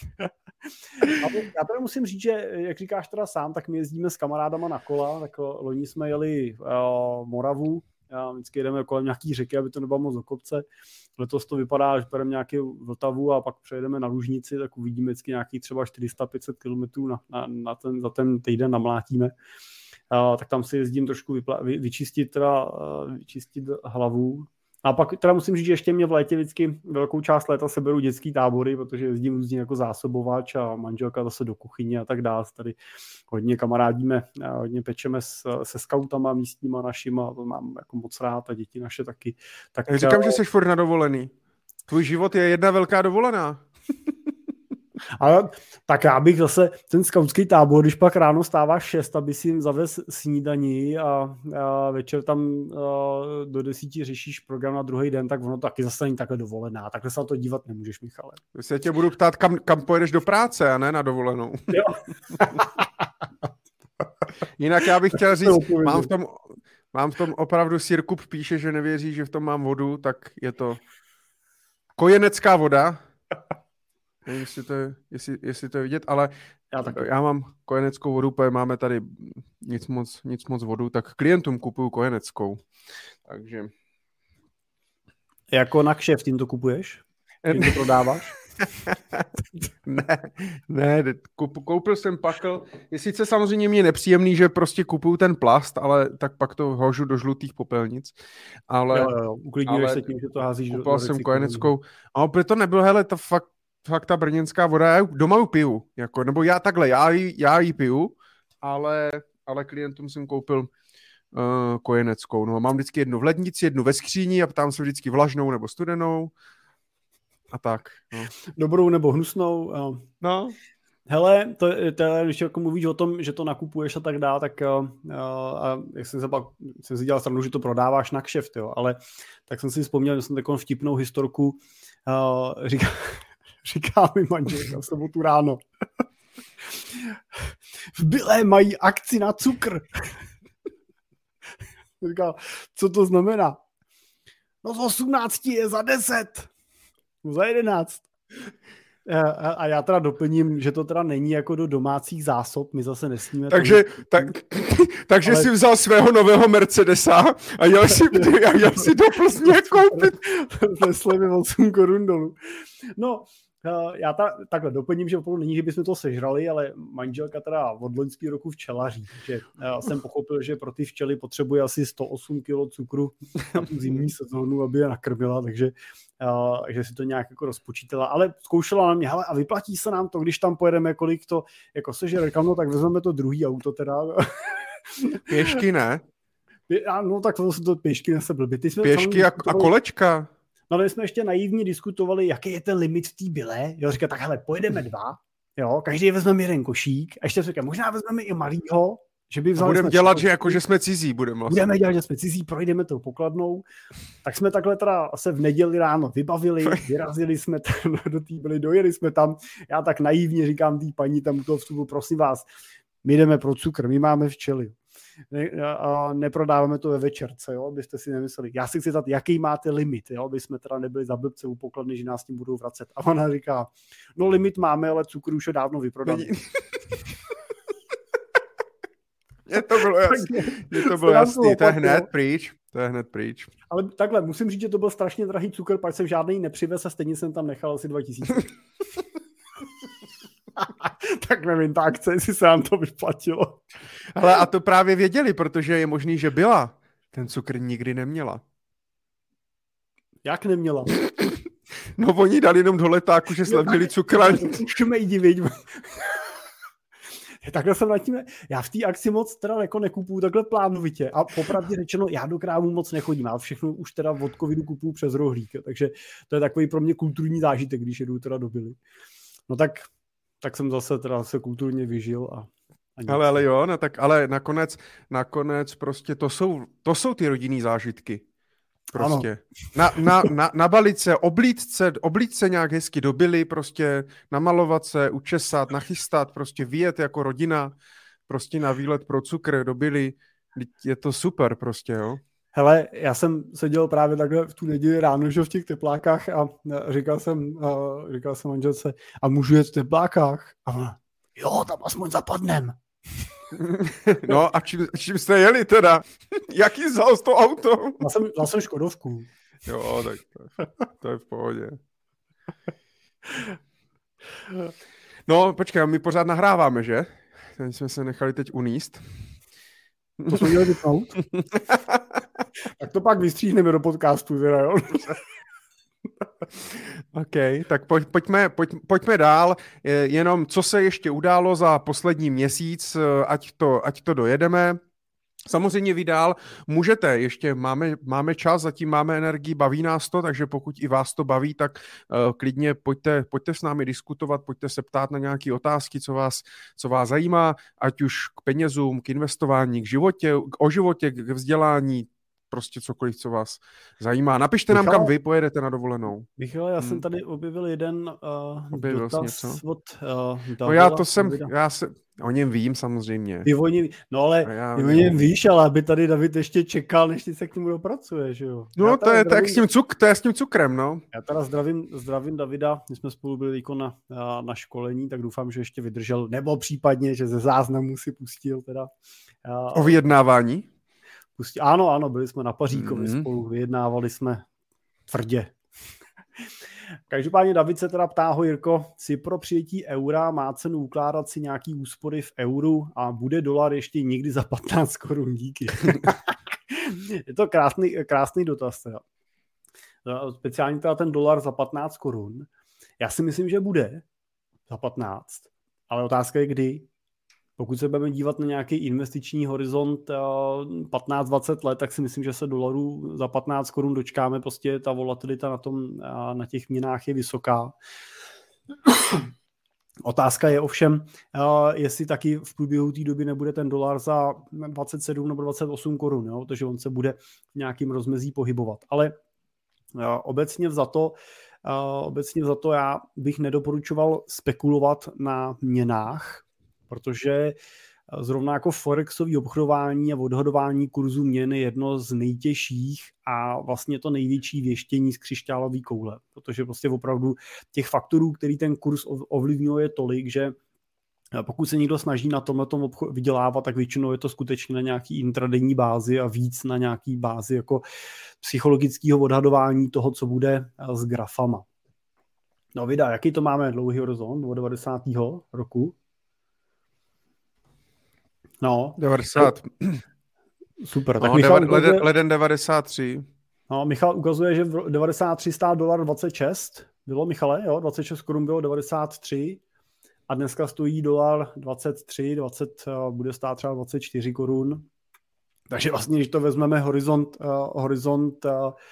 Já teda musím říct, že jak říkáš teda sám, tak my jezdíme s kamarádama na kola, tak loni jsme jeli Moravu, vždycky jedeme kolem nějaký řeky, aby to nebylo moc do kopce. Letos to vypadá, že půjdeme nějaký Vltavu a pak přejedeme na Lužnici, tak uvidíme vždycky nějaký třeba 400-500 kilometrů za ten týden namlátíme. Tak tam si jezdím trošku vyčistit hlavu. A pak teda musím říct, že ještě mě v létě vždycky velkou část léta seberu dětský tábory, protože jezdím různě jako zásobovač a manželka zase do kuchyně a tak dále. Tady hodně kamarádíme, hodně pečeme se skautama místníma našima, to mám jako moc rád a děti naše taky. Tak říkám, že jsi furt na dovolený. Tvůj život je jedna velká dovolená. Ale tak já bych zase ten skautský tábor, když pak ráno stáváš 6, aby si jim zavez snídaní a večer tam do 10 řešíš program na druhý den, tak ono taky zase není takhle dovolená. Takhle se na to dívat nemůžeš, Michale. Já tě budu ptát, kam pojedeš do práce a ne na dovolenou. Jo. Jinak já bych chtěl říct, mám v tom opravdu Sirkup píše, že nevěří, že v tom mám vodu, tak je to kojenecká voda. nevím, jestli to je vidět, ale já mám kojeneckou vodu, protože máme tady nic moc vodu, tak klientům kupuju kojeneckou. Takže... Jako na kšeft tím to kupuješ? Tím to prodáváš? Ne, koupil jsem pakl. Je sice samozřejmě mě nepříjemný, že prostě kupuju ten plast, ale tak pak to hožu do žlutých popelnic. Ale, jo, uklidňuješ se tím, že to házíš do recyklu. Koupil jsem kojeneckou. A opět to nebylo, hele, ta fakt ta brněnská voda, já doma ji piju, jako, nebo já ji piju, ale klientům jsem koupil kojeneckou. No, mám vždycky jednu v lednici, jednu ve skříni a ptám se vždycky vlažnou nebo studenou. A tak. No. Dobrou nebo hnusnou. No. Hele, když jako mluvíš o tom, že to nakupuješ a tak dále, tak jak jsem si dělal stranu, že to prodáváš na kšeft, jo, ale tak jsem si vzpomněl, že jsem takovou vtipnou historku, říká mi manželka v sobotu ráno. V Bile mají akci na cukr. Říkal, co to znamená? No z 18 je za 10. No za 11. A já teda doplním, že to teda není jako do domácích zásob, my zase nesníme. Takže si vzal svého nového Mercedesa a jel si do Plzně koupit. Slevy 8 korun dolů. No, já takhle doplním, že opravdu není, že bychom to sežrali, ale manželka teda od loňského roku včelaří, takže jsem pochopil, že pro ty včely potřebuje asi 108 kg cukru na tu zimní sezónu, aby je nakrmila, takže si to nějak jako rozpočítala, ale zkoušela na mě, hele, a vyplatí se nám to, když tam pojedeme, kolik to jako sežere, no tak vezmeme to druhý auto teda. Pěšky ne? No tak to pěšky nese blbě. Pěšky a kolečka. No, my jsme ještě naivně diskutovali, jaký je ten limit v té Bile. Jo, říká, tak hele, pojedeme 2, jo, každý vezmeme jeden košík a ještě říká, možná vezmeme i malýho, že by vzali. Budeme dělat, že jako, že jsme cizí, budeme dělat, že jsme cizí, projdeme tou pokladnou. Tak jsme takhle teda se v neděli ráno vybavili, vyrazili jsme tam do té Bily, dojeli jsme tam. Já tak naivně říkám té paní tam u toho vstupu, prosím vás, my jdeme pro cukr, my máme včely. A neprodáváme to ve večerce, jo, abyste si nemysleli. Já si chci zeptat, jaký máte limit, jo, aby jsme teda nebyli za blbce u pokladny, že nás tím budou vracet. A ona říká, no limit máme, ale cukr už je dávno vyprodaný. Je to bylo jasný, to je hned pryč. Ale takhle, musím říct, že to byl strašně drahý cukr, pak jsem žádný nepřivez a stejně jsem tam nechal asi 2000. Tak nevím, ta akce, jestli se nám to vyplatilo. Ale a to právě věděli, protože je možný, že byla. Ten cukr nikdy neměla. Jak neměla? No oni dali jenom do letáku, že slevnili cukr. Můžeme jí divit. Takhle jsem nad tím, já v té akci moc teda jako nekupuju takhle plánovitě a popravdě řečeno, já do krámu moc nechodím, já všechno už teda od covidu kupuju přes rohlík, takže to je takový pro mě kulturní zážitek, když jedu teda do Bily. No tak jsem zase teda se kulturně vyžil a ale jo, no tak ale nakonec prostě to jsou ty rodinný zážitky. Prostě. Nabalit se, oblít se nějak hezky do Bily, prostě namalovat se, učesat, nachystat, prostě vyjet jako rodina, prostě na výlet pro cukr do Bily. Je to super prostě, jo. Hele, já jsem seděl právě takhle v tu neděli ráno, že v těch teplákách a říkal jsem manželce, a můžu jet v teplákách? A ona, jo, tam aspoň zapadnem. No a čím jste jeli teda? Jaký vzal to auto? Vzal jsem Škodovku. Jo, tak to je v pohodě. No, počkej, my pořád nahráváme, že? Teď jsme se nechali teď uníst. To jsme měli vypnout. Tak to pak vystříhneme do podcastu, teda, jo? OK, tak pojďme dál. Jenom co se ještě událo za poslední měsíc, ať to dojedeme. Samozřejmě vy dál můžete, ještě máme čas, zatím máme energii, baví nás to, takže pokud i vás to baví, tak klidně pojďte s námi diskutovat, pojďte se ptát na nějaké otázky, co vás zajímá, ať už k penězům, k investování, k životě, o životě, k vzdělání, prostě cokoliv, co vás zajímá. Napište nám, kam vy pojedete na dovolenou. Michal, já jsem tady objevil jeden dotaz něco? od No já se o něm vím samozřejmě. Ty o něm, no ale ty o něm víš, ale aby tady David ještě čekal, než ty se k němu dopracuješ, jo. No to je s tím cukrem, no. Já teda zdravím Davida, my jsme spolu byli jako na školení, tak doufám, že ještě vydržel, nebo případně, že ze záznamu si pustil teda. O vyjednávání? Ano, byli jsme na Paříkově spolu, vyjednávali jsme tvrdě. Každopádně David se teda ptá, ahoj Jirko, si pro přijetí eura má cenu ukládat si nějaký úspory v euru a bude dolar ještě někdy za 15 korun, díky. Je to krásný dotaz teda. Speciálně teda ten dolar za 15 korun. Já si myslím, že bude za 15, ale otázka je kdy. Pokud se budeme dívat na nějaký investiční horizont 15-20 let, tak si myslím, že se dolarů za 15 korun dočkáme, prostě ta volatilita na těch měnách je vysoká. Otázka je ovšem, jestli taky v průběhu té doby nebude ten dolar za 27 nebo 28 korun, jo? Takže on se bude v nějakým rozmezí pohybovat. Ale obecně vzato já bych nedoporučoval spekulovat na měnách, protože zrovna jako forexové obchodování a odhadování kurzu měn je jedno z nejtěžších a vlastně to největší věštění z křišťálové koule, protože prostě opravdu těch faktorů, který ten kurz ovlivňuje, je tolik, že pokud se někdo snaží na tomhletom vydělávat, tak většinou je to skutečně na nějaký intradenní bázi a víc na nějaký bázi jako psychologického odhadování toho, co bude s grafama. No vida, jaký to máme dlouhý horizont od 90. roku? No. 90. Super. Tak leden 93. No, Michal ukazuje, že v 93 stál dolar 26. Bylo, Michale? Jo, 26 korun bylo 93. A dneska stojí dolar 23, bude stát třeba 24 korun. Takže vlastně, když to vezmeme horizont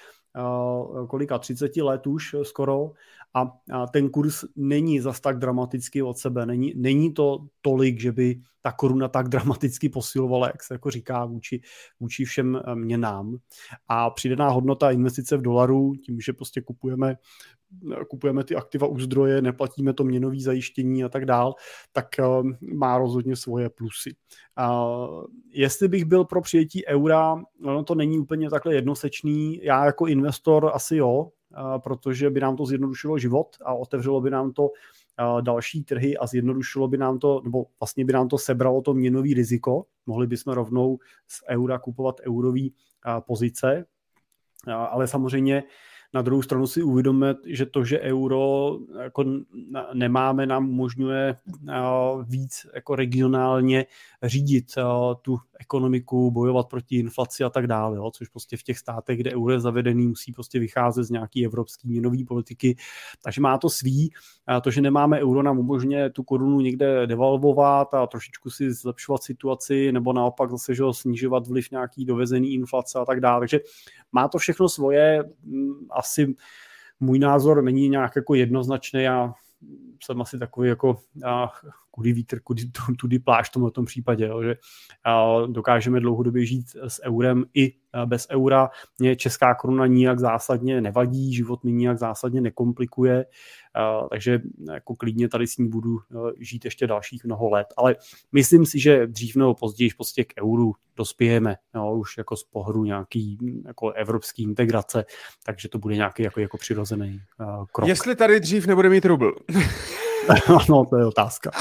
kolika 30 let už skoro a ten kurz není zas tak dramaticky od sebe. Není to tolik, že by ta koruna tak dramaticky posilovala, jak se jako říká, vůči všem měnám. A přidaná hodnota investice v dolaru, tím, že prostě kupujeme ty aktiva u zdroje, neplatíme to měnový zajištění a tak dál, tak má rozhodně svoje plusy. Jestli bych byl pro přijetí eura, no to není úplně takhle jednosečný. Já jako investor asi jo, protože by nám to zjednodušilo život a otevřelo by nám to další trhy a zjednodušilo by nám to, nebo vlastně by nám to sebralo to měnový riziko. Mohli bychom rovnou z eura kupovat eurový pozice, ale samozřejmě na druhou stranu si uvědomit, že to, že euro jako nemáme, nám umožňuje víc jako regionálně řídit tu ekonomiku, bojovat proti inflaci a tak dále, jo? Což prostě v těch státech, kde euro je zavedený, musí prostě vycházet z nějaký evropský měnový politiky. Takže má to svý. To, že nemáme euro, nám umožňuje tu korunu někde devalvovat a trošičku si zlepšovat situaci, nebo naopak zase, že snižovat vliv nějaký dovezený inflace a tak dále. Takže má to všechno svoje. Asi můj názor není nějak jako jednoznačný. Já jsem asi takový jako kudy vítr, tudy plášť v tom případě, jo, že dokážeme dlouhodobě žít s eurem i bez eura. Mě česká koruna nijak zásadně nevadí, život mi nijak zásadně nekomplikuje, takže jako klidně tady s ní budu žít ještě dalších mnoho let. Ale myslím si, že dřív nebo později prostě k euru dospějeme, jo, už jako z pohledu nějaký jako evropský integrace, takže to bude nějaký jako přirozený krok. Jestli tady dřív nebude mít rubl. No, to je otázka.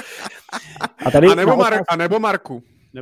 A nebo marku.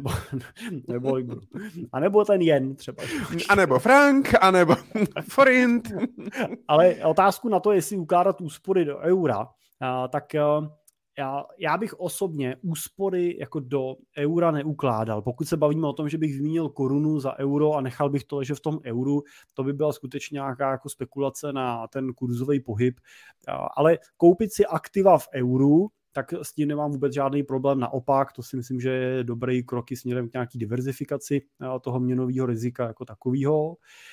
A nebo ten jen třeba. A nebo frank, a nebo forint. Ale otázku na to, jestli ukládat úspory do eura, tak já bych osobně úspory jako do eura neukládal. Pokud se bavíme o tom, že bych vyměnil korunu za euro a nechal bych to ležet v tom euru, to by byla skutečně nějaká jako spekulace na ten kurzový pohyb. Ale koupit si aktiva v euru, tak s tím nemám vůbec žádný problém. Naopak, to si myslím, že je dobrý kroky směrem k nějaký diverzifikaci toho měnového rizika jako takového.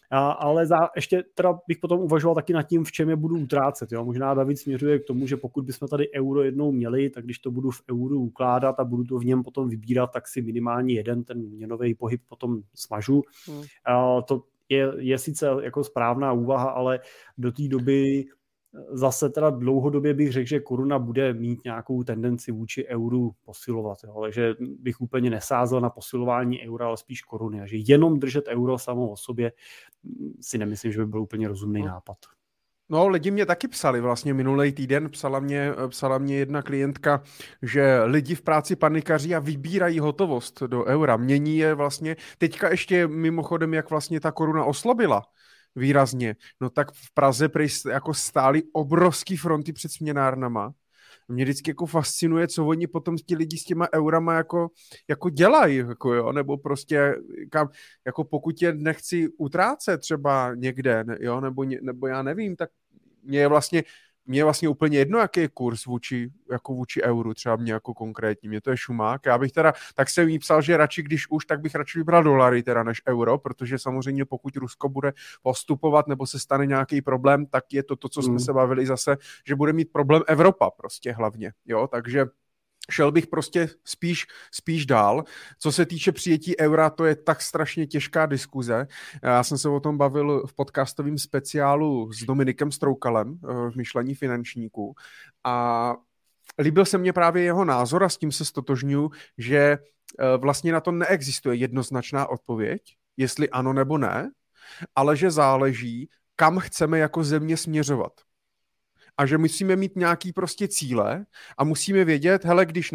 Ale ještě teda bych potom uvažoval taky nad tím, v čem je budu utrácet. Jo? Možná David směřuje k tomu, že pokud bychom tady euro jednou měli, tak když to budu v euru ukládat a budu to v něm potom vybírat, tak si minimálně jeden ten měnový pohyb potom smažu. To je sice jako správná úvaha, ale do té doby zase teda dlouhodobě bych řekl, že koruna bude mít nějakou tendenci vůči euru posilovat. Jo? Takže bych úplně nesázel na posilování eura, ale spíš koruny. A že jenom držet euro samo o sobě si nemyslím, že by byl úplně rozumný nápad. No, lidi mě taky psali vlastně minulý týden, psala mě jedna klientka, že lidi v práci panikaří a vybírají hotovost do eura. Mění je vlastně, teďka ještě mimochodem, jak vlastně ta koruna oslabila výrazně, no tak v Praze jako stály obrovský fronty před směnárnama. Mě vždycky jako fascinuje, co oni potom ti lidi s těma eurama jako dělají, jako jo, nebo prostě jako pokud je nechci utrácet třeba někde, jo, nebo já nevím, tak mě je vlastně úplně jedno, jaký je kurz vůči euru, třeba mě jako konkrétní, mě to je šumák. Já bych teda, tak jsem jí psal, že radši, když už, tak bych radši vybral dolary teda než euro, protože samozřejmě pokud Rusko bude postupovat nebo se stane nějaký problém, tak je to, co jsme se bavili zase, že bude mít problém Evropa prostě hlavně, jo, takže šel bych prostě spíš dál. Co se týče přijetí eura, to je tak strašně těžká diskuze. Já jsem se o tom bavil v podcastovém speciálu s Dominikem Stroukalem v Myšlení finančníků a líbil se mně právě jeho názor a s tím se stotožňuji, že vlastně na to neexistuje jednoznačná odpověď, jestli ano nebo ne, ale že záleží, kam chceme jako země směřovat. A že musíme mít nějaký prostě cíle a musíme vědět, hele, když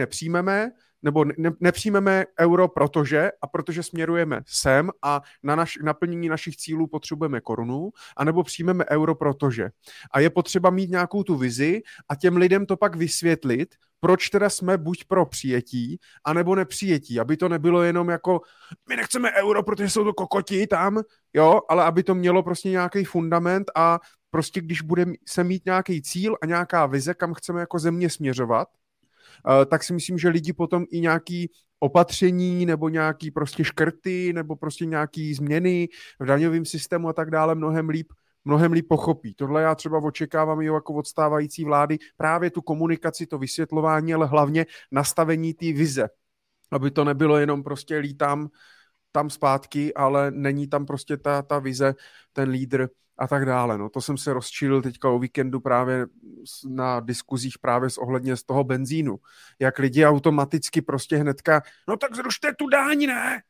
nepřijmeme euro protože směrujeme sem a na naplnění našich cílů potřebujeme korunu, anebo přijmeme euro protože. A je potřeba mít nějakou tu vizi a těm lidem to pak vysvětlit, proč teda jsme buď pro přijetí, anebo nepřijetí, aby to nebylo jenom jako, my nechceme euro, protože jsou to kokoti tam, jo, ale aby to mělo prostě nějaký fundament a prostě když bude se mít nějaký cíl a nějaká vize, kam chceme jako země směřovat, tak si myslím, že lidi potom i nějaký opatření nebo nějaký prostě škrty nebo prostě nějaký změny v daňovém systému a tak dále mnohem líp pochopí. Tohle já třeba očekávám jako od stávající vlády, právě tu komunikaci, to vysvětlování, ale hlavně nastavení té vize. Aby to nebylo jenom prostě lítám tam zpátky, ale není tam prostě ta vize, ten lídr a tak dále. No, to jsem se rozčílil teďka o víkendu právě na diskuzích právě ohledně z toho benzínu. Jak lidi automaticky prostě hnedka, no tak zrušte tu daň, ne?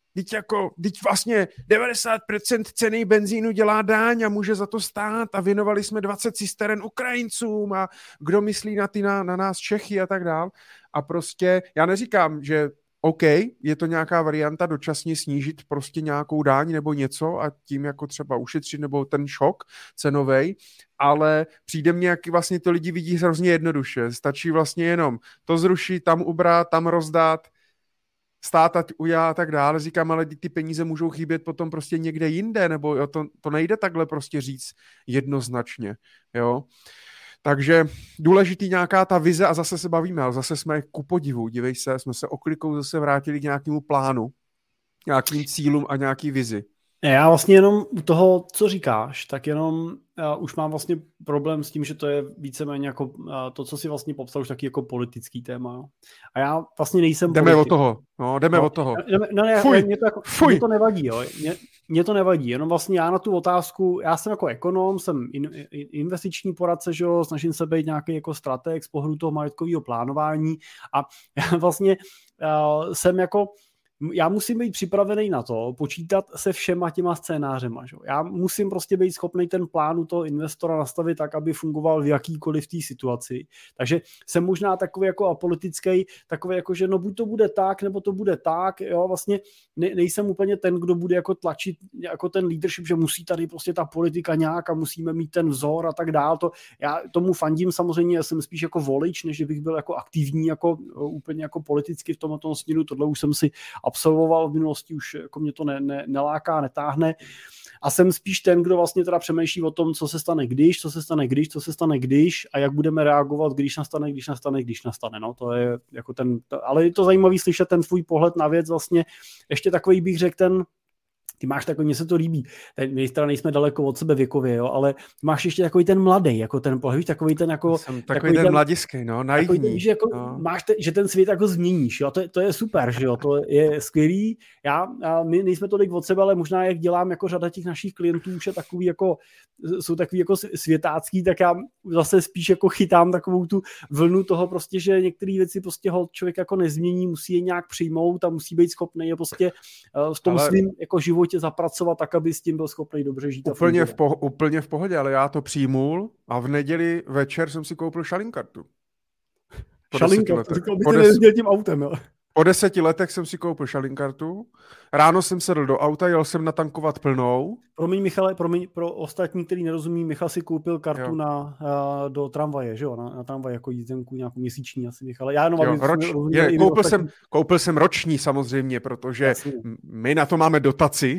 Teď vlastně 90% ceny benzínu dělá daň a může za to stát a věnovali jsme 20 cisteren Ukrajincům a kdo myslí na nás Čechy a tak dál. A prostě já neříkám, že OK, je to nějaká varianta dočasně snížit prostě nějakou daň nebo něco a tím jako třeba ušetřit nebo ten šok cenovej, ale přijde mně, jak vlastně to lidi vidí hrozně jednoduše. Stačí vlastně jenom to zrušit, tam ubrat, tam rozdat, stát ať udělá a tak dále. Říkám, ale ty peníze můžou chybět potom prostě někde jinde, nebo jo, to nejde takhle prostě říct jednoznačně, jo. Takže důležitý nějaká ta vize a zase se bavíme, ale zase jsme ku podivu, dívej se, jsme se oklikou zase vrátili k nějakému plánu, nějakým cílům a nějaký vizi. Já vlastně jenom u toho, co říkáš, tak jenom už mám vlastně problém s tím, že to je víceméně jako to, co si vlastně popsal, už taky jako politický téma. A já vlastně nejsem jdeme od toho. Mě to nevadí, jo. Mě to nevadí, jenom vlastně já na tu otázku, já jsem jako ekonom, jsem investiční poradce, že jo, snažím se být nějaký jako strateg z pohledu toho majetkového plánování a já vlastně jsem jako já musím být připravený na to, počítat se všema těma scénářema. Že? Já musím prostě být schopný ten plán u toho investora nastavit tak, aby fungoval v jakýkoliv té situaci. Takže jsem možná takový jako apolitický, takový jako, že no buď to bude tak, nebo to bude tak. Jo? Vlastně nejsem úplně ten, kdo bude jako tlačit jako ten leadership, že musí tady prostě ta politika nějak a musíme mít ten vzor a tak dál. Já tomu fandím samozřejmě, já jsem spíš jako volič, než bych byl jako aktivní, jako úplně jako politicky v tomto směru. Tohle už jsem si absolvoval v minulosti, už jako mě to neláká, netáhne. A jsem spíš ten, kdo vlastně teda přemýšlí o tom, co se stane když a jak budeme reagovat, když nastane. No, to je jako ale je to zajímavý slyšet ten tvůj pohled na věc vlastně. Ještě takový bych řekl ty máš takový, mně se to líbí, nejsme daleko od sebe věkově, jo, ale máš ještě takový ten mladý, jako ten pohled, takový ten jako... Takový ten mladiský, no, naivní. Že, jako že ten svět jako změníš, jo, to je super, že jo, to je skvělý. My nejsme tolik od sebe, ale možná jak dělám jako řada těch našich klientů už je takový jako, jsou takový jako světácký, tak já zase spíš jako chytám takovou tu vlnu toho prostě, že některé věci prostě člověk jako nezmění, musí je nějak přijmout a musí být schopný je prostě v tom svým jako životě zapracovat tak, aby s tím byl schopný dobře žít. Úplně v pohodě, ale já to přijmul a v neděli večer jsem si koupil šalinkartu. Šalinkartu, říkal bych, nejezdil tím autem, jo. Po 10 letech jsem si koupil šalinkartu, ráno jsem sedl do auta, jel jsem natankovat plnou. Promiň Michale, pro ostatní, který nerozumí, Michal si koupil kartu do tramvaje, že jo, na tramvaj jako jízdenku nějakou měsíční asi, Michale. Já jenom koupil jsem roční samozřejmě, protože my na to máme dotaci.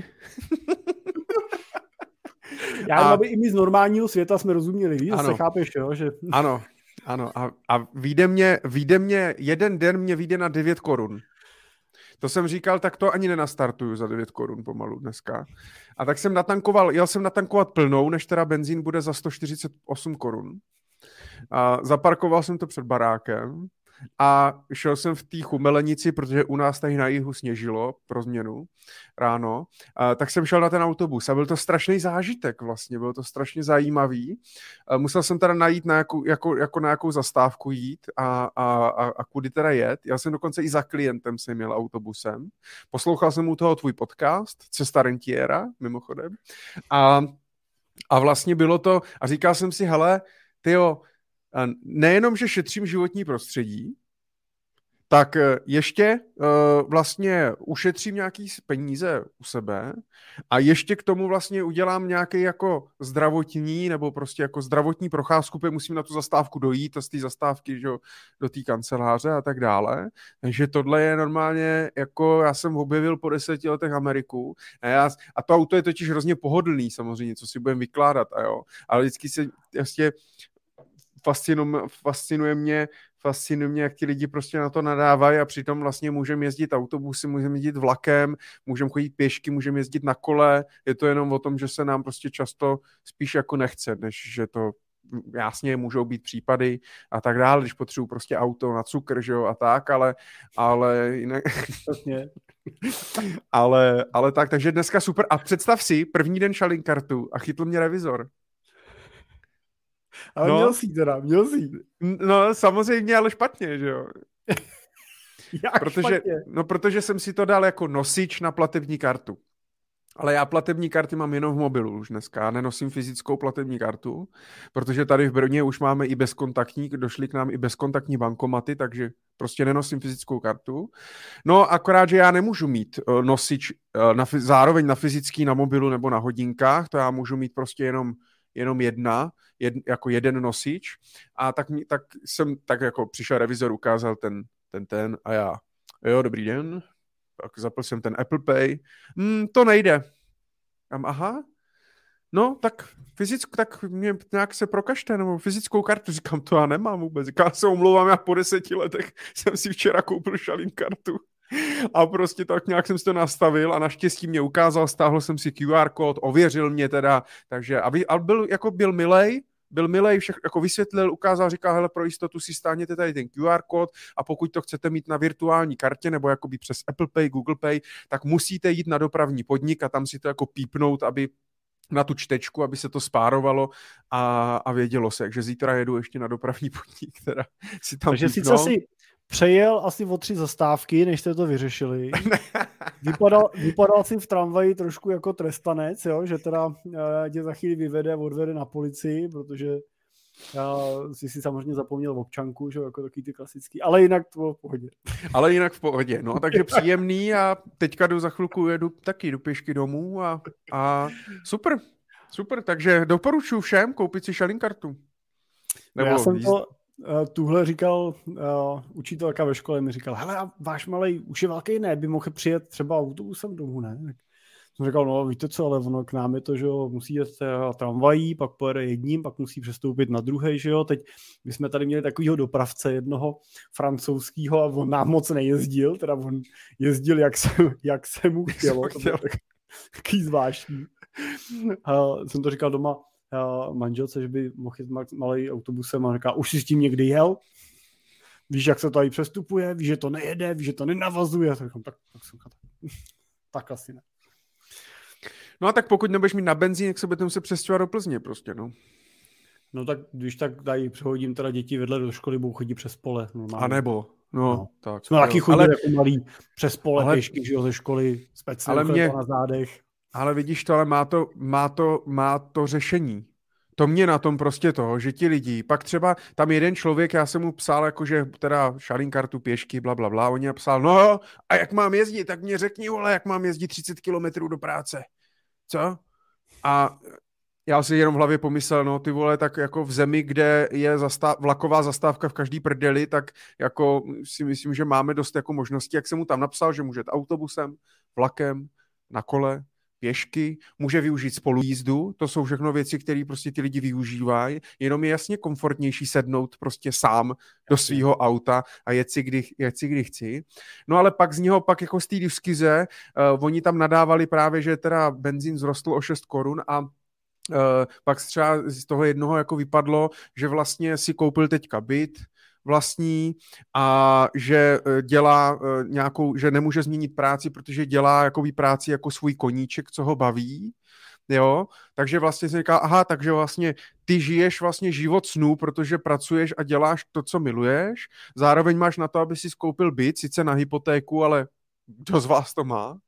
Aby i my z normálního světa jsme rozuměli, víš, se chápeš, jo, že... Ano, a vyjde mě jeden den mě vyjde na 9 korun. To jsem říkal, tak to ani nenastartuju za 9 korun pomalu dneska. A tak jsem jel jsem natankovat plnou, než teda benzín bude za 148 korun. A zaparkoval jsem to před barákem a šel jsem v té Chumelenici, protože u nás tady na jihu sněžilo pro změnu ráno, tak jsem šel na ten autobus a byl to strašný zážitek vlastně, bylo to strašně zajímavý. Musel jsem teda najít na jakou zastávku jít a kudy teda jet. Já jsem dokonce i za klientem jsem jel autobusem. Poslouchal jsem u toho tvůj podcast, Cesta rentiera, mimochodem. A vlastně bylo to, a říkal jsem si, hele, tyjo, nejenom, že šetřím životní prostředí, tak ještě vlastně ušetřím nějaký peníze u sebe a ještě k tomu vlastně udělám nějaký jako zdravotní nebo prostě jako zdravotní procházku, protože musím na tu zastávku dojít a z té zastávky, že, do té kanceláře a tak dále. Takže tohle je normálně, jako já jsem objevil po 10 letech Ameriku a to auto je totiž hrozně pohodlný samozřejmě, co si budeme vykládat, ale vždycky se vlastně fascinuje mě, jak ti lidi prostě na to nadávají a přitom vlastně můžeme jezdit autobusy, můžeme jezdit vlakem, můžeme chodit pěšky, můžeme jezdit na kole. Je to jenom o tom, že se nám prostě často spíš jako nechce, než že to jasně můžou být případy a tak dále, když potřebuji prostě auto na cukr, že jo, a tak, ale jinak... ale tak, takže dneska super. A představ si, první den šalinkartu a chytl mě revizor. Ale měl jsi. No samozřejmě, ale špatně, že jo. Špatně? Protože jsem si to dal jako nosič na platební kartu. Ale já platební karty mám jenom v mobilu už dneska. Já nenosím fyzickou platební kartu, protože tady v Brně už máme i bezkontaktní, došly k nám i bezkontaktní bankomaty, takže prostě nenosím fyzickou kartu. No akorát, že já nemůžu mít nosič zároveň na fyzický, na mobilu nebo na hodinkách, to já můžu mít prostě jenom jako jeden nosič a tak jako přišel revizor, ukázal ten a já, jo, dobrý den, tak zapl jsem ten Apple Pay, to nejde. Aha, no, tak tak mě nějak se prokažte, nebo fyzickou kartu, říkám, to já nemám vůbec, říkám, se omlouvám, já po 10 letech jsem si včera koupil šalinkartu. A prostě tak nějak jsem si to nastavil a naštěstí mě ukázal, stáhl jsem si QR kód, ověřil mě teda, takže byl milej, však jako vysvětlil, ukázal, říkal, hele, pro jistotu si stáhněte tady ten QR kód a pokud to chcete mít na virtuální kartě nebo jakoby přes Apple Pay, Google Pay, tak musíte jít na dopravní podnik a tam si to jako pípnout, aby na tu čtečku, aby se to spárovalo a vědělo se. Takže zítra jedu ještě na dopravní podnik, teda si tam takže pípnou. Sice si přejel asi o 3 zastávky, než jste to vyřešili. Vypadal si v tramvaji trošku jako trestanec, jo? Že teda tě za chvíli odvede na policii, protože jsi si samozřejmě zapomněl občanku, že? Jako taky ty klasický, ale jinak to bylo v pohodě. No, takže příjemný a teďka za chvilku jedu taky do pěšky domů a super, takže doporučuji všem koupit si šalinkartu. Já jsem to tuhle říkal učitelka ve škole, mi říkal, hele, váš malej už je velký, ne, by mohl přijet třeba autobusem domů, ne? Tak jsem říkal, no víte co, ale ono k nám je to, že jo, musí jet tramvají, pak pojede jedním, pak musí přestoupit na druhej, že jo, teď my jsme tady měli takovýho dopravce, jednoho francouzského a on nám moc nejezdil, teda on jezdil, jak se mu chtělo. Taký zvláštní. Jsem to říkal doma manželce, že by mohl jít malý autobusem a říká, už si s tím někdy jel? Víš, jak se tady přestupuje? Víš, že to nejede? Víš, že to nenavazuje? Tak asi ne. No a tak pokud nebudeš mít na benzín, jak se budete muset přestěhovat do Plzně prostě, no. No tak když tak tady přehodím teda děti vedle do školy, budou chodit přes pole. Normálně. A nebo, no. Tak. Jsme taky chodili jako malí přes pole pěšky, že jo, ze školy, speciálně na zádech. Ale vidíš to, ale má to řešení. To mě na tom prostě to, že ti lidi, pak třeba tam jeden člověk, já jsem mu psal, jakože teda šalín kartu pěšky, blablabla, on mě psal, no a jak mám jezdit, tak mě řekni, vole, jak mám jezdit 30 kilometrů do práce. Co? A já si jenom v hlavě pomyslel, no ty vole, tak jako v zemi, kde je vlaková zastávka v každý prdeli, tak jako si myslím, že máme dost jako možností, jak jsem mu tam napsal, že může autobusem, vlakem, na kole, pěšky, může využít spolujízdu, to jsou všechno věci, které prostě ty lidi využívají, jenom je jasně komfortnější sednout prostě sám do svého auta a jet si kdy chci. No ale pak z něho, jako z té diskuze, oni tam nadávali právě, že teda benzín zrostl o 6 korun a pak třeba z toho jednoho jako vypadlo, že vlastně si koupil teďka byt vlastní a že dělá že nemůže změnit práci, protože dělá jakoby práci jako svůj koníček, co ho baví, jo, takže vlastně si říká, aha, takže vlastně ty žiješ vlastně život snů, protože pracuješ a děláš to, co miluješ, zároveň máš na to, aby si koupil byt, sice na hypotéku, ale kdo z vás to má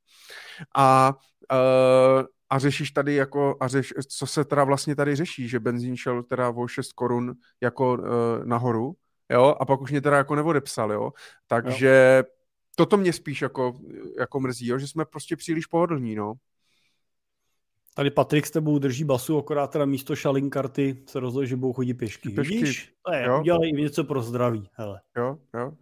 a řešíš tady co se teda vlastně tady řeší, že benzín šel teda o 6 korun jako nahoru, jo, a pak už mě teda jako neodepsal, jo, takže toto mě spíš jako mrzí, jo, že jsme prostě příliš pohodlní, no. Tady Patrik s tebou drží basu, akorát teda místo šalin karty se rozhodl, že budou chodit pěšky. Vidíš? Udělej i něco pro zdraví, hele. Jo.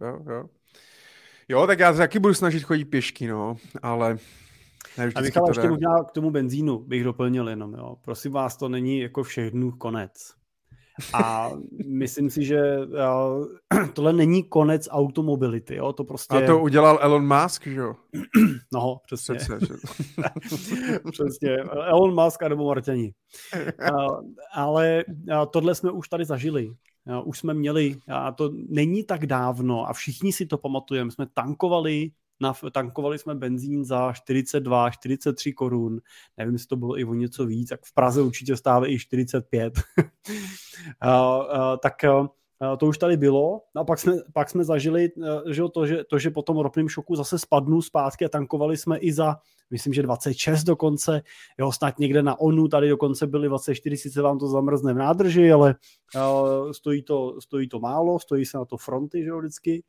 Jo, tak já taky budu snažit chodit pěšky, no, ale... A Michal, ještě možná k tomu benzínu bych doplnil jenom, jo. Prosím vás, to není jako všech dnů konec. A myslím si, že tohle není konec automobility, jo, to prostě... A to udělal Elon Musk, že jo? No, přesně. Přesně. Elon Musk a nebo Marťani. Ale tohle jsme už tady zažili. Už jsme měli, a to není tak dávno a všichni si to pamatujeme, jsme tankovali jsme benzín za 42, 43 korun, nevím, jestli to bylo i o něco víc, tak v Praze určitě stále i 45. Tak to už tady bylo. A pak jsme zažili, že že po tom ropném šoku zase spadnu zpátky a tankovali jsme i za, myslím, že 26 dokonce, jo, snad někde na ONU, tady dokonce byly 24, sice vám to zamrzne v nádrži, ale stojí to málo, stojí se na to fronty, že jo, vždycky.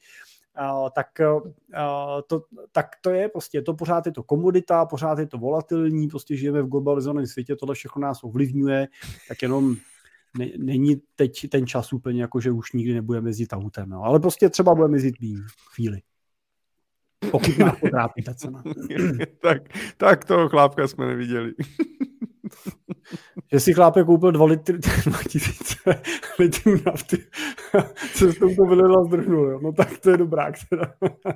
Tak to je prostě, to pořád je to komodita, pořád je to volatilní, prostě žijeme v globalizovaném světě, tohle všechno nás ovlivňuje, tak jenom není teď ten čas úplně jako, že už nikdy nebudeme jezdit autem, no. Ale prostě třeba budeme jezdit chvíli. Pokud nás potrápí ta cena. tak toho chlápka jsme neviděli. Že si chlápek koupil 2000 litrů nafty, se s tomu vylil a zdrhnul, jo. No tak to je dobrák teda.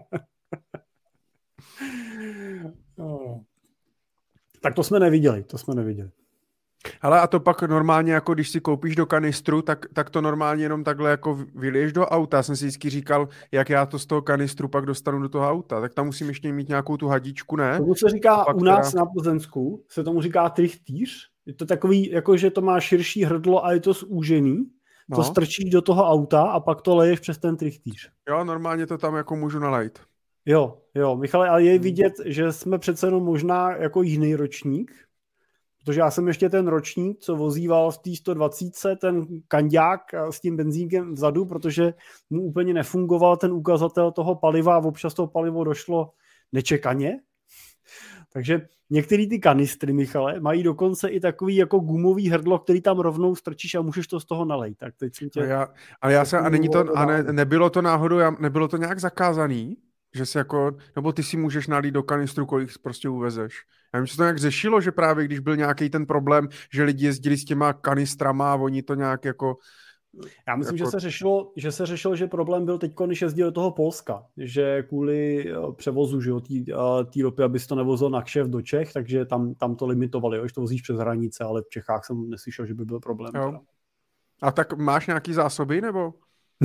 Tak to jsme neviděli. Ale a to pak normálně, jako když si koupíš do kanistru, tak to normálně jenom takhle jako vyliješ do auta. Já jsem si vždycky říkal, jak já to z toho kanistru pak dostanu do toho auta. Tak tam musím ještě mít nějakou tu hadičku, ne? Tomu se říká u nás na Plzeňsku, se tomu říká trichtýř. Je to takový, jako že to má širší hrdlo a je to zúžený. No. To strčíš do toho auta a pak to leješ přes ten trichtýř. Jo, normálně to tam jako můžu nalejt. Jo, Michale, ale je vidět, že jsme přece jenom možná jako jiný ročník, protože já jsem ještě ten ročník, co vozíval v té 120, ten kanďák s tím benzínkem vzadu, protože mu úplně nefungoval ten ukazatel toho paliva a občas to palivo došlo nečekaně. Takže některé ty kanistry, Michale, mají dokonce i takový jako gumový hrdlo, který tam rovnou strčíš a můžeš to z toho nalejt. Tak teď jsem tě... Nebylo to náhodou, nebylo to nějak zakázaný? Že si jako, nebo ty si můžeš nalít do kanistru, kolik prostě uvezeš. Já vím, že to nějak řešilo, že právě když byl nějaký ten problém, že lidi jezdili s těma kanistrama a oni to nějak jako Já myslím, že se řešilo, že problém byl teď, když jezdil do toho Polska, že kvůli převozu, že té ropy, abys to nevozil na kšeft do Čech, takže tam to limitovali, že to vozíš přes hranice, ale v Čechách jsem neslyšel, že by byl problém. A tak máš nějaký zásoby, nebo?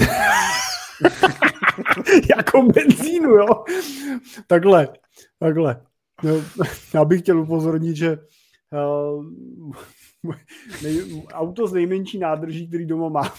Jako benzínu, jo? Takhle. No, já bych chtěl upozornit, že auto s nejmenší nádrží, který doma má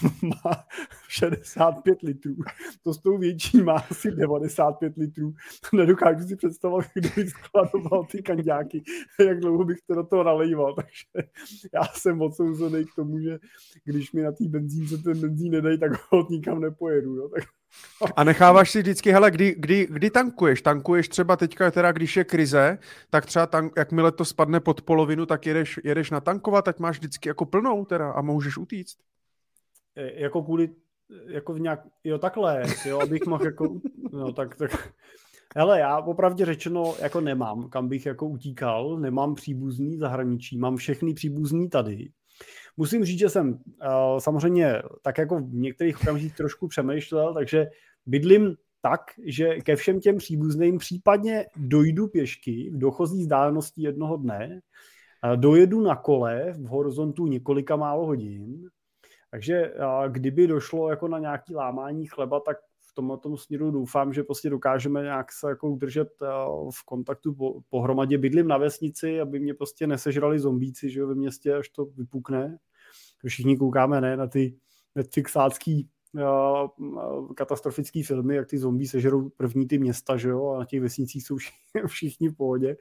65 litrů. To s tou větší má asi 95 litrů. Nedokážu si představit, kdo by skladoval ty kanďáky, jak dlouho bych to do toho nalejval. Takže já jsem odsouzený k tomu, že když mi na té benzínce ten benzín nedají, tak ho nikam nepojedu. Jo? Tak... A necháváš si vždycky, hele, kdy tankuješ? Tankuješ třeba teďka, teda, když je krize, tak třeba jakmile to spadne pod polovinu, tak jedeš natankovat, ať máš vždycky jako plnou teda a můžeš utíct. Jako kvůli, jako v nějak, jo takhle, jo, abych mohl jako, no tak. Hele, já opravdu řečeno jako nemám, kam bych jako utíkal, nemám příbuzný v zahraničí, mám všechny příbuzný tady. Musím říct, že jsem samozřejmě tak jako v některých okamžicích trošku přemýšlel, takže bydlím tak, že ke všem těm příbuzným případně dojdu pěšky v dochozí vzdálenosti jednoho dne, dojedu na kole v horizontu několika málo hodin, takže kdyby došlo jako na nějaké lámání chleba, tak v tomto směru doufám, že prostě dokážeme nějak se jako udržet v kontaktu pohromadě. Bydlím na vesnici, aby mě prostě nesežrali zombíci, že jo, ve městě, až to vypukne. Všichni koukáme, ne, na ty Netflixácký katastrofický filmy, jak ty zombí sežerou první ty města, že jo, a na těch vesnicích jsou všichni v pohodě.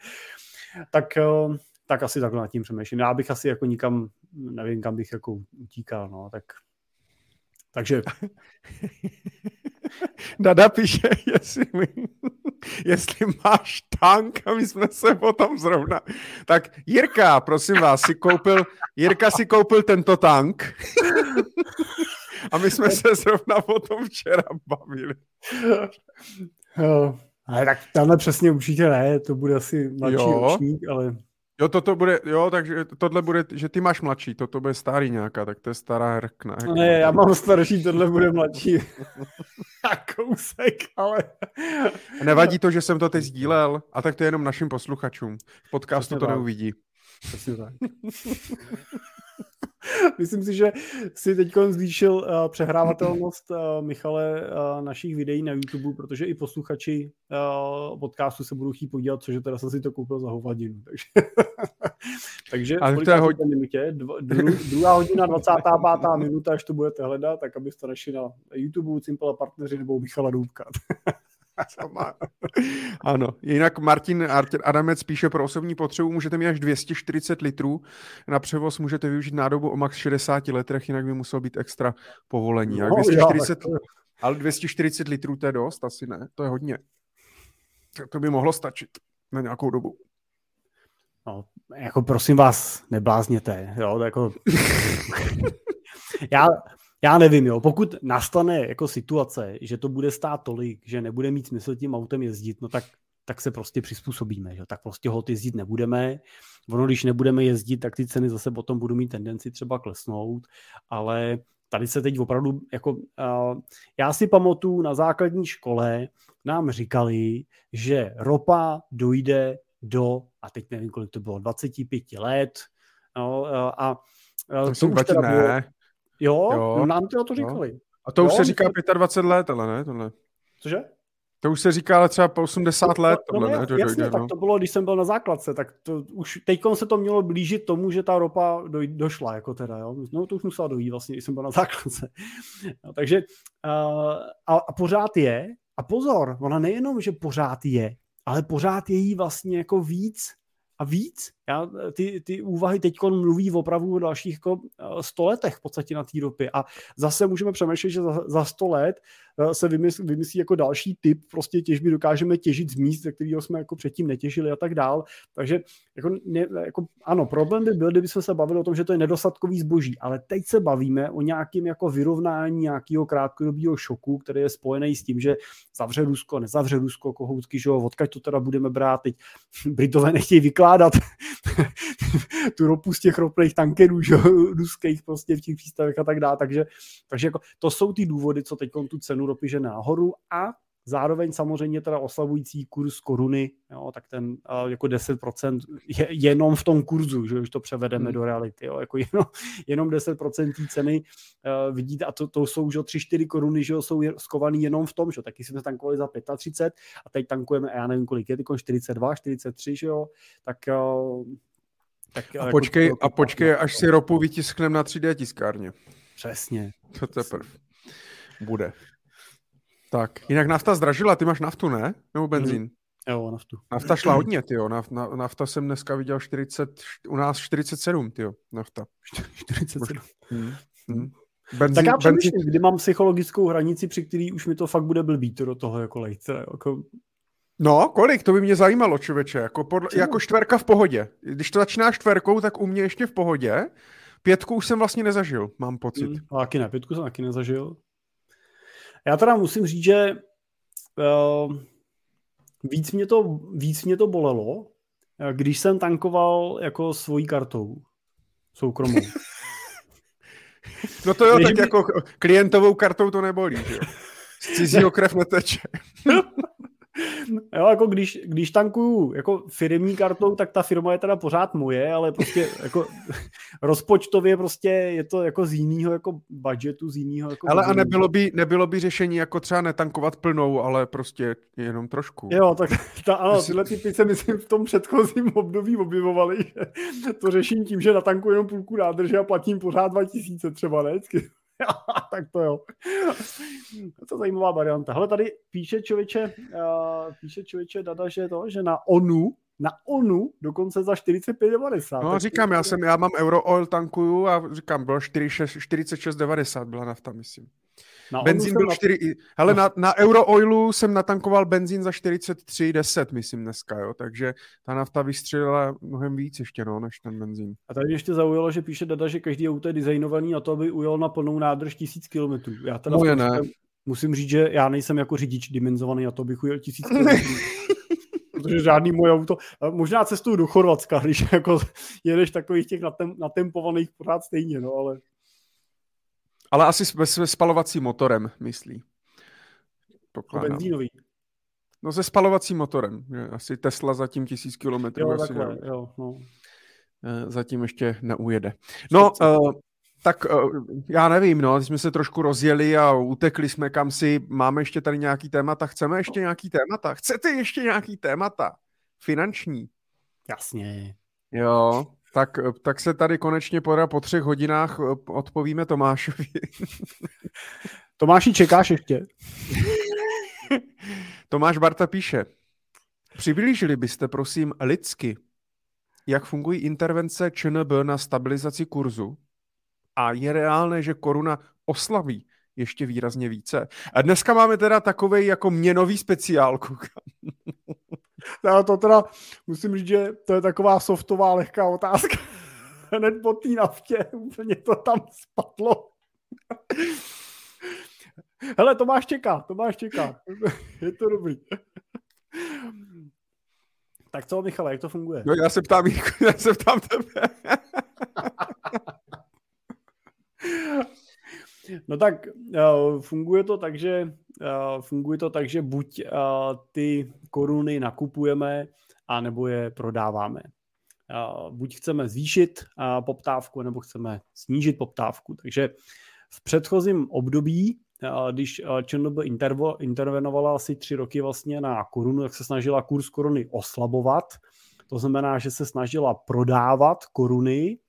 Tak asi takhle nad tím přemýšlím. Já bych asi jako nikam, nevím, kam bych jako utíkal, no, takže... Dada píše, jestli máš tank, a my jsme se potom zrovna... Tak Jirka, prosím vás, Jirka si koupil tento tank a my jsme se zrovna potom včera bavili. Ale tak tamhle přesně určitě ne, to bude asi mladší ročník, ale... Jo, toto bude, jo, takže tohle bude, že ty máš mladší, toto bude starý nějaká, tak to je stará herkna. Ne, já mám starší, tohle bude mladší. Kousek, ale... Nevadí to, že jsem to teď sdílel, a tak to je jenom našim posluchačům. V podcastu to neuvidí. Přesně tak. Myslím si, že si teď zvýšil přehrávatelnost, Michale, našich videí na YouTube, protože i posluchači podcastu se budou chtít podívat, cože teda jsem si to koupil za hovadinu. Takže to je hodně. Minutě, 2 hodina 25. minuta, až to budete hledat, tak abyste našli na YouTube, Simple partneři nebo Michala Doubka. Ano, jinak Martin Adamec píše, pro osobní potřebu můžete mít až 240 litrů, na převoz můžete využít nádobu o max 60 litrech, jinak by muselo být extra povolení. No, 240, ale 240 litrů to je dost, asi ne, to je hodně. To by mohlo stačit na nějakou dobu. No, jako prosím vás, neblázněte, jo, jako... Já nevím, jo, pokud nastane jako situace, že to bude stát tolik, že nebude mít smysl tím autem jezdit, no tak se prostě přizpůsobíme, jo, tak prostě hod jezdit nebudeme. Ono, když nebudeme jezdit, tak ty ceny zase potom budou mít tendenci třeba klesnout, ale tady se teď opravdu, jako já si pamatuju, na základní škole nám říkali, že ropa dojde a teď nevím, kolik to bylo, 25 let, no, a to už teda bylo... Jo, no nám to říkali. Jo. A to už se říká 25 let, ale ne tohle. Cože? To už se říká ale třeba po 80 let. Tohle, ne, jasně, tak to bylo, když jsem byl na základce, tak to už teďkon se to mělo blížit tomu, že ta ropa došla, jako teda, jo. No to už musela dojít vlastně, když jsem byl na základce. No, takže a pořád je, a pozor, ona nejenom, že pořád je, ale pořád je jí vlastně jako víc a víc. Ty úvahy teďkon mluví opravdu o dalších jako 100 letech v podstatě na té ropě a zase můžeme přemýšlet, že za 100 let se vymyslí jako další typ prostě těžby, dokážeme těžit z míst, ze kterého jsme jako předtím netěžili a tak dál. Takže jako ano, problém by byl, kdybychom se bavili o tom, že to je nedostatkový zboží, ale teď se bavíme o nějakém jako vyrovnání nějakého krátkodobého šoku, který je spojený s tím, že zavře Rusko, nezavře Rusko, kohoutsky, že jo, odkud to teda budeme brát, teď Britové nechtějí vykládat tu ropu z těch ropných tankerů, že, ruských prostě v těch přístavech a tak dále. Takže jako, to jsou ty důvody, co teď tu cenu ropy žene nahoru a zároveň samozřejmě teda oslavující kurz koruny, jo, tak ten jako 10% je jenom v tom kurzu, že už to převedeme do reality. Jo, jako jenom 10% té ceny vidíte, a to jsou 3-4 koruny, že jsou skovaný jenom v tom, že taky jsme tankovali za 35 a teď tankujeme, já nevím kolik je, 42, 43, že jo, tak počkej, až si ropu vytiskneme na 3D tiskárně. Přesně. To teprve bude. Tak, jinak nafta zdražila, ty máš naftu, ne? Nebo benzín? Jo, naftu. Nafta šla hodně, tyjo. Nafta jsem dneska viděl 40, u nás 47, tyjo, nafta. 47. Benzín, tak já přemýšlím, kdy mám psychologickou hranici, při který už mi to fakt bude blbý, to do toho jako lejce. Jako... No, kolik? To by mě zajímalo, člověče. Jako čtverka v pohodě. Když to začíná čtverkou, tak u mě ještě v pohodě. 5 už jsem vlastně nezažil, mám pocit. Taky ne, 5 jsem taky nezažil. Já teda musím říct, že víc mě to bolelo, když jsem tankoval jako svojí kartou soukromou. No to jo, tak jako klientovou kartou to nebolí, jo. Z cizího krev neteče. Jo, jako když tankuju jako firemní kartou, tak ta firma je teda pořád moje, ale prostě jako rozpočtově prostě je to jako z jiného jako budgetu, z jiného jako... Ale a nebylo by řešení jako třeba netankovat plnou, ale prostě jenom trošku. Jo, tak ano, tyhle typy se myslím v tom předchozím období objevovaly, že to řeším tím, že natankuju jenom půlku nádrže a platím pořád 2000 třeba, ne? Tak to jo. To je zajímavá varianta. Hele, tady píše člověče Dada, že na ONU dokonce za 45,90. No říkám, já mám Eurooil tankuju a říkám, bylo 46,90 byla nafta, myslím. Benzín byl 4... Hele, na Eurooilu jsem natankoval benzín za 43,10, myslím dneska, jo, takže ta nafta vystřelila mnohem víc ještě, no, než ten benzín. A tady ještě zaujalo, že píše Dada, že každý auto je designovaný na to, aby ujel na plnou nádrž 1000 km. Já teda musím říct, že já nejsem jako řidič dimenzovaný na to, abych ujel 1000 km. Protože žádný moje auto, možná cestuju do Chorvatska, když jako jedeš takových těch natempovaných pořád stejně, no, ale... Ale asi se spalovacím motorem, myslí. Benzínový. No se spalovacím motorem. Asi Tesla zatím 1000 km. Jo, takhle, jo, no. Zatím ještě neujede. No, tak já nevím, no, jsme se trošku rozjeli a utekli jsme kam si. Máme ještě tady nějaký témata? Chceme ještě nějaký témata? Chcete ještě nějaký témata? Finanční? Jasně. Jo. Tak se tady konečně po 3 hodinách odpovíme Tomášovi. Tomáši, čekáš ještě? Tomáš Barta píše, přiblížili byste, prosím, lidsky, jak fungují intervence ČNB na stabilizaci kurzu a je reálné, že koruna oslaví ještě výrazně více. A dneska máme teda takovej jako měnový speciál. Já to teda musím říct, že to je taková softová lehká otázka. Hned po té naftě úplně to tam spadlo. Hele, Tomáš čeká. Je to dobrý. Tak co, Michale, jak to funguje? No, já se ptám tebe. No tak funguje to tak, že buď ty koruny nakupujeme, anebo je prodáváme. Buď chceme zvýšit poptávku, nebo chceme snížit poptávku. Takže v předchozím období, když ČNB intervenovala asi 3 roky vlastně na korunu, tak se snažila kurz koruny oslabovat. To znamená, že se snažila prodávat koruny,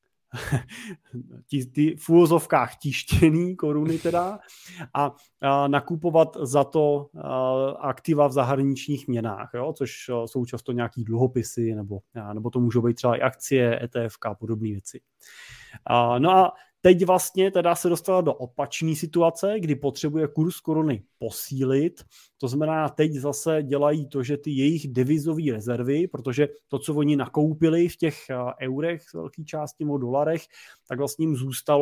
ty v úvozovkách tištěný koruny teda, a nakupovat za to aktiva v zahraničních měnách, jo? Což jsou často nějaký dluhopisy, nebo to můžou být třeba i akcie, ETF a podobné věci. No a teď vlastně teda se dostala do opačné situace, kdy potřebuje kurz koruny posílit. To znamená, teď zase dělají to, že ty jejich devizové rezervy, protože to, co oni nakoupili v těch eurech, velké části nebo dolarech, tak vlastně jim zůstalo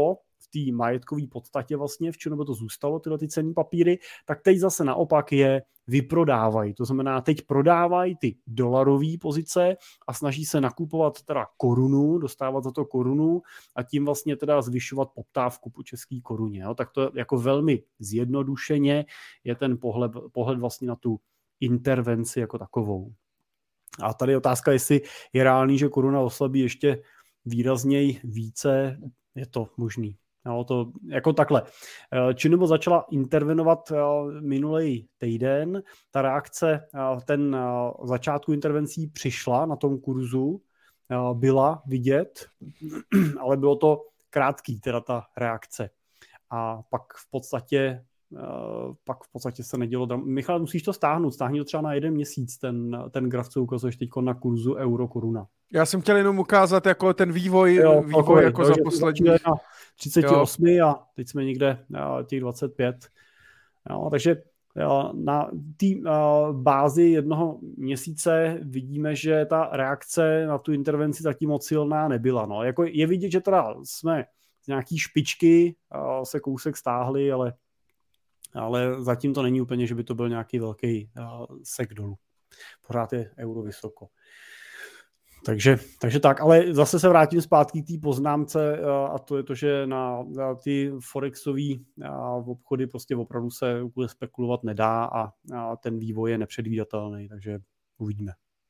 v té majetkové podstatě vlastně, v čem nebo to zůstalo, tyhle ty cenné papíry, tak teď zase naopak je vyprodávají. To znamená, teď prodávají ty dolarové pozice a snaží se nakupovat teda korunu, dostávat za to korunu a tím vlastně teda zvyšovat poptávku po české koruně. Jo? Tak to jako velmi zjednodušeně je ten pohled vlastně na tu intervenci jako takovou. A tady je otázka, jestli je reálný, že koruna oslabí ještě výrazněji více, je to možný. No, to jako takhle. ČNB začala intervenovat minulý týden. Ta reakce, ten začátku intervencí přišla na tom kurzu, byla vidět, ale bylo to krátký, teda ta reakce. A pak v podstatě se nedělo. Michal, musíš to stáhnout. Stáhni to třeba na 1 měsíc, ten graf, co ukazuješ teď na kurzu euro-koruna. Já jsem chtěl jenom ukázat jako ten vývoj jako za poslední. Na 38 a teď jsme někde těch 25. Jo, takže na té bázi 1 měsíce vidíme, že ta reakce na tu intervenci zatím moc silná nebyla. No. Jako je vidět, že teda jsme z nějaký špičky se kousek stáhli, ale zatím to není úplně, že by to byl nějaký velký sek dolů. Pořád je euro vysoko. Takže tak, ale zase se vrátím zpátky k té poznámce a to je to, že na ty forexové obchody prostě opravdu se spekulovat nedá a ten vývoj je nepředvídatelný, takže uvidíme.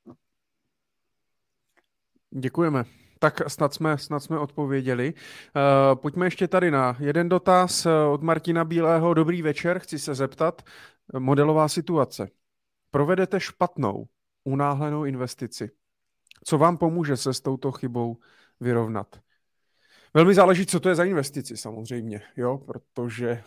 Děkujeme. Tak snad jsme odpověděli. Pojďme ještě tady na jeden dotaz od Martina Bílého. Dobrý večer, chci se zeptat. Modelová situace. Provedete špatnou, unáhlenou investici. Co vám pomůže se s touto chybou vyrovnat? Velmi záleží, co to je za investici samozřejmě, jo, protože...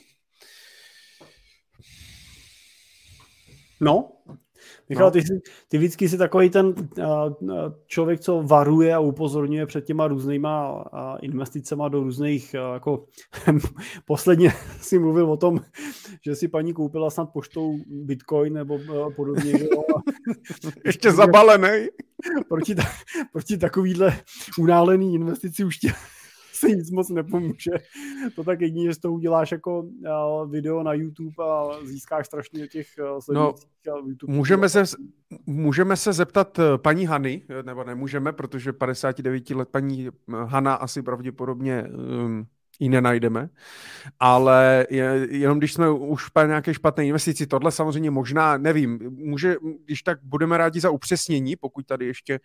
No, Michal, ty vždycky jsi takový ten člověk, co varuje a upozorňuje před těma různýma investicema do různých, jako posledně si mluvil o tom, že si paní koupila snad poštou Bitcoin nebo podobně. Ještě zabalený. Proti takovýhle unálený investici už se nic moc nepomůže. To tak jedině, že z toho uděláš jako video na YouTube a získáš strašně těch sledujících YouTube. Můžeme se zeptat paní Hany, nebo nemůžeme, protože 59 let paní Hana asi pravděpodobně ji nenajdeme, ale jenom když jsme už v nějaké špatné investici, tohle samozřejmě možná, nevím, když tak budeme rádi za upřesnění, pokud tady ještě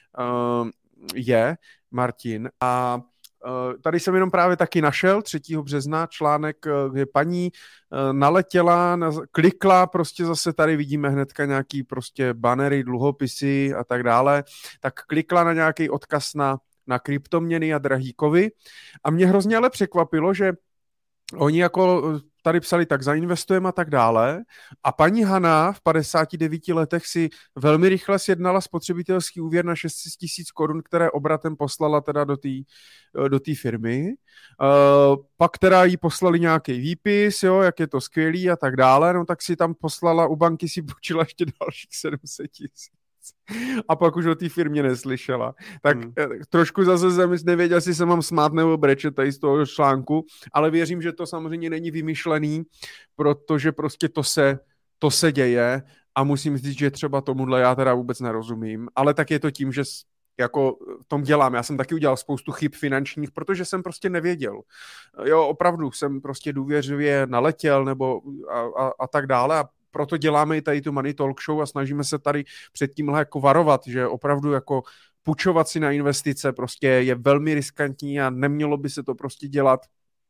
je Martin. A tady jsem jenom právě taky našel 3. března článek, kde paní naletěla, klikla, prostě zase tady vidíme hnedka nějaký prostě banery, dluhopisy a tak dále, tak klikla na nějaký odkaz na kryptoměny a drahý kovy a mě hrozně ale překvapilo, že oni jako tady psali, tak zainvestujeme a tak dále. A paní Hana v 59 letech si velmi rychle sjednala spotřebitelský úvěr na 600 000 korun, které obratem poslala teda do té firmy. Pak teda jí poslali nějaký výpis, jo, jak je to skvělý a tak dále. No tak si tam poslala, u banky si půjčila ještě dalších 700 000. A pak už o té firmě neslyšela. Tak trošku zase jsem nevěděl, jestli se mám smát nebo brečet tady z toho článku, ale věřím, že to samozřejmě není vymyšlený, protože prostě to se děje a musím říct, že třeba tomuhle já teda vůbec nerozumím, ale tak je to tím, že jako v tom dělám. Já jsem taky udělal spoustu chyb finančních, protože jsem prostě nevěděl. Jo, opravdu jsem prostě důvěřivě naletěl nebo a tak dále a proto děláme i tady tu Money Talk Show a snažíme se tady před tímhle jako varovat, že opravdu jako půjčovat si na investice prostě je velmi riskantní a nemělo by se to prostě dělat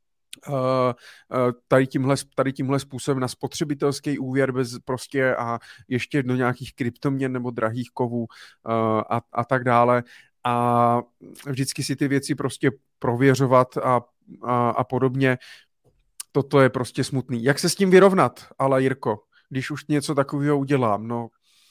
tady tímhle způsobem na spotřebitelský úvěr bez prostě a ještě do nějakých kryptoměn nebo drahých kovů a tak dále. A vždycky si ty věci prostě prověřovat a podobně. Toto je prostě smutný. Jak se s tím vyrovnat, ale Jirko? Když už něco takového udělám, no.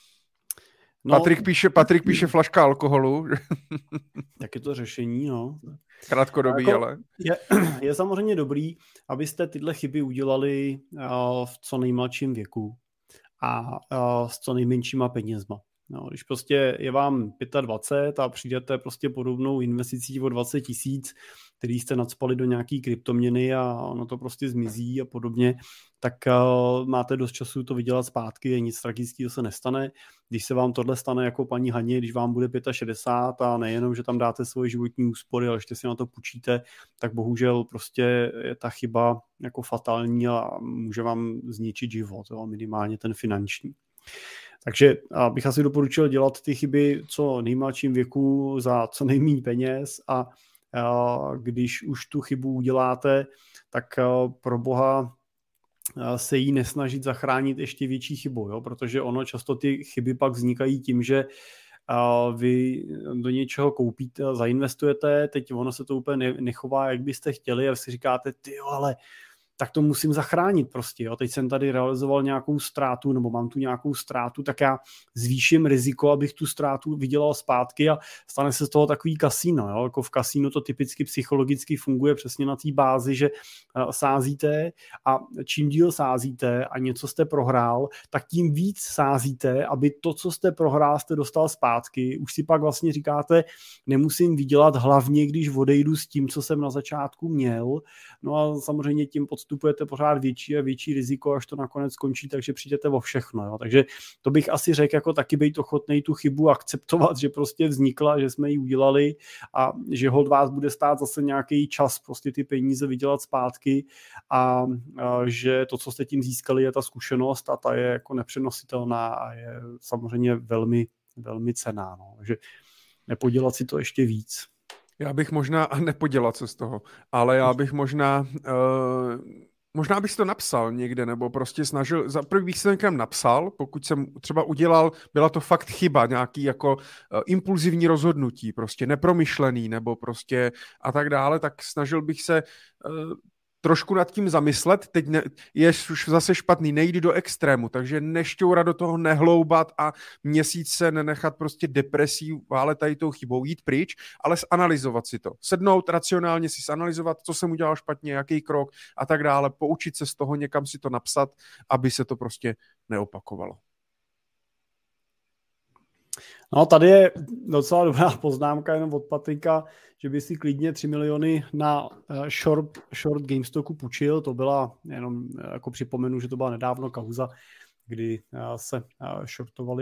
Patrik píše flaška alkoholu. Tak je to řešení, no. Krátkodobý, jako ale. Je samozřejmě dobrý, abyste tyhle chyby udělali v co nejmladším věku a s co nejmenšíma penězma. No, když prostě je vám 25 a přijdete prostě podobnou investicí o 20 000, který jste nacpali do nějaký kryptoměny a ono to prostě zmizí a podobně, tak máte dost času to vydělat zpátky, nic tragického se nestane. Když se vám tohle stane jako paní Haně, když vám bude 65 a nejenom, že tam dáte svoje životní úspory, ale ještě si na to půjčíte, tak bohužel prostě je ta chyba jako fatální a může vám zničit život, jo, minimálně ten finanční. Takže bych asi doporučil dělat ty chyby co nejmladším věku za co nejméně peněz a když už tu chybu uděláte, tak pro boha se jí nesnažit zachránit ještě větší chybu, jo? Protože ono často ty chyby pak vznikají tím, že vy do něčeho koupíte, zainvestujete, teď ono se to úplně nechová, jak byste chtěli a si říkáte, tyjo, ale tak to musím zachránit prostě. Jo. Teď jsem tady realizoval nějakou ztrátu, nebo mám tu nějakou ztrátu, tak já zvýším riziko, abych tu ztrátu vydělal zpátky a stane se z toho takový kasíno. Jo. Jako v kasínu to typicky psychologicky funguje přesně na té bázi, že sázíte a čím díl sázíte a něco jste prohrál, tak tím víc sázíte, aby to, co jste prohrál, jste dostal zpátky. Už si pak vlastně říkáte, nemusím vydělat hlavně, když odejdu s tím, co jsem na začátku měl. No a samozřejmě tím podstupujete pořád větší a větší riziko, až to nakonec skončí, takže přijdete o všechno. Jo. Takže to bych asi řekl, jako taky být ochotnej tu chybu akceptovat, že prostě vznikla, že jsme ji udělali a že hod vás bude stát zase nějaký čas prostě ty peníze vydělat zpátky a že to, co jste tím získali, je ta zkušenost a ta je jako nepřenositelná a je samozřejmě velmi, velmi cenná. No. Takže nepodělat si to ještě víc. Já bych možná, a nepodělat se z toho, ale já bych možná bych to napsal někde, nebo prostě snažil, za první bych se někam napsal, pokud jsem třeba udělal, byla to fakt chyba, nějaký jako impulzivní rozhodnutí, prostě nepromyšlený, nebo prostě a tak dále, tak snažil bych se trošku nad tím zamyslet, teď je už zase špatný, nejdi do extrému, takže nešťourat do toho, nehloubat a měsíc se nenechat prostě depresí, válet tady tou chybou, jít pryč, ale zanalyzovat si to. Sednout, racionálně si zanalyzovat, co jsem udělal špatně, jaký krok a tak dále, poučit se z toho, někam si to napsat, aby se to prostě neopakovalo. No tady je docela dobrá poznámka jenom od Patrika, že by si klidně 3 miliony na short GameStoku půjčil. To byla, jenom jako připomenu, že to byla nedávno kauza, kdy se shortovaly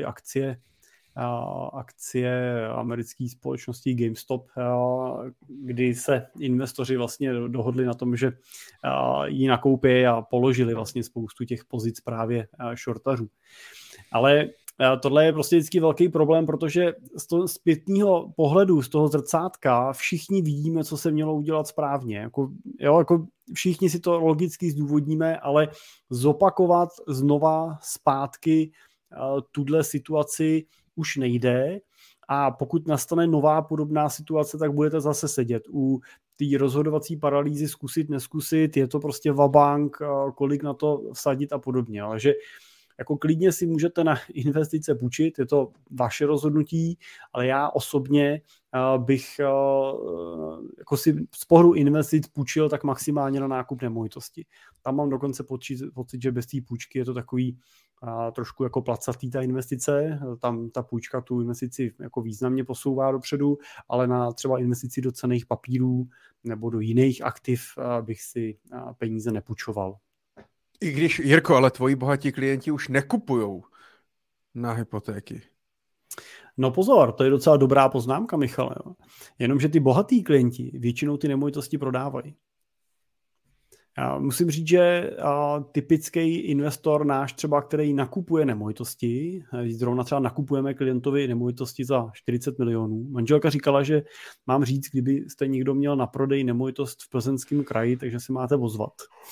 akcie americké společnosti GameStop, kdy se investoři vlastně dohodli na tom, že ji nakoupí a položili vlastně spoustu těch pozic právě shortařů. Ale tohle je prostě vždycky velký problém, protože z toho zpětného pohledu, z toho zrcátka všichni vidíme, co se mělo udělat správně. Jako všichni si to logicky zdůvodníme, ale zopakovat znova zpátky tuhle situaci už nejde a pokud nastane nová podobná situace, tak budete zase sedět u té rozhodovací paralýzy, zkusit, neskusit, je to prostě vabank, kolik na to vsadit a podobně. Ale že jako klidně si můžete na investice půjčit, je to vaše rozhodnutí, ale já osobně bych jako si z pohledu investic půjčil tak maximálně na nákup nemovitosti. Tam mám dokonce pocit, že bez té půjčky je to takový trošku jako placatý ta investice, tam ta půjčka tu investici jako významně posouvá dopředu, ale na třeba investici do cenných papírů nebo do jiných aktiv bych si peníze nepůjčoval. I když, Jirko, ale tvoji bohatí klienti už nekupujou na hypotéky. No pozor, to je docela dobrá poznámka, Michale. Jenomže ty bohatý klienti většinou ty nemovitosti prodávají. Já musím říct, že typický investor náš třeba, který nakupuje nemovitosti, zrovna třeba nakupujeme klientovi nemovitosti za 40 milionů. Manželka říkala, že mám říct, kdybyste někdo měl na prodej nemovitost v Plzeňském kraji, takže se máte ozvat.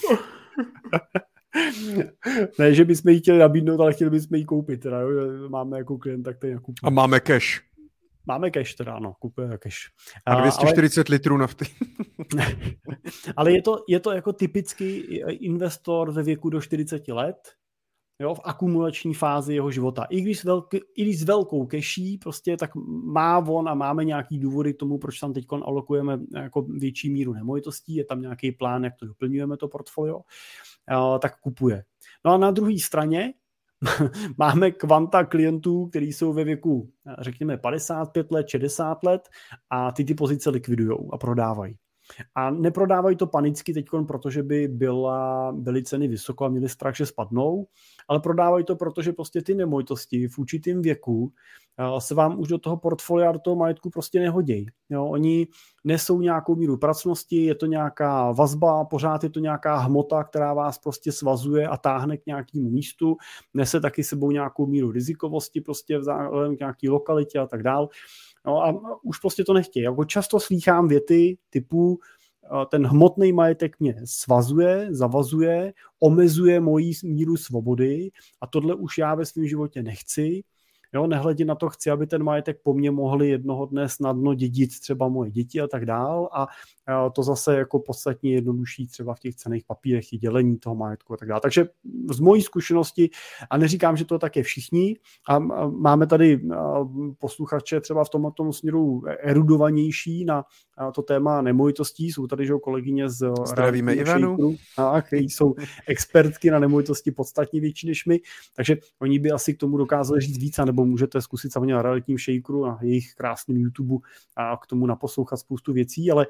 Ne, že bychom ji chtěli nabídnout, ale chtěli bychom ji koupit. Teda, jo? Máme jako klienta, který nakupuje. A máme cash. Máme cash teda, ano, kupujeme cash. A 240 litrů nafty. Ale je to jako typický investor ve věku do 40 let, jo, v akumulační fázi jeho života. I když s velkou caší, prostě tak má on a máme nějaký důvody k tomu, proč tam teď alokujeme jako větší míru nemovitostí, je tam nějaký plán, jak to doplňujeme, to portfolio, tak kupuje. No a na druhé straně máme kvanta klientů, kteří jsou ve věku, řekněme, 55 let, 60 let a ty pozice likvidujou a prodávají. A neprodávají to panicky teď, protože by byly ceny vysoko a měli strach, že spadnou, ale prodávají to, protože prostě ty nemovitosti v určitém věku se vám už do toho portfolia, do toho majetku prostě nehodí. Jo, oni nesou nějakou míru pracnosti, je to nějaká vazba, pořád je to nějaká hmota, která vás prostě svazuje a táhne k nějakému místu, nese taky sebou nějakou míru rizikovosti prostě v nějaké lokalitě a tak dál. No a už prostě to nechtějí. Jako často slýchám věty typu ten hmotný majetek mě svazuje, zavazuje, omezuje moji míru svobody a tohle už já ve svém životě nechci. Jo, nehledě na to, chci, aby ten majetek po mně mohli jednoho dne snadno dědit třeba moje děti a tak dál a to zase jako podstatně jednodušší třeba v těch cenných papírech i dělení toho majetku a tak dále. Takže z mojí zkušenosti, a neříkám, že to tak je všichni, a máme tady posluchače třeba v tomto směru erudovanější na to téma nemovitostí, jsou tady, že kolegyně z Zdravíme Ivanu. Kteří jsou expertky na nemovitosti podstatně větší než my, takže oni by asi k tomu dokázali říct víc, nebo můžete zkusit samozřejmě na Realitním shakeru, na jejich krásném YouTube a k tomu naposlouchat spoustu věcí, ale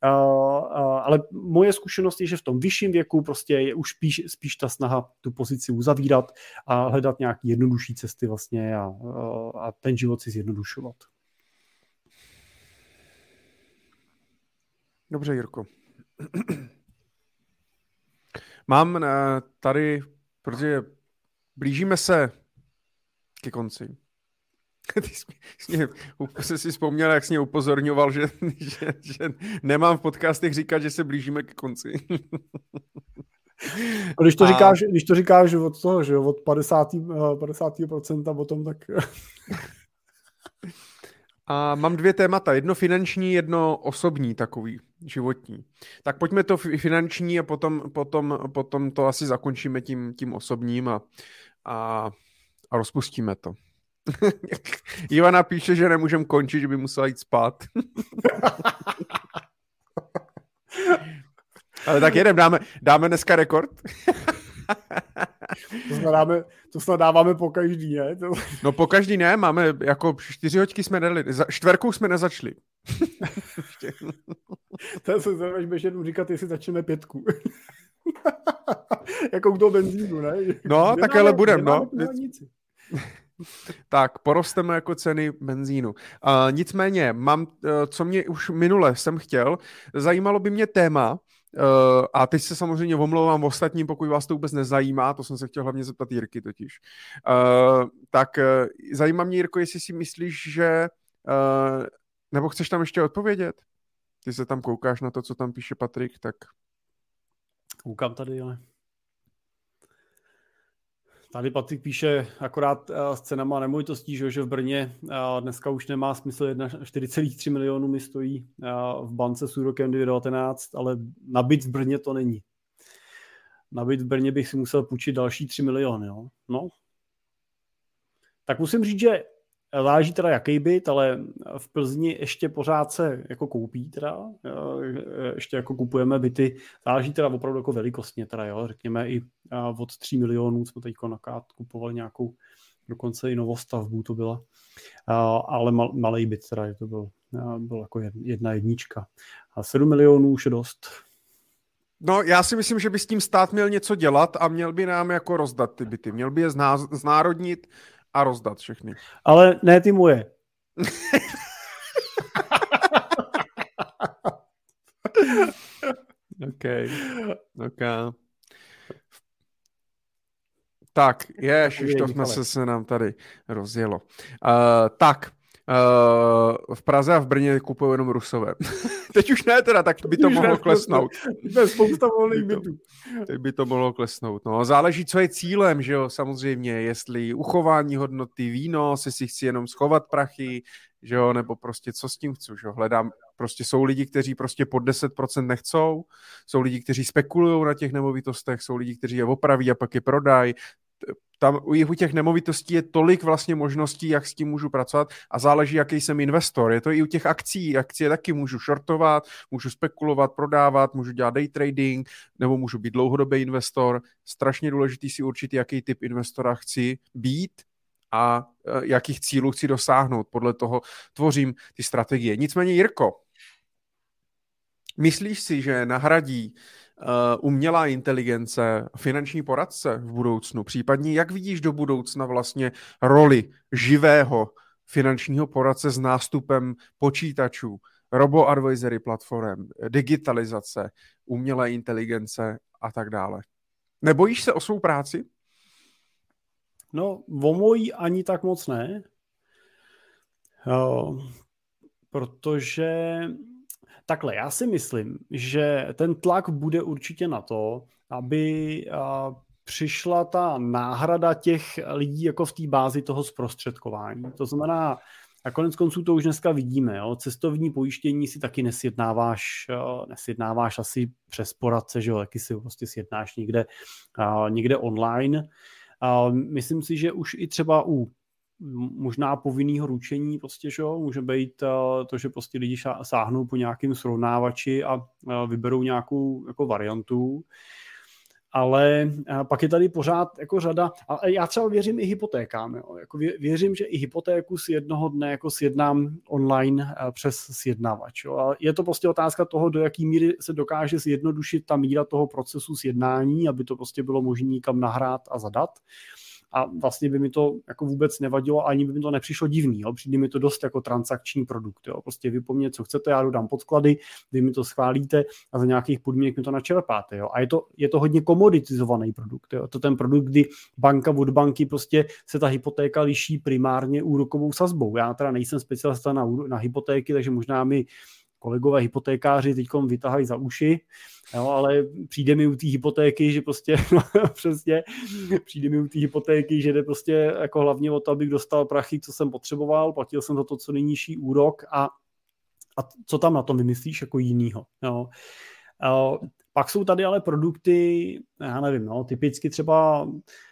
moje zkušenost je, že v tom vyšším věku prostě je už spíš ta snaha tu pozici uzavírat a hledat nějaké jednodušší cesty vlastně a ten život si zjednodušovat. Dobře, Jirko. Mám tady, protože blížíme se ke konci. Ty jsi si vzpomněl, jak jsi mě upozorňoval, že nemám v podcastech říkat, že se blížíme ke konci. Když to říkáš od toho, že od 50% potom, tak... A mám 2 témata, jedno finanční, jedno osobní takový, životní. Tak pojďme to finanční a potom to asi zakončíme tím osobním a rozpustíme to. Ivana píše, že nemůžem končit, že by musela jít spát. Ale tak jedem, dáme dneska rekord. To snad dáváme po každý, ne? No po každý ne, máme jako 4 hoďky jsme nedali, 4 jsme nezačali. To se budeš jednou říkat, jestli začneme 5. Jako u toho benzínu, ne? No, tak ale budem, no. Tak, porosteme jako ceny benzínu. Nicméně, co mě už minule jsem chtěl, zajímalo by mě téma, a teď se samozřejmě omlouvám ostatním, pokud vás to vůbec nezajímá, to jsem se chtěl hlavně zeptat Jirky totiž. Tak zajímá mě, Jirko, jestli si myslíš, že nebo chceš tam ještě odpovědět? Ty se tam koukáš na to, co tam píše Patrik, tak... Koukám tady, ale... Tady Patrik píše akorát s cenama nemovitostí, že v Brně dneska už nemá smysl 4,3 milionů mi stojí v bance s úrokem 2,19, ale nabyt v Brně to není. Nabyt v Brně bych si musel půjčit další 3 miliony. Jo? No. Tak musím říct, že záleží teda jaký byt, ale v Plzni ještě pořád se jako koupí teda, ještě jako kupujeme byty, záleží teda opravdu jako velikostně teda, jo, řekněme i od 3 milionů jsme teď kupovali nějakou, dokonce i novostavbu to byla, ale malej byt teda, to byl jako jedna jednička. A 7 milionů už je dost. No, já si myslím, že by s tím stát měl něco dělat a měl by nám jako rozdat ty byty, měl by je znárodnit a rozdat všechny. Ale ne ty moje. OK. Tak, to jsme se nám tady rozjelo. V Praze a v Brně kupují jenom Rusové. Teď už ne teda, tak by to mohlo klesnout. Spousta volných bytů. Teď by to mohlo klesnout. No, záleží, co je cílem, že jo, samozřejmě, jestli uchování hodnoty, výnos, jestli chci jenom schovat prachy, že jo, nebo prostě co s tím chci, že jo, hledám, prostě jsou lidi, kteří prostě pod 10% nechcou, jsou lidi, kteří spekulují na těch nemovitostech, jsou lidi, kteří je opraví a pak je prodají. Tam u těch nemovitostí je tolik vlastně možností, jak s tím můžu pracovat a záleží, jaký jsem investor. Je to i u těch akcí. Akcie taky můžu shortovat, můžu spekulovat, prodávat, můžu dělat day trading, nebo můžu být dlouhodobý investor. Strašně důležitý si určit, jaký typ investora chci být a jakých cílů chci dosáhnout. Podle toho tvořím ty strategie. Nicméně, Jirko, myslíš si, že nahradí umělá inteligence finanční poradce v budoucnu? Případně jak vidíš do budoucna vlastně roli živého finančního poradce s nástupem počítačů, robo-advisory platform, digitalizace, umělé inteligence a tak dále? Nebojíš se o svou práci? No, o mojí ani tak moc ne. Protože takhle, já si myslím, že ten tlak bude určitě na to, aby přišla ta náhrada těch lidí jako v té bázi toho zprostředkování. To znamená, a konec konců to už dneska vidíme, jo? Cestovní pojištění si taky nesjednáváš asi přes poradce, že jo? Taky si prostě sjednáš někde online. Myslím si, že už i třeba u možná povinného ručení prostě, že může být to, že prostě lidi sáhnou po nějakým srovnávači a vyberou nějakou jako variantu. Ale pak je tady pořád jako řada, a já třeba věřím i hypotékám. Jo. Jako věřím, že i hypotéku si jednoho dne jako sjednám online přes sjednavač. Jo. A je to prostě otázka toho, do jaký míry se dokáže zjednodušit ta míra toho procesu sjednání, aby to prostě bylo možné někam nahrát a zadat. A vlastně by mi to jako vůbec nevadilo, ani by mi to nepřišlo divný. Jo. Přijde mi to dost jako transakční produkt. Jo. Prostě vy po mně, co chcete, já dodám podklady, vy mi to schválíte a za nějakých podmínek mi to načerpáte. Jo. A je to hodně komoditizovaný produkt. Jo. To ten produkt, kdy banka od banky prostě se ta hypotéka liší primárně úrokovou sazbou. Já teda nejsem specialista na hypotéky, takže možná mi kolegové hypotékáři teďkom vytahají za uši, jo, ale přijde mi u té hypotéky, že prostě, přesně, přijde mi u té hypotéky, že jde prostě jako hlavně o to, abych dostal prachy, co jsem potřeboval, platil jsem za to co nejnižší úrok a co tam na tom vymyslíš jako jinýho. Jo. Pak jsou tady ale produkty, já nevím, no, typicky třeba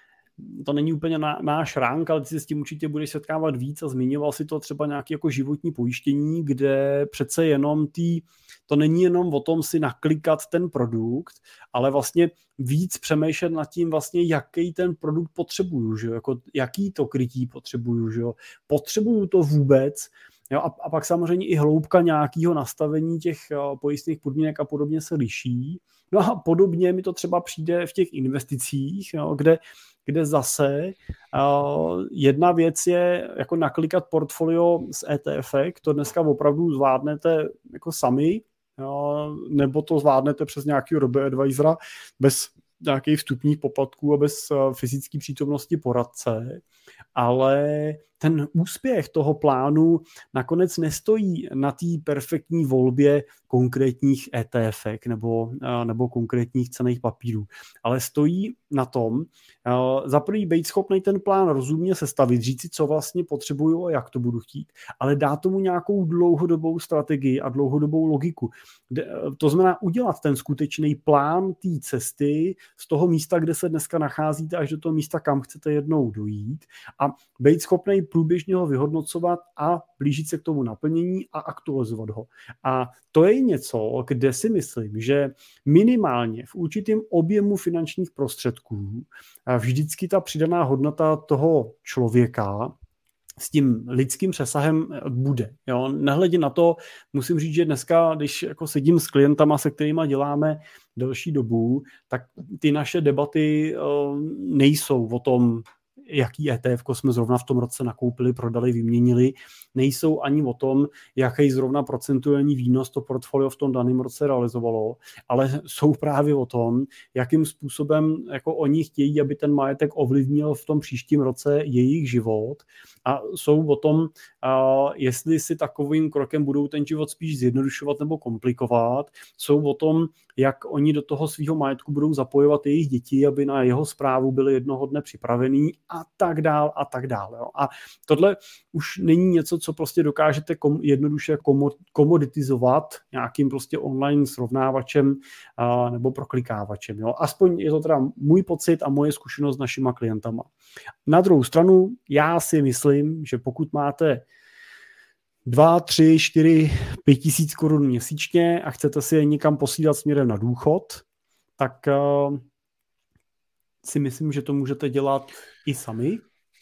to není úplně náš rank, ale ty se s tím určitě budeš setkávat víc a zmiňoval si to třeba nějaké jako životní pojištění, kde přece jenom to není jenom o tom si naklikat ten produkt, ale vlastně víc přemýšlet nad tím vlastně, jaký ten produkt potřebuju, že? Jako, jaký to krytí potřebuju, že? Potřebuju to vůbec. Jo, a pak samozřejmě i hloubka nějakého nastavení těch pojistných podmínek a podobně se liší. No a podobně mi to třeba přijde v těch investicích, jo, kde zase jedna věc je jako naklikat portfolio z ETF, to dneska opravdu zvládnete jako sami, jo, nebo to zvládnete přes nějakého robo-advisora bez nějakých vstupních poplatků a bez fyzické přítomnosti poradce, ale ten úspěch toho plánu nakonec nestojí na té perfektní volbě konkrétních ETF nebo konkrétních cenných papírů, ale stojí na tom za první být schopný ten plán rozumně sestavit, říct si, co vlastně potřebuju a jak to budu chtít, ale dát tomu nějakou dlouhodobou strategii a dlouhodobou logiku. To znamená udělat ten skutečný plán té cesty z toho místa, kde se dneska nacházíte, až do toho místa, kam chcete jednou dojít a být schopný průběžně ho vyhodnocovat a blížit se k tomu naplnění a aktualizovat ho. A to je něco, kde si myslím, že minimálně v určitém objemu finančních prostředků vždycky ta přidaná hodnota toho člověka s tím lidským přesahem bude. Jo? Nehledě na to, musím říct, že dneska, když jako sedím s klientama, se kterými děláme delší dobu, tak ty naše debaty nejsou o tom, jaký ETF jsme zrovna v tom roce nakoupili, prodali, vyměnili, nejsou ani o tom, jaký zrovna procentuální výnos to portfolio v tom daném roce realizovalo, ale jsou právě o tom, jakým způsobem jako oni chtějí, aby ten majetek ovlivnil v tom příštím roce jejich život a jsou o tom, jestli si takovým krokem budou ten život spíš zjednodušovat nebo komplikovat, jsou o tom, jak oni do toho svého majetku budou zapojovat jejich děti, aby na jeho správu byli jednoho dne připravený a tak dál a tak dál. Jo. A tohle už není něco, co prostě dokážete jednoduše komoditizovat nějakým prostě online srovnávačem nebo proklikávačem. Jo. Aspoň je to teda můj pocit a moje zkušenost s našima klientama. Na druhou stranu, já si myslím, že pokud máte 2, 3, 4, 5 tisíc korun měsíčně a chcete si je někam posílat směrem na důchod, tak si myslím, že to můžete dělat i sami,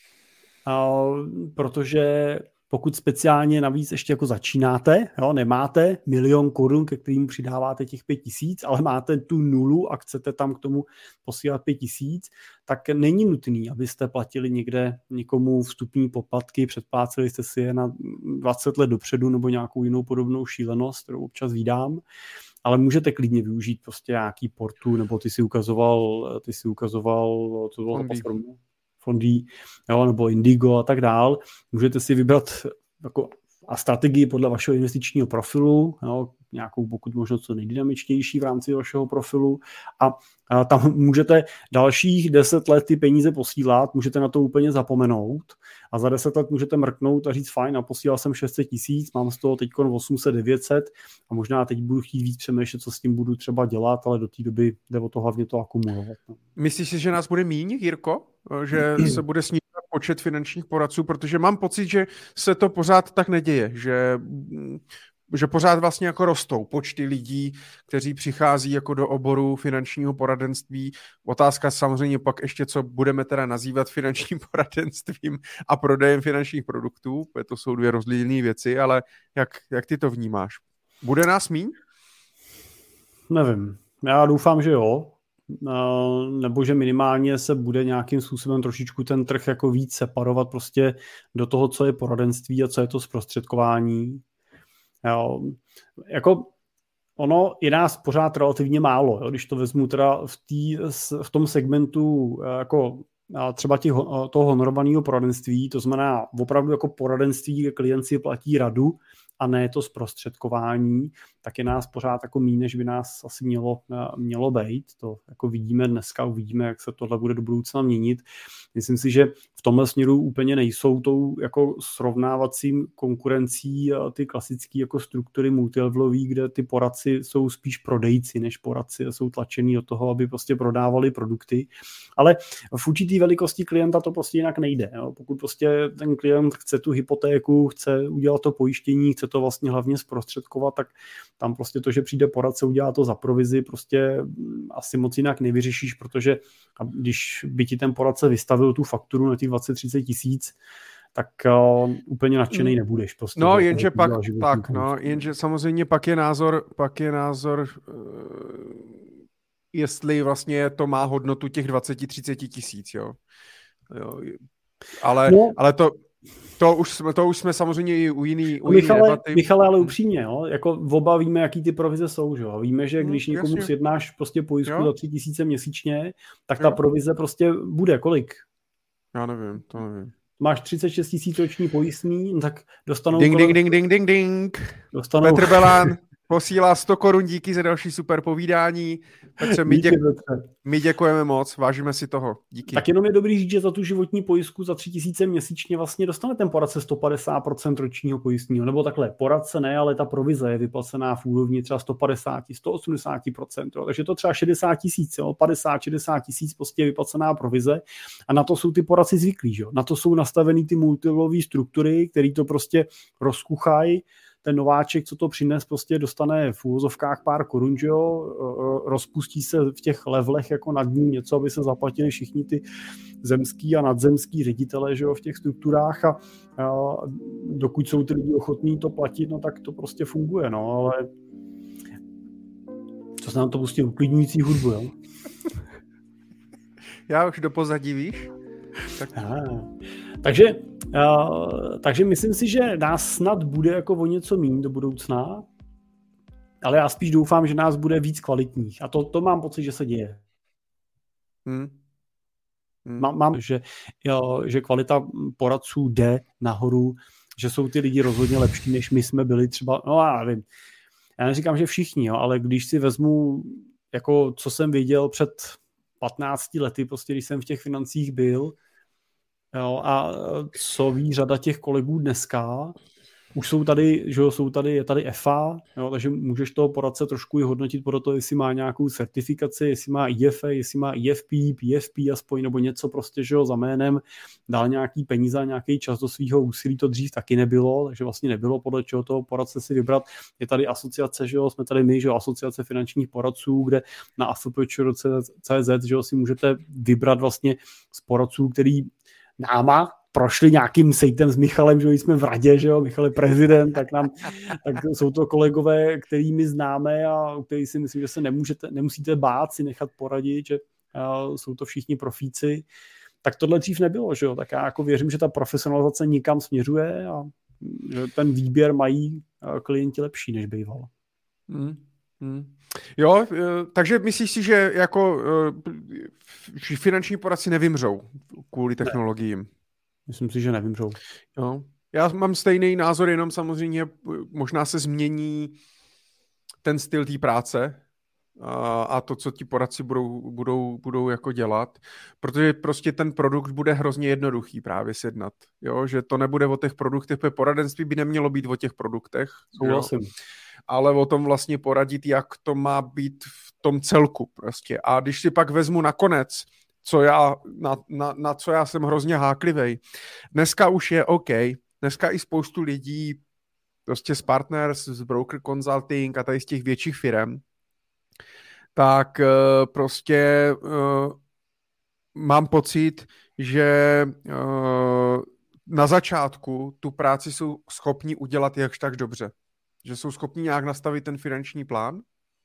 protože pokud speciálně navíc ještě jako začínáte, jo, nemáte 1 000 000 korun, ke kterým přidáváte těch 5 tisíc, ale máte tu nulu a chcete tam k tomu posílat 5 tisíc, tak není nutný, abyste platili někde někomu vstupní poplatky, předpláceli jste si je na 20 let dopředu nebo nějakou jinou podobnou šílenost, kterou občas vídám, ale můžete klidně využít prostě nějaký portu, nebo ty si ukazoval, co bylo platformu? Fondy, jo, nebo Indigo a tak dál. Můžete si vybrat jako, a strategii podle vašeho investičního profilu, jo, nějakou pokud možno co nejdynamičtější v rámci vašeho profilu a tam můžete dalších 10 let ty peníze posílat, můžete na to úplně zapomenout a za 10 let můžete mrknout a říct fajn, a posílal jsem 600 000, mám z toho teď 800, 900 a možná teď budu chtít víc přemýšlet, co s tím budu třeba dělat, ale do té doby jde o to hlavně to akumulovat. Myslíš si, že nás bude míň, Jirko? Že se bude snížit počet finančních poradců, protože mám pocit, že se to pořád tak neděje, že pořád vlastně jako rostou počty lidí, kteří přichází jako do oboru finančního poradenství. Otázka samozřejmě pak ještě, co budeme teda nazývat finančním poradenstvím a prodejem finančních produktů, to jsou 2 rozdílné věci, ale jak ty to vnímáš? Bude nás míň? Nevím. Já doufám, že jo. Nebo že minimálně se bude nějakým způsobem trošičku ten trh jako víc separovat prostě do toho, co je poradenství a co je to zprostředkování. Jo. Jako ono je nás pořád relativně málo, jo, když to vezmu teda v tom segmentu jako třeba toho honorovaného poradenství, to znamená opravdu jako poradenství, kde klient si platí radu a ne to zprostředkování, tak je nás pořád jako méně, než by nás asi mělo být. To jako vidíme dneska, uvidíme, jak se tohle bude do budoucna měnit. Myslím si, že v tomhle směru úplně nejsou tou jako srovnávacím konkurencí ty klasické jako struktury multilevelový, kde ty poradci jsou spíš prodejci než poradci a jsou tlačený do toho, aby prostě prodávali produkty. Ale v určitý velikosti klienta to prostě jinak nejde. Jo? Pokud prostě ten klient chce tu hypotéku, chce udělat to pojištění, chce to vlastně hlavně zprostředkovat, tak tam prostě to, že přijde poradce, udělá to za provizi, prostě asi moc jinak nevyřešíš, protože když by ti ten poradce vystavil tu fakturu na těch 20-30 tisíc, tak úplně nadšený nebudeš. Prostě no, jenže jenže samozřejmě pak je názor, jestli vlastně to má hodnotu těch 20-30 tisíc, jo. Ale to už jsme samozřejmě i u jiný debaty. Michale, ale upřímně, jo? Jako oba víme, jaký ty provize jsou, že jo? Víme, že když někomu sjednáš prostě pojistku za 3 000 měsíčně, tak ta provize prostě bude kolik? Já nevím, to nevím. Máš 36 000 roční pojistný, tak dostanou... Ding. Petr Belán posílá 100 korun, díky za další super povídání. Petře, my děkujeme moc, vážíme si toho. Díky. Tak jenom je dobrý říct, že za tu životní pojistku za 3 000 měsíčně vlastně dostane ten poradce 150% ročního pojistního, nebo takhle, poradce ne, ale ta provize je vyplacená v úrovni třeba 150-180%, jo. Takže to třeba 60 000, 50-60 000 prostě je vyplacená provize a na to jsou ty poradci zvyklí, jo. Na to jsou nastavený ty multilevelové struktury, který to prostě rozkuchají. Ten nováček, co to přines, prostě dostane v úvozovkách pár korun, že jo, rozpustí se v těch levelech jako nad ním něco, aby se zaplatili všichni ty zemský a nadzemský ředitele, že jo, v těch strukturách a dokud jsou ty lidi ochotní to platit, no tak to prostě funguje, no, ale co se nám to pustí uklidňující hudbu, jo? Já už do pozadí, víš? Tak... Takže myslím si, že nás snad bude jako o něco míň do budoucna, ale já spíš doufám, že nás bude víc kvalitních. A to mám pocit, že se děje. Mám, že kvalita poradců jde nahoru, že jsou ty lidi rozhodně lepší, než my jsme byli třeba, no já nevím. já neříkám, že všichni, jo, ale když si vezmu, jako co jsem viděl před 15 lety, prostě když jsem v těch financích byl, jo, a co ví řada těch kolegů dneska, už jsou tady, že jo, je tady EFA, jo, takže můžeš toho poradce trošku i hodnotit podle toho, jestli má nějakou certifikaci, jestli má IFA, jestli má IFP, PFP aspoň, nebo něco prostě, že jo, za jménem, dal nějaký peníze, nějaký čas do svého úsilí, to dřív taky nebylo, takže vlastně nebylo podle čeho toho poradce si vybrat. Je tady asociace, že jo, jsme tady my, že jo, asociace finančních poradců, kde na afp.cz, že jo, si můžete vybrat vlastně z poradců, který náma prošli nějakým sejtem s Michalem, že jsme v radě, že jo, Michal je prezident, tak jsou to kolegové, který my známe a který si myslím, že se nemusíte bát si nechat poradit, že jsou to všichni profíci. Tak tohle dřív nebylo, že jo, tak já jako věřím, že ta profesionalizace nikam směřuje a že ten výběr mají klienti lepší, než býval. Jo, takže myslíš si, že jako finanční poradci nevymřou kvůli technologiím? Myslím si, že nevymřou. Jo. Já mám stejný názor, jenom samozřejmě možná se změní ten styl té práce a to, co ti poradci budou jako dělat, protože prostě ten produkt bude hrozně jednoduchý právě sjednat. Jo? Že to nebude o těch produktech, protože poradenství by nemělo být o těch produktech. Souhlasím. Ale o tom vlastně poradit, jak to má být v tom celku prostě. A když si pak vezmu nakonec, na co já jsem hrozně háklivej. Dneska už je OK. Dneska i spoustu lidí prostě z Partners, z Broker Consulting a tady z těch větších firem, tak prostě mám pocit, že na začátku tu práci jsou schopni udělat jakž tak dobře. Že jsou schopni nějak nastavit ten finanční plán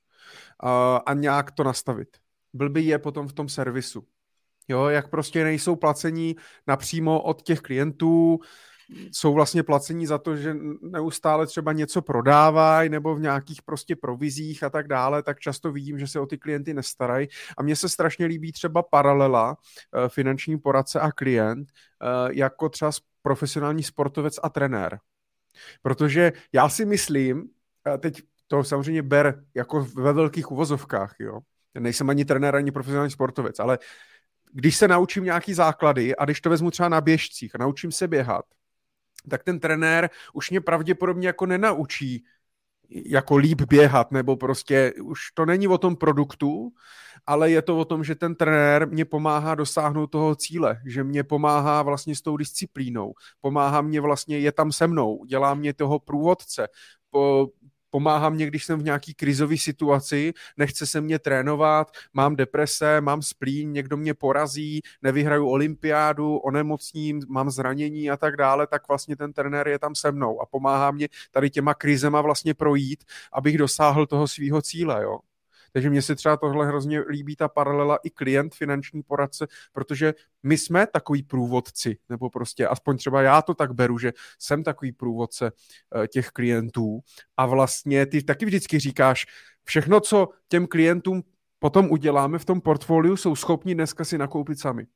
a nějak to nastavit. Blbý je potom v tom servisu. Jo, jak prostě nejsou placení napřímo od těch klientů, jsou vlastně placení za to, že neustále třeba něco prodávají nebo v nějakých prostě provizích a tak dále, tak často vidím, že se o ty klienty nestarají. A mně se strašně líbí třeba paralela finanční poradce a klient jako třeba profesionální sportovec a trenér. Protože já si myslím, teď to samozřejmě ber jako ve velkých uvozovkách, jo. Nejsem ani trenér, ani profesionální sportovec, ale když se naučím nějaký základy a když to vezmu třeba na běžcích a naučím se běhat, tak ten trenér už mě pravděpodobně jako nenaučí jako líp běhat, nebo prostě už to není o tom produktu, ale je to o tom, že ten trenér mě pomáhá dosáhnout toho cíle, že mě pomáhá vlastně s tou disciplínou, pomáhá mě vlastně, je tam se mnou, dělá mě toho průvodce, pomáhá mě, když jsem v nějaký krizové situaci, nechce se mě trénovat, mám deprese, mám splín, někdo mě porazí, nevyhraju olympiádu, onemocním, mám zranění a tak dále, tak vlastně ten trenér je tam se mnou a pomáhá mě tady těma krizema vlastně projít, abych dosáhl toho svýho cíle, jo. Takže mně se třeba tohle hrozně líbí ta paralela i klient, finanční poradce, protože my jsme takový průvodci, nebo prostě aspoň třeba já to tak beru, že jsem takový průvodce těch klientů a vlastně ty taky vždycky říkáš, všechno, co těm klientům potom uděláme v tom portfoliu, jsou schopni dneska si nakoupit sami.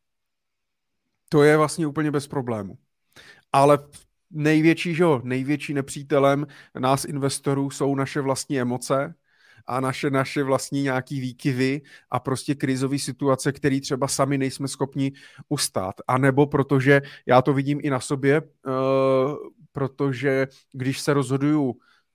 To je vlastně úplně bez problému. Ale největší nepřítelem nás investorů jsou naše vlastní emoce, a naše vlastní nějaký výkyvy a prostě krizové situace, které třeba sami nejsme schopni ustát. A nebo protože já to vidím i na sobě, protože když se rozhoduju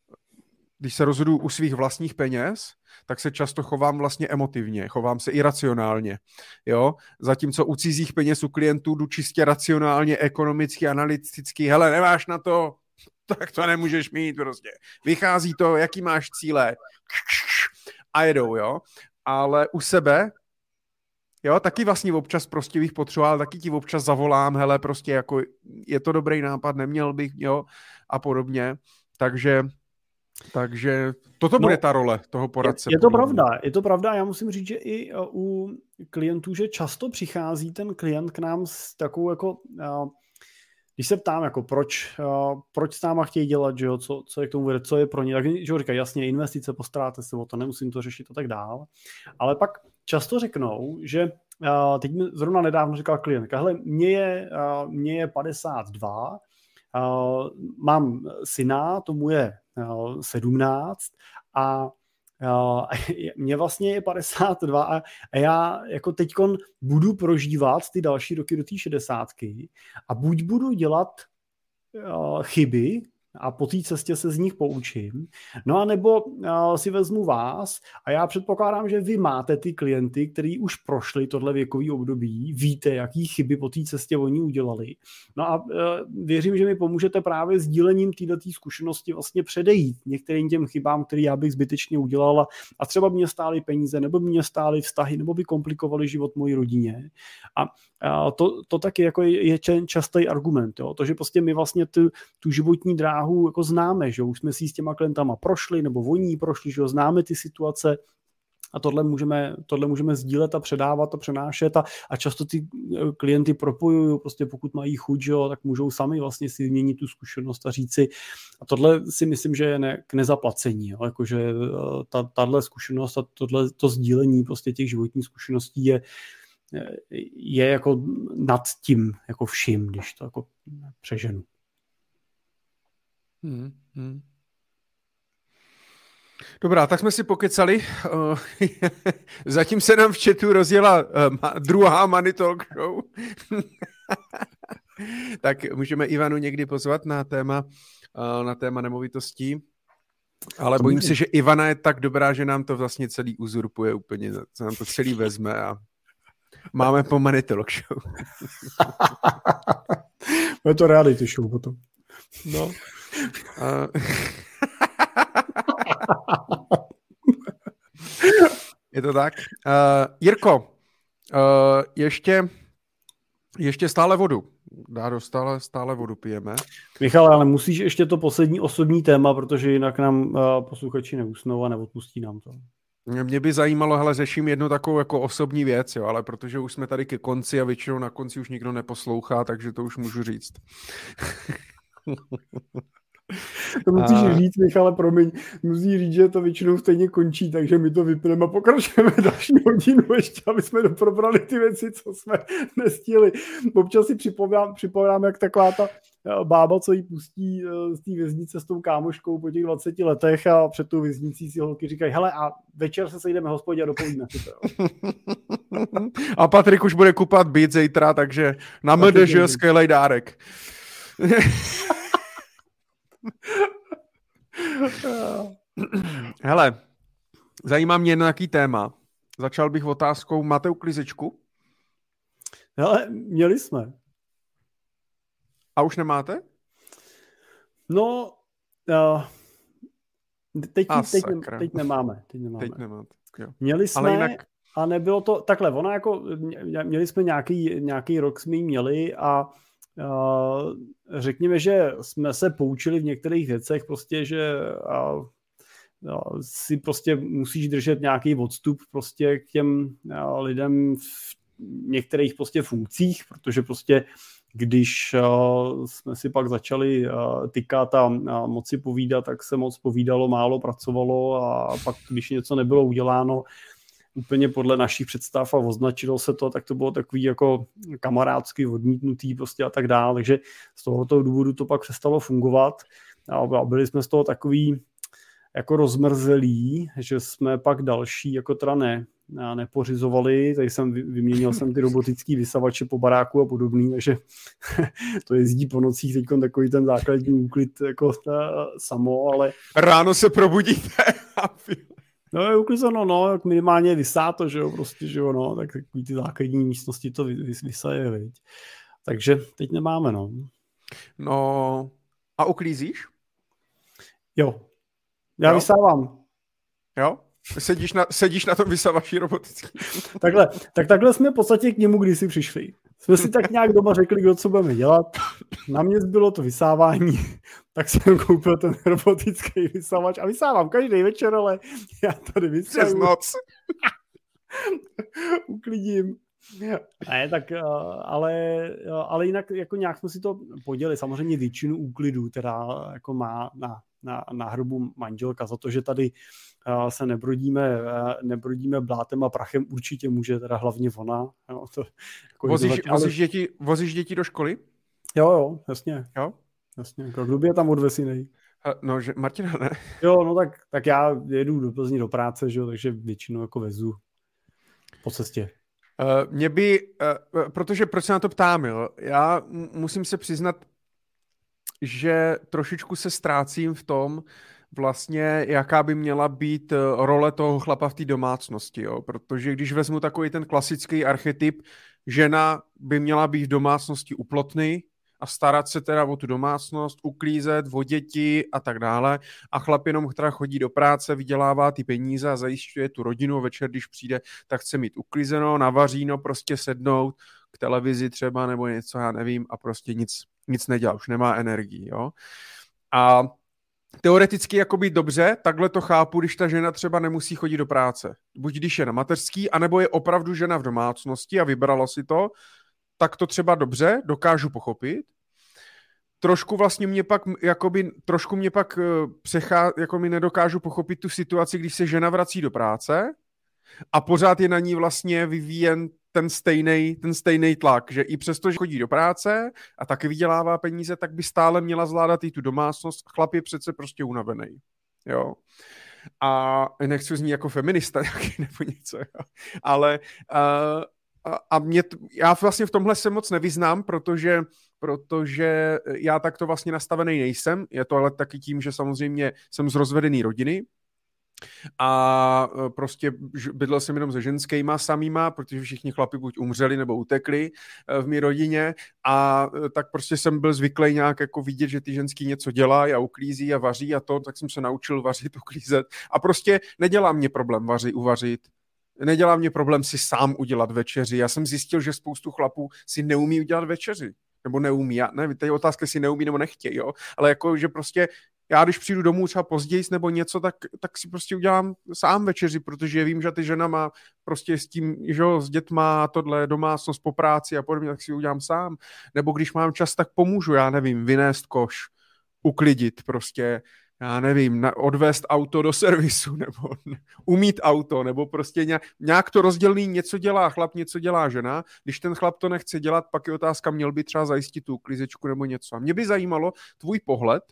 u svých vlastních peněz, tak se často chovám vlastně emotivně, chovám se iracionálně. Jo? Zatímco u cizích peněz u klientů jdu čistě racionálně, ekonomicky, analyticky, hele, nemáš na to, tak to nemůžeš mít prostě. Vychází to, jaký máš cíle a jedou, jo. Ale u sebe, jo, taky vlastně občas prostě bych potřeboval, taky ti občas zavolám, hele, prostě jako je to dobrý nápad, neměl bych, jo, a podobně. Takže toto bude ta role toho poradce. Je to pravda. Já musím říct, že i u klientů, že často přichází ten klient k nám s takovou jako... Když se ptám, jako proč s náma chtějí dělat, že jo, co je k tomu vede, co je pro ně, tak že říkají, jasně, investice, postaráte se o to, nemusím to řešit a tak dál. Ale pak často řeknou, že teď mi zrovna nedávno říkal klient, hele, mně je 52, mám syna, tomu je 17 a mě vlastně je 52 a já jako teďkon budu prožívat ty další roky do té 60 a buď budu dělat chyby a po té cestě se z nich poučím, no a nebo si vezmu vás a já předpokládám, že vy máte ty klienty, kteří už prošli tohle věkový období, víte, jaký chyby po té cestě oni udělali. No a věřím, že mi pomůžete právě sdílením této zkušenosti vlastně předejít některým těm chybám, které já bych zbytečně udělala a třeba by mě stály peníze, nebo by mě stály vztahy, nebo by komplikovali život mojí rodině. A to taky jako je častý argument, jo? To, že prostě my vlastně tu životní dráhu jako známe, že už jsme si s těma klientama prošli, nebo oni prošli, že známe ty situace a tohle můžeme sdílet a předávat a přenášet a často ty klienty propojují, prostě pokud mají chuť, že jo, tak můžou sami vlastně si změnit tu zkušenost a říci a tohle si myslím, že je k nezaplacení, jo? Jakože tahle zkušenost a to sdílení prostě těch životních zkušeností je jako nad tím jako vším, když to jako přeženu. Dobrá, tak jsme si pokecali. Zatím se nám v chatu rozjela druhá Money Talk Show. Tak můžeme Ivanu někdy pozvat na téma nemovitostí. Ale bojím se, že Ivana je tak dobrá, že nám to vlastně celý uzurpuje úplně. Se nám to celý vezme a máme po Money Talk Show. Je to reality show potom. No. Je to tak. Jirko, ještě stále vodu. Dádo, stále vodu pijeme. Michale, ale musíš ještě to poslední osobní téma, protože jinak nám posluchači neusnou a neodpustí nám to. Mě by zajímalo, hele, řeším jednu takovou jako osobní věc, jo, ale protože už jsme tady ke konci a většinou na konci už nikdo neposlouchá, takže to už můžu říct. To musíš říct, Michale, promiň, musíš říct, že to většinou stejně končí, takže my to vypneme a pokračujeme další hodinu ještě, aby jsme doprobrali ty věci, co jsme nestihli. Občas si připomínám, jak taková ta bába, co jí pustí z té věznice s tou kámoškou po těch 20 letech a před tou věznicí si holky říkají, hele, a večer se sejdeme v hospodě a dopovíme si to. A Patrik už bude kupat byt zítra, takže na MDŽ skvělej dárek. Hele, zajímá mě nějaký téma. Začal bych otázkou, máte uklízečku? Hele, měli jsme. A už nemáte? No, teď nemáme. Teď nemáte. Jo. Měli jsme, ale jinak... a nebylo to takhle, ona jako, měli jsme nějaký rok jsme ji měli a řekněme, že jsme se poučili v některých věcech prostě, že si prostě musíš držet nějaký odstup prostě k těm lidem v některých prostě funkcích, protože prostě když jsme si pak začali tykat a moc si povídat, tak se moc povídalo, málo pracovalo a pak když něco nebylo uděláno úplně podle našich představ a označilo se to, tak to bylo takový jako kamarádsky odmítnutý prostě a tak dále, takže z tohoto důvodu to pak přestalo fungovat a byli jsme z toho takový jako rozmrzelí, že jsme pak další jako teda nepořizovali, tady vyměnil jsem ty robotický vysavače po baráku a podobný, takže to jezdí po nocích teď takový ten základní úklid jako samo, ale... Ráno se probudíte a... No je uklizeno, no, jak minimálně vysá to, že jo, prostě, že jo, no, tak takový ty základní místnosti to vysaje, viď. Takže teď nemáme, no. No, a uklízíš? Jo. Já vysávám. Jo? Sedíš na tom vysavači robotický. Takhle jsme v podstatě k němu kdysi přišli. Jsme si tak nějak doma řekli, kdo co budeme dělat. Na mě zbylo to vysávání, tak jsem koupil ten robotický vysavač a vysávám každý večer, ale já tady vysávám. Přes noc. Uklidím. Ne, tak, ale jinak jako nějak jsme si to podělili. Samozřejmě většinu úklidů teda jako má na hrbu manželka za to, že tady se nebrodíme blátem a prachem, určitě může, teda hlavně ona. Jo, to, jako vozíš děti do školy? Jo, jasně. Jo? Jasně, kdo by je tam odvez jinej? No, že Martina, ne? Jo, no tak já jedu do Plzně do práce, že jo, takže většinou jako vezu po cestě. Mě by, protože proč se na to ptám, jo? Já musím se přiznat, že trošičku se ztrácím v tom, vlastně, jaká by měla být role toho chlapa v té domácnosti, jo? Protože když vezmu takový ten klasický archetyp, žena by měla být v domácnosti u plotny a starat se teda o tu domácnost, uklízet, o děti a tak dále a chlap jenom teda chodí do práce, vydělává ty peníze a zajišťuje tu rodinu, večer, když přijde, tak chce mít uklízeno, navaříno, prostě sednout k televizi třeba nebo něco, já nevím, a prostě nic nedělá, už nemá energii, jo. A teoreticky jakoby dobře, takhle to chápu, když ta žena třeba nemusí chodit do práce. Buď když je na mateřský, anebo je opravdu žena v domácnosti a vybrala si to, tak to třeba dobře, dokážu pochopit. Trošku mě pak jako mi nedokážu pochopit tu situaci, když se žena vrací do práce a pořád je na ní vlastně vyvíjen ten stejný tlak, že i přesto, že chodí do práce a taky vydělává peníze, tak by stále měla zvládat i tu domácnost. Chlap je přece prostě unavený. Jo. A nechci znít jako feminista nějaký nebo něco, jo. Ale já vlastně v tomhle se moc nevyznám, protože já takto vlastně nastavený nejsem. Je to ale taky tím, že samozřejmě jsem z rozvedený rodiny a prostě bydlel jsem jenom se ženskýma samýma, protože všichni chlapi buď umřeli nebo utekli v mé rodině a tak prostě jsem byl zvyklý nějak jako vidět, že ty ženský něco dělají a uklízí a vaří a to, tak jsem se naučil vařit, uklízet a prostě nedělá mě problém uvařit. Nedělá mě problém si sám udělat večeři. Já jsem zjistil, že spoustu chlapů si neumí udělat večeři. Nebo neumí. Já nevím, tady je otázka, jestli neumí nebo nechtějí, jo. Ale jako, že prostě já, když přijdu domů třeba později nebo něco, tak si prostě udělám sám večeři, protože vím, že ty žena má prostě s tím, že s dětma tohle domácnost po práci a podobně, tak si udělám sám. Nebo když mám čas, tak pomůžu, já nevím, vynést koš, uklidit prostě, já nevím, odvést auto do servisu, nebo umýt auto, nebo prostě nějak to rozdělný, něco dělá chlap, něco dělá žena. Když ten chlap to nechce dělat, pak je otázka, měl by třeba zajistit tu uklízečku nebo něco. A mě by zajímalo tvůj pohled,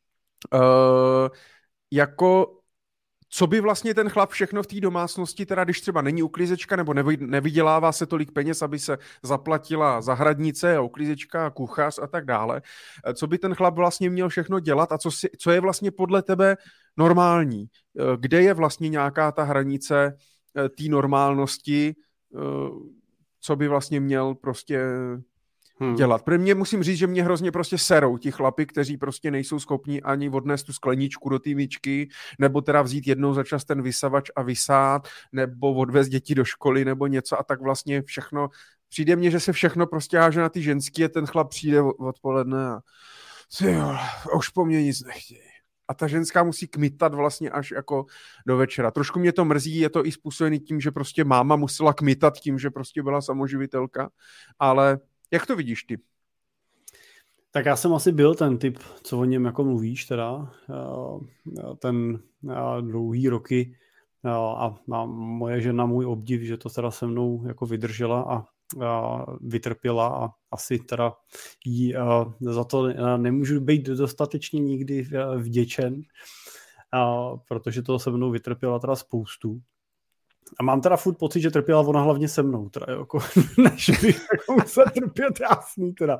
jako co by vlastně ten chlap všechno v té domácnosti, teda když třeba není uklízečka nebo nevydělává se tolik peněz, aby se zaplatila zahradnice a uklízečka a kuchař a tak dále, co by ten chlap vlastně měl všechno dělat a co je vlastně podle tebe normální? Kde je vlastně nějaká ta hranice té normálnosti, co by vlastně měl prostě dělat. Pro mě musím říct, že mě hrozně prostě serou ti chlapi, kteří prostě nejsou schopni ani odnést tu skleničku do té myčky, nebo teda vzít jednou za čas ten vysavač a vysát, nebo odvést děti do školy, nebo něco a tak vlastně všechno. Přijde mně, že se všechno prostě háže na ty ženský a ten chlap přijde odpoledne a už po mně nic nechtějí. A ta ženská musí kmitat vlastně až jako do večera. Trošku mě to mrzí, je to i způsobený tím, že prostě máma musela kmitat tím, že prostě byla samoživitelka, ale jak to vidíš ty? Tak já jsem asi byl ten typ, co o něm jako mluvíš teda, ten dlouhý roky a moje žena, můj obdiv, že to teda se mnou jako vydržela a vytrpěla a asi teda jí za to nemůžu být dostatečně nikdy vděčen, protože to se mnou vytrpěla teda spoustu. A mám teda furt pocit, že trpěla ona hlavně se mnou, teda jako, než bych jako musel trpět jasný teda.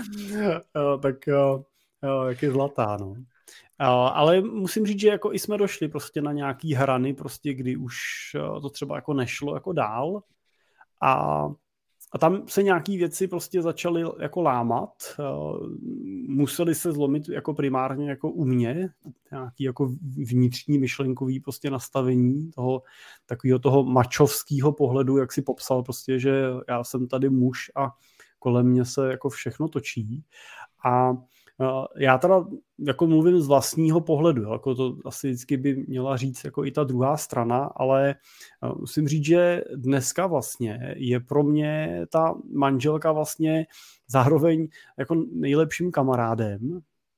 Jak je zlatá, no. Ale musím říct, že jako i jsme došli prostě na nějaký hrany, prostě kdy už to třeba jako nešlo jako dál a tam se nějaký věci prostě začaly jako lámat, museli se zlomit jako primárně jako u mě, nějaký jako vnitřní myšlenkový prostě nastavení toho takového toho mačovského pohledu, jak si popsal prostě, že já jsem tady muž a kolem mě se jako všechno točí a já teda jako mluvím z vlastního pohledu, jako to asi vždycky by měla říct jako i ta druhá strana, ale musím říct, že dneska vlastně je pro mě ta manželka vlastně zároveň jako nejlepším kamarádem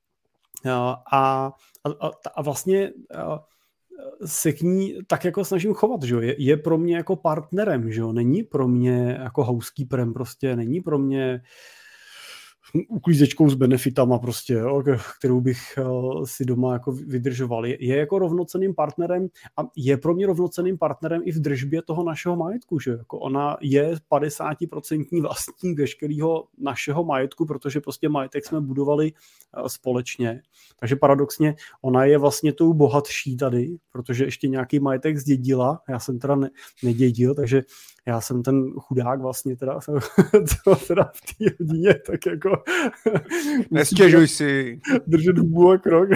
a vlastně se k ní tak jako snažím chovat, že je pro mě jako partnerem, že není pro mě jako housekeeperem prostě, není pro mě uklízečkou s benefitama prostě, jo, kterou bych si doma jako vydržoval. Je jako rovnocenným partnerem a je pro mě rovnocenným partnerem i v držbě toho našeho majetku, že jako ona je 50% vlastník veškerého našeho majetku, protože prostě majetek jsme budovali společně. Takže paradoxně ona je vlastně tou bohatší tady, protože ještě nějaký majetek zdědila, já jsem teda nedědil, takže já jsem ten chudák vlastně teda v té rodině, tak jako nestěžuj si. Držet hubu a krok.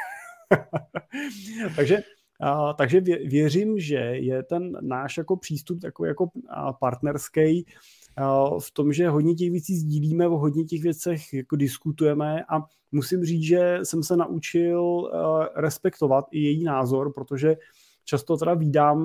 Takže věřím, že je ten náš jako přístup takový jako partnerský v tom, že hodně těch věcí sdílíme, o hodně těch věcech jako diskutujeme a musím říct, že jsem se naučil respektovat i její názor, protože často teda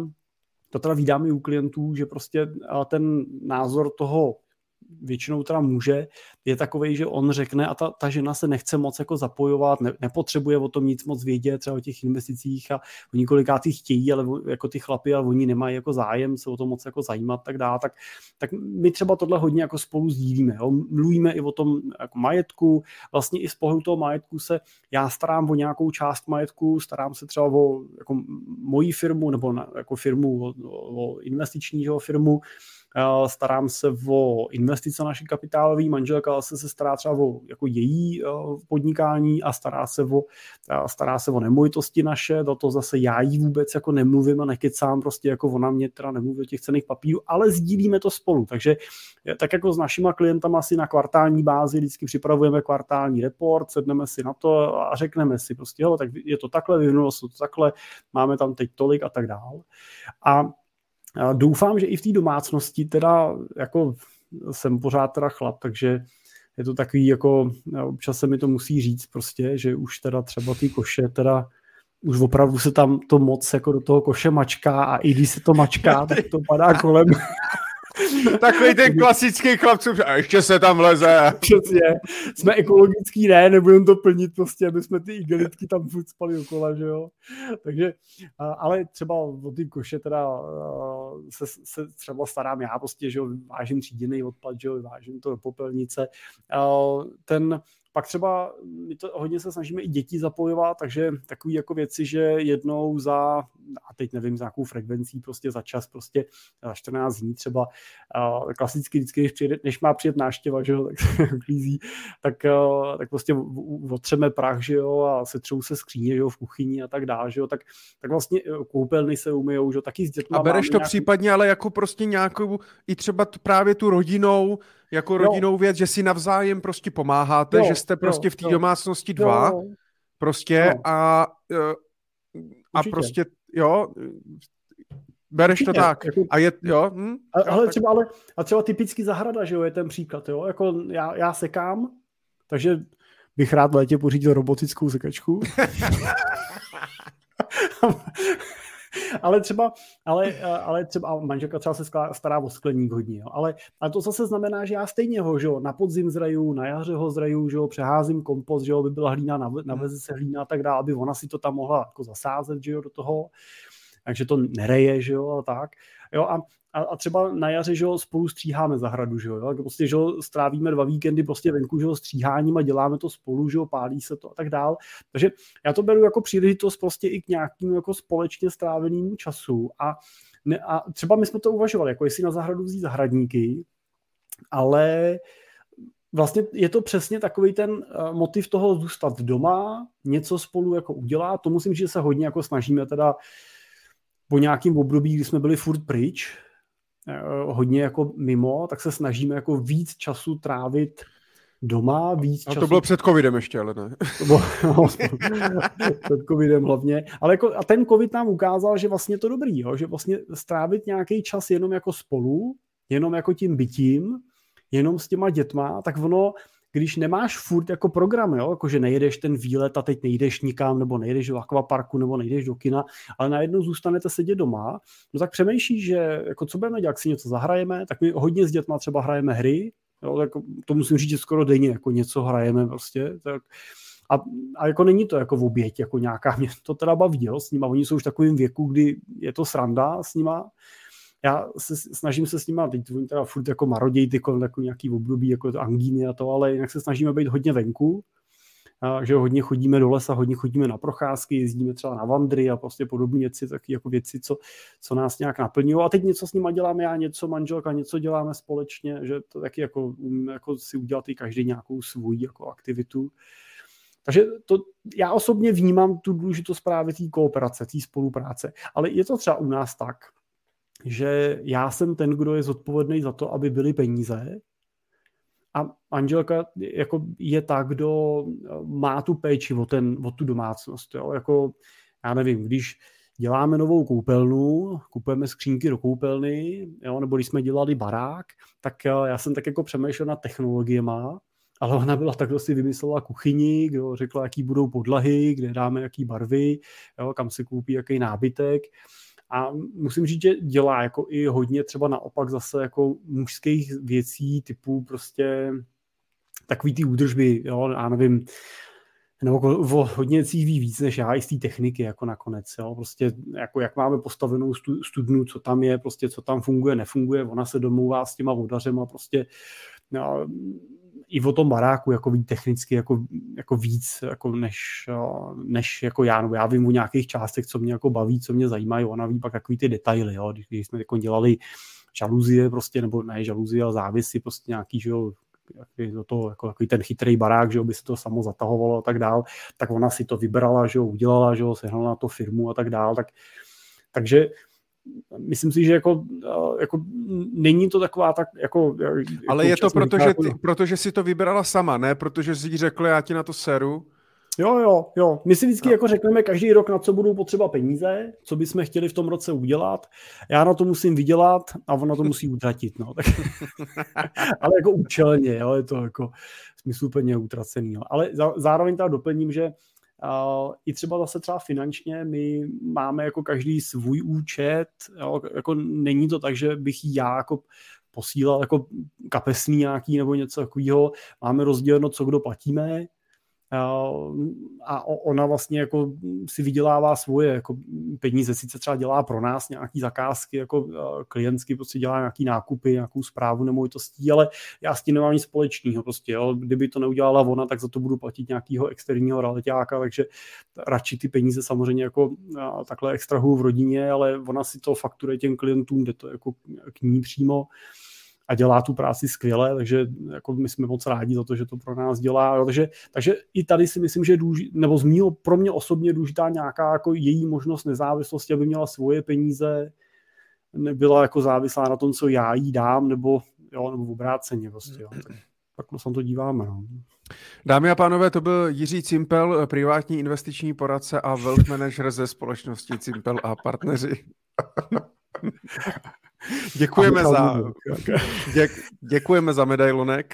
vídám i u klientů, že prostě ten názor toho většinou teda muže je takovej, že on řekne a ta žena se nechce moc jako zapojovat, nepotřebuje o tom nic moc vědět, třeba o těch investicích a oni kolikátý chtějí, ale jako ty chlapi, ale oni nemají jako zájem se o to moc jako zajímat tak dále, tak my třeba tohle hodně jako spolu sdílíme, jo? Mluvíme i o tom jako majetku, vlastně i z pohledu toho majetku se já starám o nějakou část majetku, starám se třeba o jako moji firmu nebo jako firmu, o investičního firmu, starám se o investice naší kapitálové, manželka se stará třeba o jako její podnikání a stará se o nemovitosti naše, do toho zase já jí vůbec jako nemluvím a nekecám, prostě jako ona mě teda nemluví o těch cenných papírů, ale sdílíme to spolu, takže tak jako s našima klientama si na kvartální bázi vždycky připravujeme kvartální report, sedneme si na to a řekneme si prostě, tak je to takhle, vyvinulo se to takhle, máme tam teď tolik a tak dál. A doufám, že i v té domácnosti teda jako jsem pořád teda chlap, takže je to takový jako občas se mi to musí říct prostě, že už teda třeba ty koše teda už opravdu se tam to moc jako do toho koše mačká a i když se to mačká, tak to padá kolem. Takový ten klasický chlapců, a ještě se tam leze. Přesně. Jsme ekologický, nebudeme to plnit prostě, aby jsme ty igelitky tam furt spali okolo, že jo. Takže, ale třeba o ty koše teda se třeba starám já prostě, že jo, vážím tříděný odpad, že jo, vážím to do popelnice. Pak třeba my to hodně se snažíme i děti zapojovat, takže takový jako věci, že jednou a teď nevím, za jakou frekvencí, prostě za čas, prostě za 14 dní třeba, klasicky vždycky, než má přijet návštěva, že jo, tak se uklízí, tak prostě otřeme prach, že jo, a setřou se skříně, že jo, v kuchyni a tak dále, že jo, tak vlastně koupelny se umyjou, že jo, taky s dětma. A bereš to případně, ale jako prostě nějakou, i třeba právě tu rodinou, jako rodinnou věc, že si navzájem prostě pomáháte, že jste prostě v té domácnosti dva, prostě a prostě, bereš to tak. Jako, a je, třeba typicky zahrada, že jo, je ten příklad, jo, jako já sekám, takže bych rád v létě pořídil robotickou sekačku. Ale třeba manželka třeba se stará o skleník hodně, jo. Ale to zase znamená, že já stejně ho, že jo, na podzim zraju, na jaře ho zraju, že jo, přeházím kompost, že jo, aby byla hlína, naveze se hlína a tak dále, aby ona si to tam mohla jako zasázet, že jo, do toho, takže to nereje, že jo, a tak. Jo, a třeba na jaře, že jo, spolu stříháme zahradu, že jo, prostě, že jo, strávíme 2 víkendy prostě venku, že jo, stříháním a děláme to spolu, že jo, pálí se to a tak dál. Takže já to beru jako příležitost prostě i k nějakému jako společně strávenému času a třeba my jsme to uvažovali, jako jestli na zahradu vzít zahradníky, ale vlastně je to přesně takový ten motiv toho zůstat doma, něco spolu jako udělat, to musím říct, že se hodně jako snažíme teda po nějakém období, kdy jsme byli furt pryč, hodně jako mimo, tak se snažíme jako víc času trávit doma, víc času... A to bylo před covidem ještě, ale ne. Před covidem hlavně. Ale jako, a ten covid nám ukázal, že vlastně to dobrý, jo? Že vlastně strávit nějaký čas jenom jako spolu, jenom jako tím bytím, jenom s těma dětma, tak ono, když nemáš furt jako program, jo? Jako, že nejedeš ten výlet a teď nejdeš nikam, nebo nejdeš do akvaparku, nebo nejdeš do kina, ale najednou zůstanete sedět doma, no tak přemýšlíš, že jako co budeme dělat, si něco zahrajeme, tak my hodně s dětma třeba hrajeme hry, jo? Tak to musím říct, že skoro denně jako něco hrajeme prostě, tak a jako není to jako v oběť, jako nějaká, mě to teda baví, jo, s nima, oni jsou už v takovým věku, kdy je to sranda s nima, já snažím se s nima, teď oni teda furt jako marodějí jako nějaký období, jako to angíny a to, ale jinak se snažíme být hodně venku, že hodně chodíme do lesa, hodně chodíme na procházky, jezdíme třeba na vandry a prostě podobné věci, taky jako věci, co nás nějak naplňují. A teď něco s nima děláme, já něco, manželka, něco děláme společně, že to taky jako si udělat i každý nějakou svou jako aktivitu. Takže já osobně vnímám tu důležitost právě té kooperace, té spolupráce. Ale je to třeba u nás tak, že já jsem ten, kdo je zodpovědný za to, aby byly peníze, a manželka jako je ta, kdo má tu péči o tu domácnost. Jo? Jako, já nevím, když děláme novou koupelnu, kupujeme skřínky do koupelny, jo? Nebo když jsme dělali barák, tak já jsem tak jako přemýšlel nad technologiema, ale ona byla tak, kdo si vymyslela kuchyni, kdo řekla, jaký budou podlahy, kde dáme jaký barvy, jo? Kam se koupí jaký nábytek. A musím říct, že dělá jako i hodně třeba naopak zase jako mužských věcí typu prostě takový ty údržby, jo, já nevím, nebo hodně věcí ví víc než já i z té techniky jako nakonec, jo, prostě jako jak máme postavenou studnu, co tam je, prostě co tam funguje, nefunguje, ona se domlouvá s těma vodařema prostě no, i o tom baráku jako ví technicky jako víc jako než jako já, nebo já vím o nějakých částech, co mě jako baví, co mě zajímají, ona ví pak takový ty detaily, jo, když jsme jako dělali žaluzie prostě, nebo ne žaluzie, ale závisy prostě nějaký, že jo, to, jako takový ten chytrý barák, že jo, by se to samo zatahovalo a tak dál, tak ona si to vybrala, že jo, udělala, že jo, sehnala na to firmu a tak dál, takže myslím si, že jako není to taková tak jako... Ale je to protože si to vybrala sama, ne? Protože jsi jí řekl, já ti na to seru. Jo. My si vždycky jako řekneme každý rok, na co budou potřeba peníze, co bychom chtěli v tom roce udělat. Já na to musím vydělat a ona to musí utratit. No. Tak... Ale jako účelně, jo, je to jako smysluplně utracený. Jo. Ale zároveň teda doplním, že i třeba finančně my máme jako každý svůj účet, jo, jako není to tak, že bych já jako posílal jako kapesný nějaký nebo něco takového, máme rozděleno, co kdo platíme a ona vlastně jako si vydělává svoje jako peníze, sice třeba dělá pro nás nějaký zakázky, jako klientsky prostě dělá nějaký nákupy, nějakou správu nemovitostí, ale já s tím nemám nic společného prostě, jo. Kdyby to neudělala ona, tak za to budu platit nějakého externího realitáka, takže radši ty peníze samozřejmě jako takhle extrahuju v rodině, ale ona si to fakturuje těm klientům, jde to jako k ní přímo a dělá tu práci skvěle, takže jako my jsme moc rádi za to, že to pro nás dělá. Takže i tady si myslím, že pro mě osobně důležitá nějaká jako její možnost nezávislosti, aby měla svoje peníze, nebyla jako závislá na tom, co já jí dám, nebo obráceně. Prostě, jo. Takhle se to díváme. No. Dámy a pánové, to byl Jiří Cimpel, privátní investiční poradce a wealth manager ze společnosti Cimpel a partneři. Děkujeme za medailonek.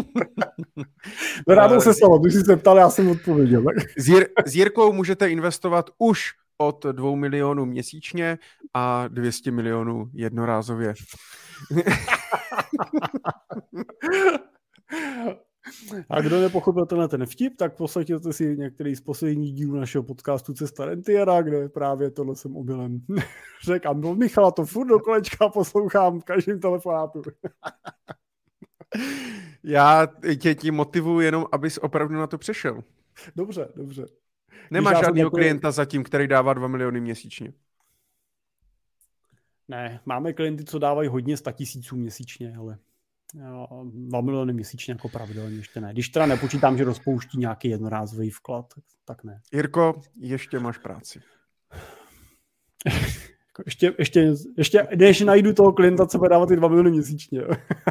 No rádo se stalo, když jsi se ptal, já jsem odpověděl. S Jirkou můžete investovat už od 2 milionů měsíčně a 200 milionů jednorázově. A kdo nepochopil ten vtip, tak poslechněte si některý z posledních dílů našeho podcastu Cesta rentiera, kde právě tohle jsem omylem řekl. A Michala to furt do kolečka poslouchám v každém telefonátu. Já tě tím motivuju jenom, abys opravdu na to přešel. Dobře. Nemáš žádného klienta zatím, který dává 2 miliony měsíčně? Ne, máme klienty, co dávají hodně 100 000 měsíčně, ale 2 miliony měsíčně jako pravidelně ještě ne. Když teda nepočítám, že rozpouští nějaký jednorázový vklad, tak ne. Jirko, ještě máš práci. ještě než najdu toho klienta, co bude dávat ty 2 miliony měsíčně.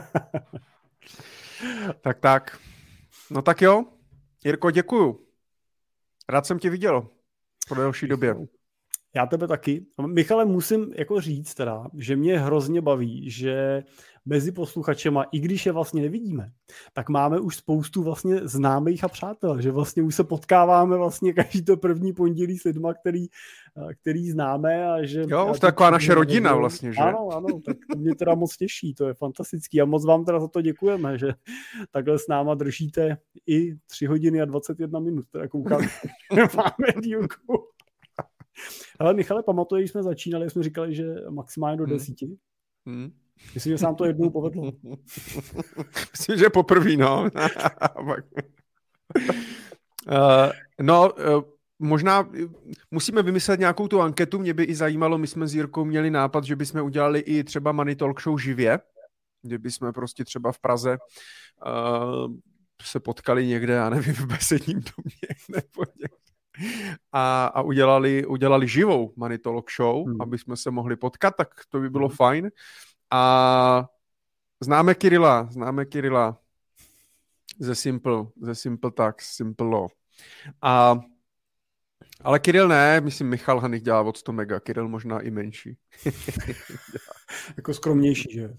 Tak. No tak jo. Jirko, děkuju. Rád jsem tě viděl po delší době. Já tebe taky. Michale, musím jako říct teda, že mě hrozně baví, že mezi posluchačema, i když je vlastně nevidíme, tak máme už spoustu vlastně známých a přátel, že vlastně už se potkáváme vlastně každý to první pondělí s lidma, který známe a že... Jo, už taková naše rodina vlastně, že? Ano, tak to mě teda moc těší, to je fantastický a moc vám teda za to děkujeme, že takhle s náma držíte i 3 hodiny a 21 minut, teda koukám, máme dílku. Ale Michale, pamatuješ, když jsme začínali, jsme říkali, že maximálně do 10? Myslím, že se nám to jednou povedlo. Myslím, že poprvé, no. Možná musíme vymyslet nějakou tu anketu, mě by i zajímalo, my jsme s Jirkou měli nápad, že bychom udělali i třeba Money Talk Show živě, že bychom prostě třeba v Praze se potkali někde, já nevím, v Besedním domě nebo a udělali živou Money Talk Show, aby jsme se mohli potkat, tak to by bylo fajn. A známe Kirila ze Simple Tax, Simple Law. Ale Kiril ne, myslím Michal Haných dělá od 100 mega, Kiril možná i menší. Jako skromnější, že?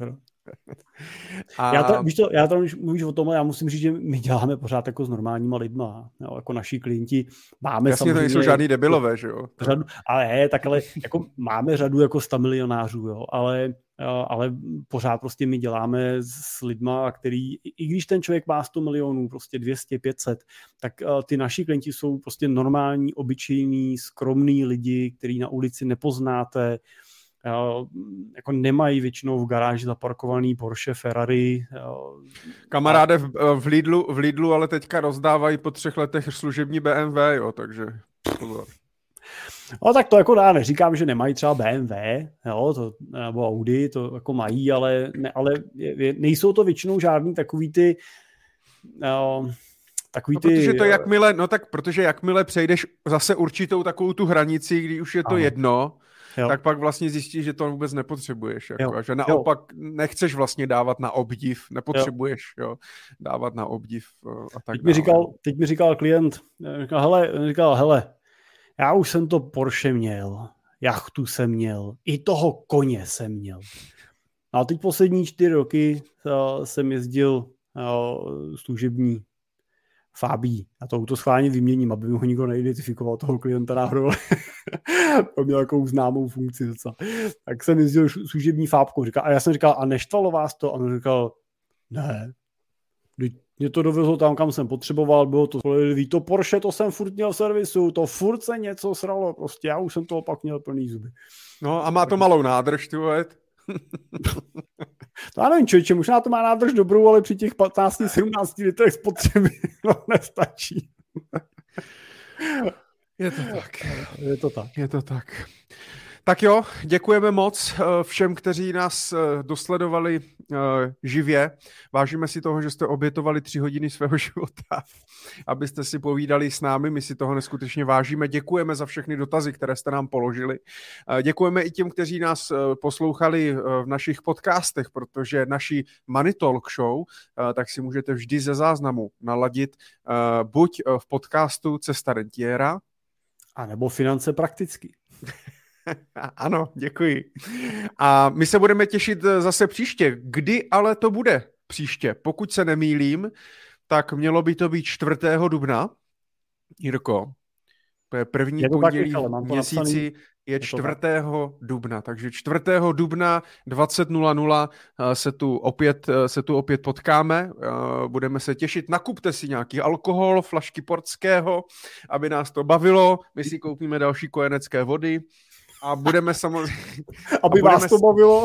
Já tam, když mluvíš o tom, já musím říct, že my děláme pořád jako s normálníma lidma, jo, jako naši klienti. Máme jasně, to nejsou žádný debilové, že jo? Ale jako máme řadu jako 100 milionářů, jo, ale pořád prostě my děláme s lidma, který, i když ten člověk má 100 milionů, prostě 200, 500, tak ty naši klienti jsou prostě normální, obyčejní, skromní lidi, který na ulici nepoznáte, jako nemají většinou v garáži zaparkovaný Porsche, Ferrari. Kamaráde v Lidlu ale teďka rozdávají po 3 letech služební BMW, jo, takže pozor. No tak to jako já neříkám, že nemají třeba BMW, jo, nebo Audi, to jako mají, ale nejsou to většinou žádný takový ty protože jakmile přejdeš zase určitou takovou tu hranici, kdy už je to jedno, jo. Tak pak vlastně zjistíš, že to vůbec nepotřebuješ. Jako, a že naopak nechceš vlastně dávat na obdiv, nepotřebuješ dávat na obdiv a tak Teď mi říkal klient, hele, já už jsem to Porsche měl, jachtu jsem měl, i toho koně jsem měl. A teď poslední 4 roky jsem jezdil služební Fabí. A to auto schválně vyměním, aby mi ho nikdo neidentifikoval, toho klienta náhodou. To měl takovou známou funkci docela. Tak jsem jezdil služební Fábkou. A já jsem říkal, a neštvalo vás to? A on říkal, ne. Mě to dovezlo tam, kam jsem potřeboval, bylo to to Porsche, to jsem furt měl v servisu, to furt se něco sralo, prostě já už jsem to opak měl plný zuby. No a má to malou nádrž, tu let. To já nevím, člověče, možná to má nádrž dobrou, ale při těch 15-17 litrech spotřeby nestačí. Je to tak. Tak jo, děkujeme moc všem, kteří nás dosledovali živě. Vážíme si toho, že jste obětovali 3 hodiny svého života, abyste si povídali s námi. My si toho neskutečně vážíme. Děkujeme za všechny dotazy, které jste nám položili. Děkujeme i těm, kteří nás poslouchali v našich podcastech, protože naši Money Talk Show tak si můžete vždy ze záznamu naladit buď v podcastu Cesta rentiéra, a nebo Finance prakticky. Ano, děkuji. A my se budeme těšit zase příště. Kdy ale to bude příště? Pokud se nemýlím, tak mělo by to být 4. dubna. Jirko, to je první pondělí v měsíci, je 4. dubna. Takže 4. dubna 20:00 se tu opět potkáme. Budeme se těšit. Nakupte si nějaký alkohol, flašky portského, aby nás to bavilo. My si koupíme další kojenecké vody. A budeme samozřejmě... Aby vás to bavilo.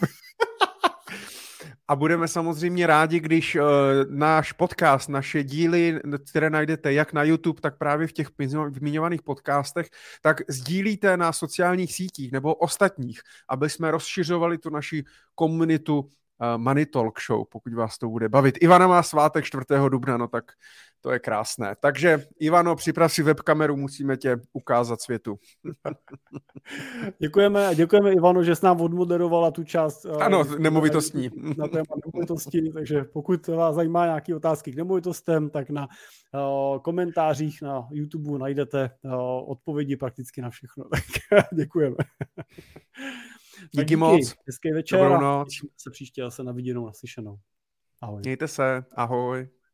A budeme samozřejmě rádi, když náš podcast, naše díly, které najdete jak na YouTube, tak právě v těch zmiňovaných podcastech, tak sdílíte na sociálních sítích nebo ostatních, aby jsme rozšiřovali tu naši komunitu Money Talk Show, pokud vás to bude bavit. Ivana má svátek 4. dubna, no tak to je krásné. Takže Ivano, připrav si webkameru, musíme tě ukázat světu. Děkujeme Ivano, že jsi nám odmoderovala tu část. Ano, nemovitostní. Na téma nemovitosti, takže pokud vás zajímá nějaké otázky k nemovitostem, tak na komentářích na YouTube najdete odpovědi prakticky na všechno. Tak děkujeme. Díky moc. Hezký večer. Dobrou noc. Se příště zase na viděnou, naslyšenou. Ahoj. Mějte se. Ahoj.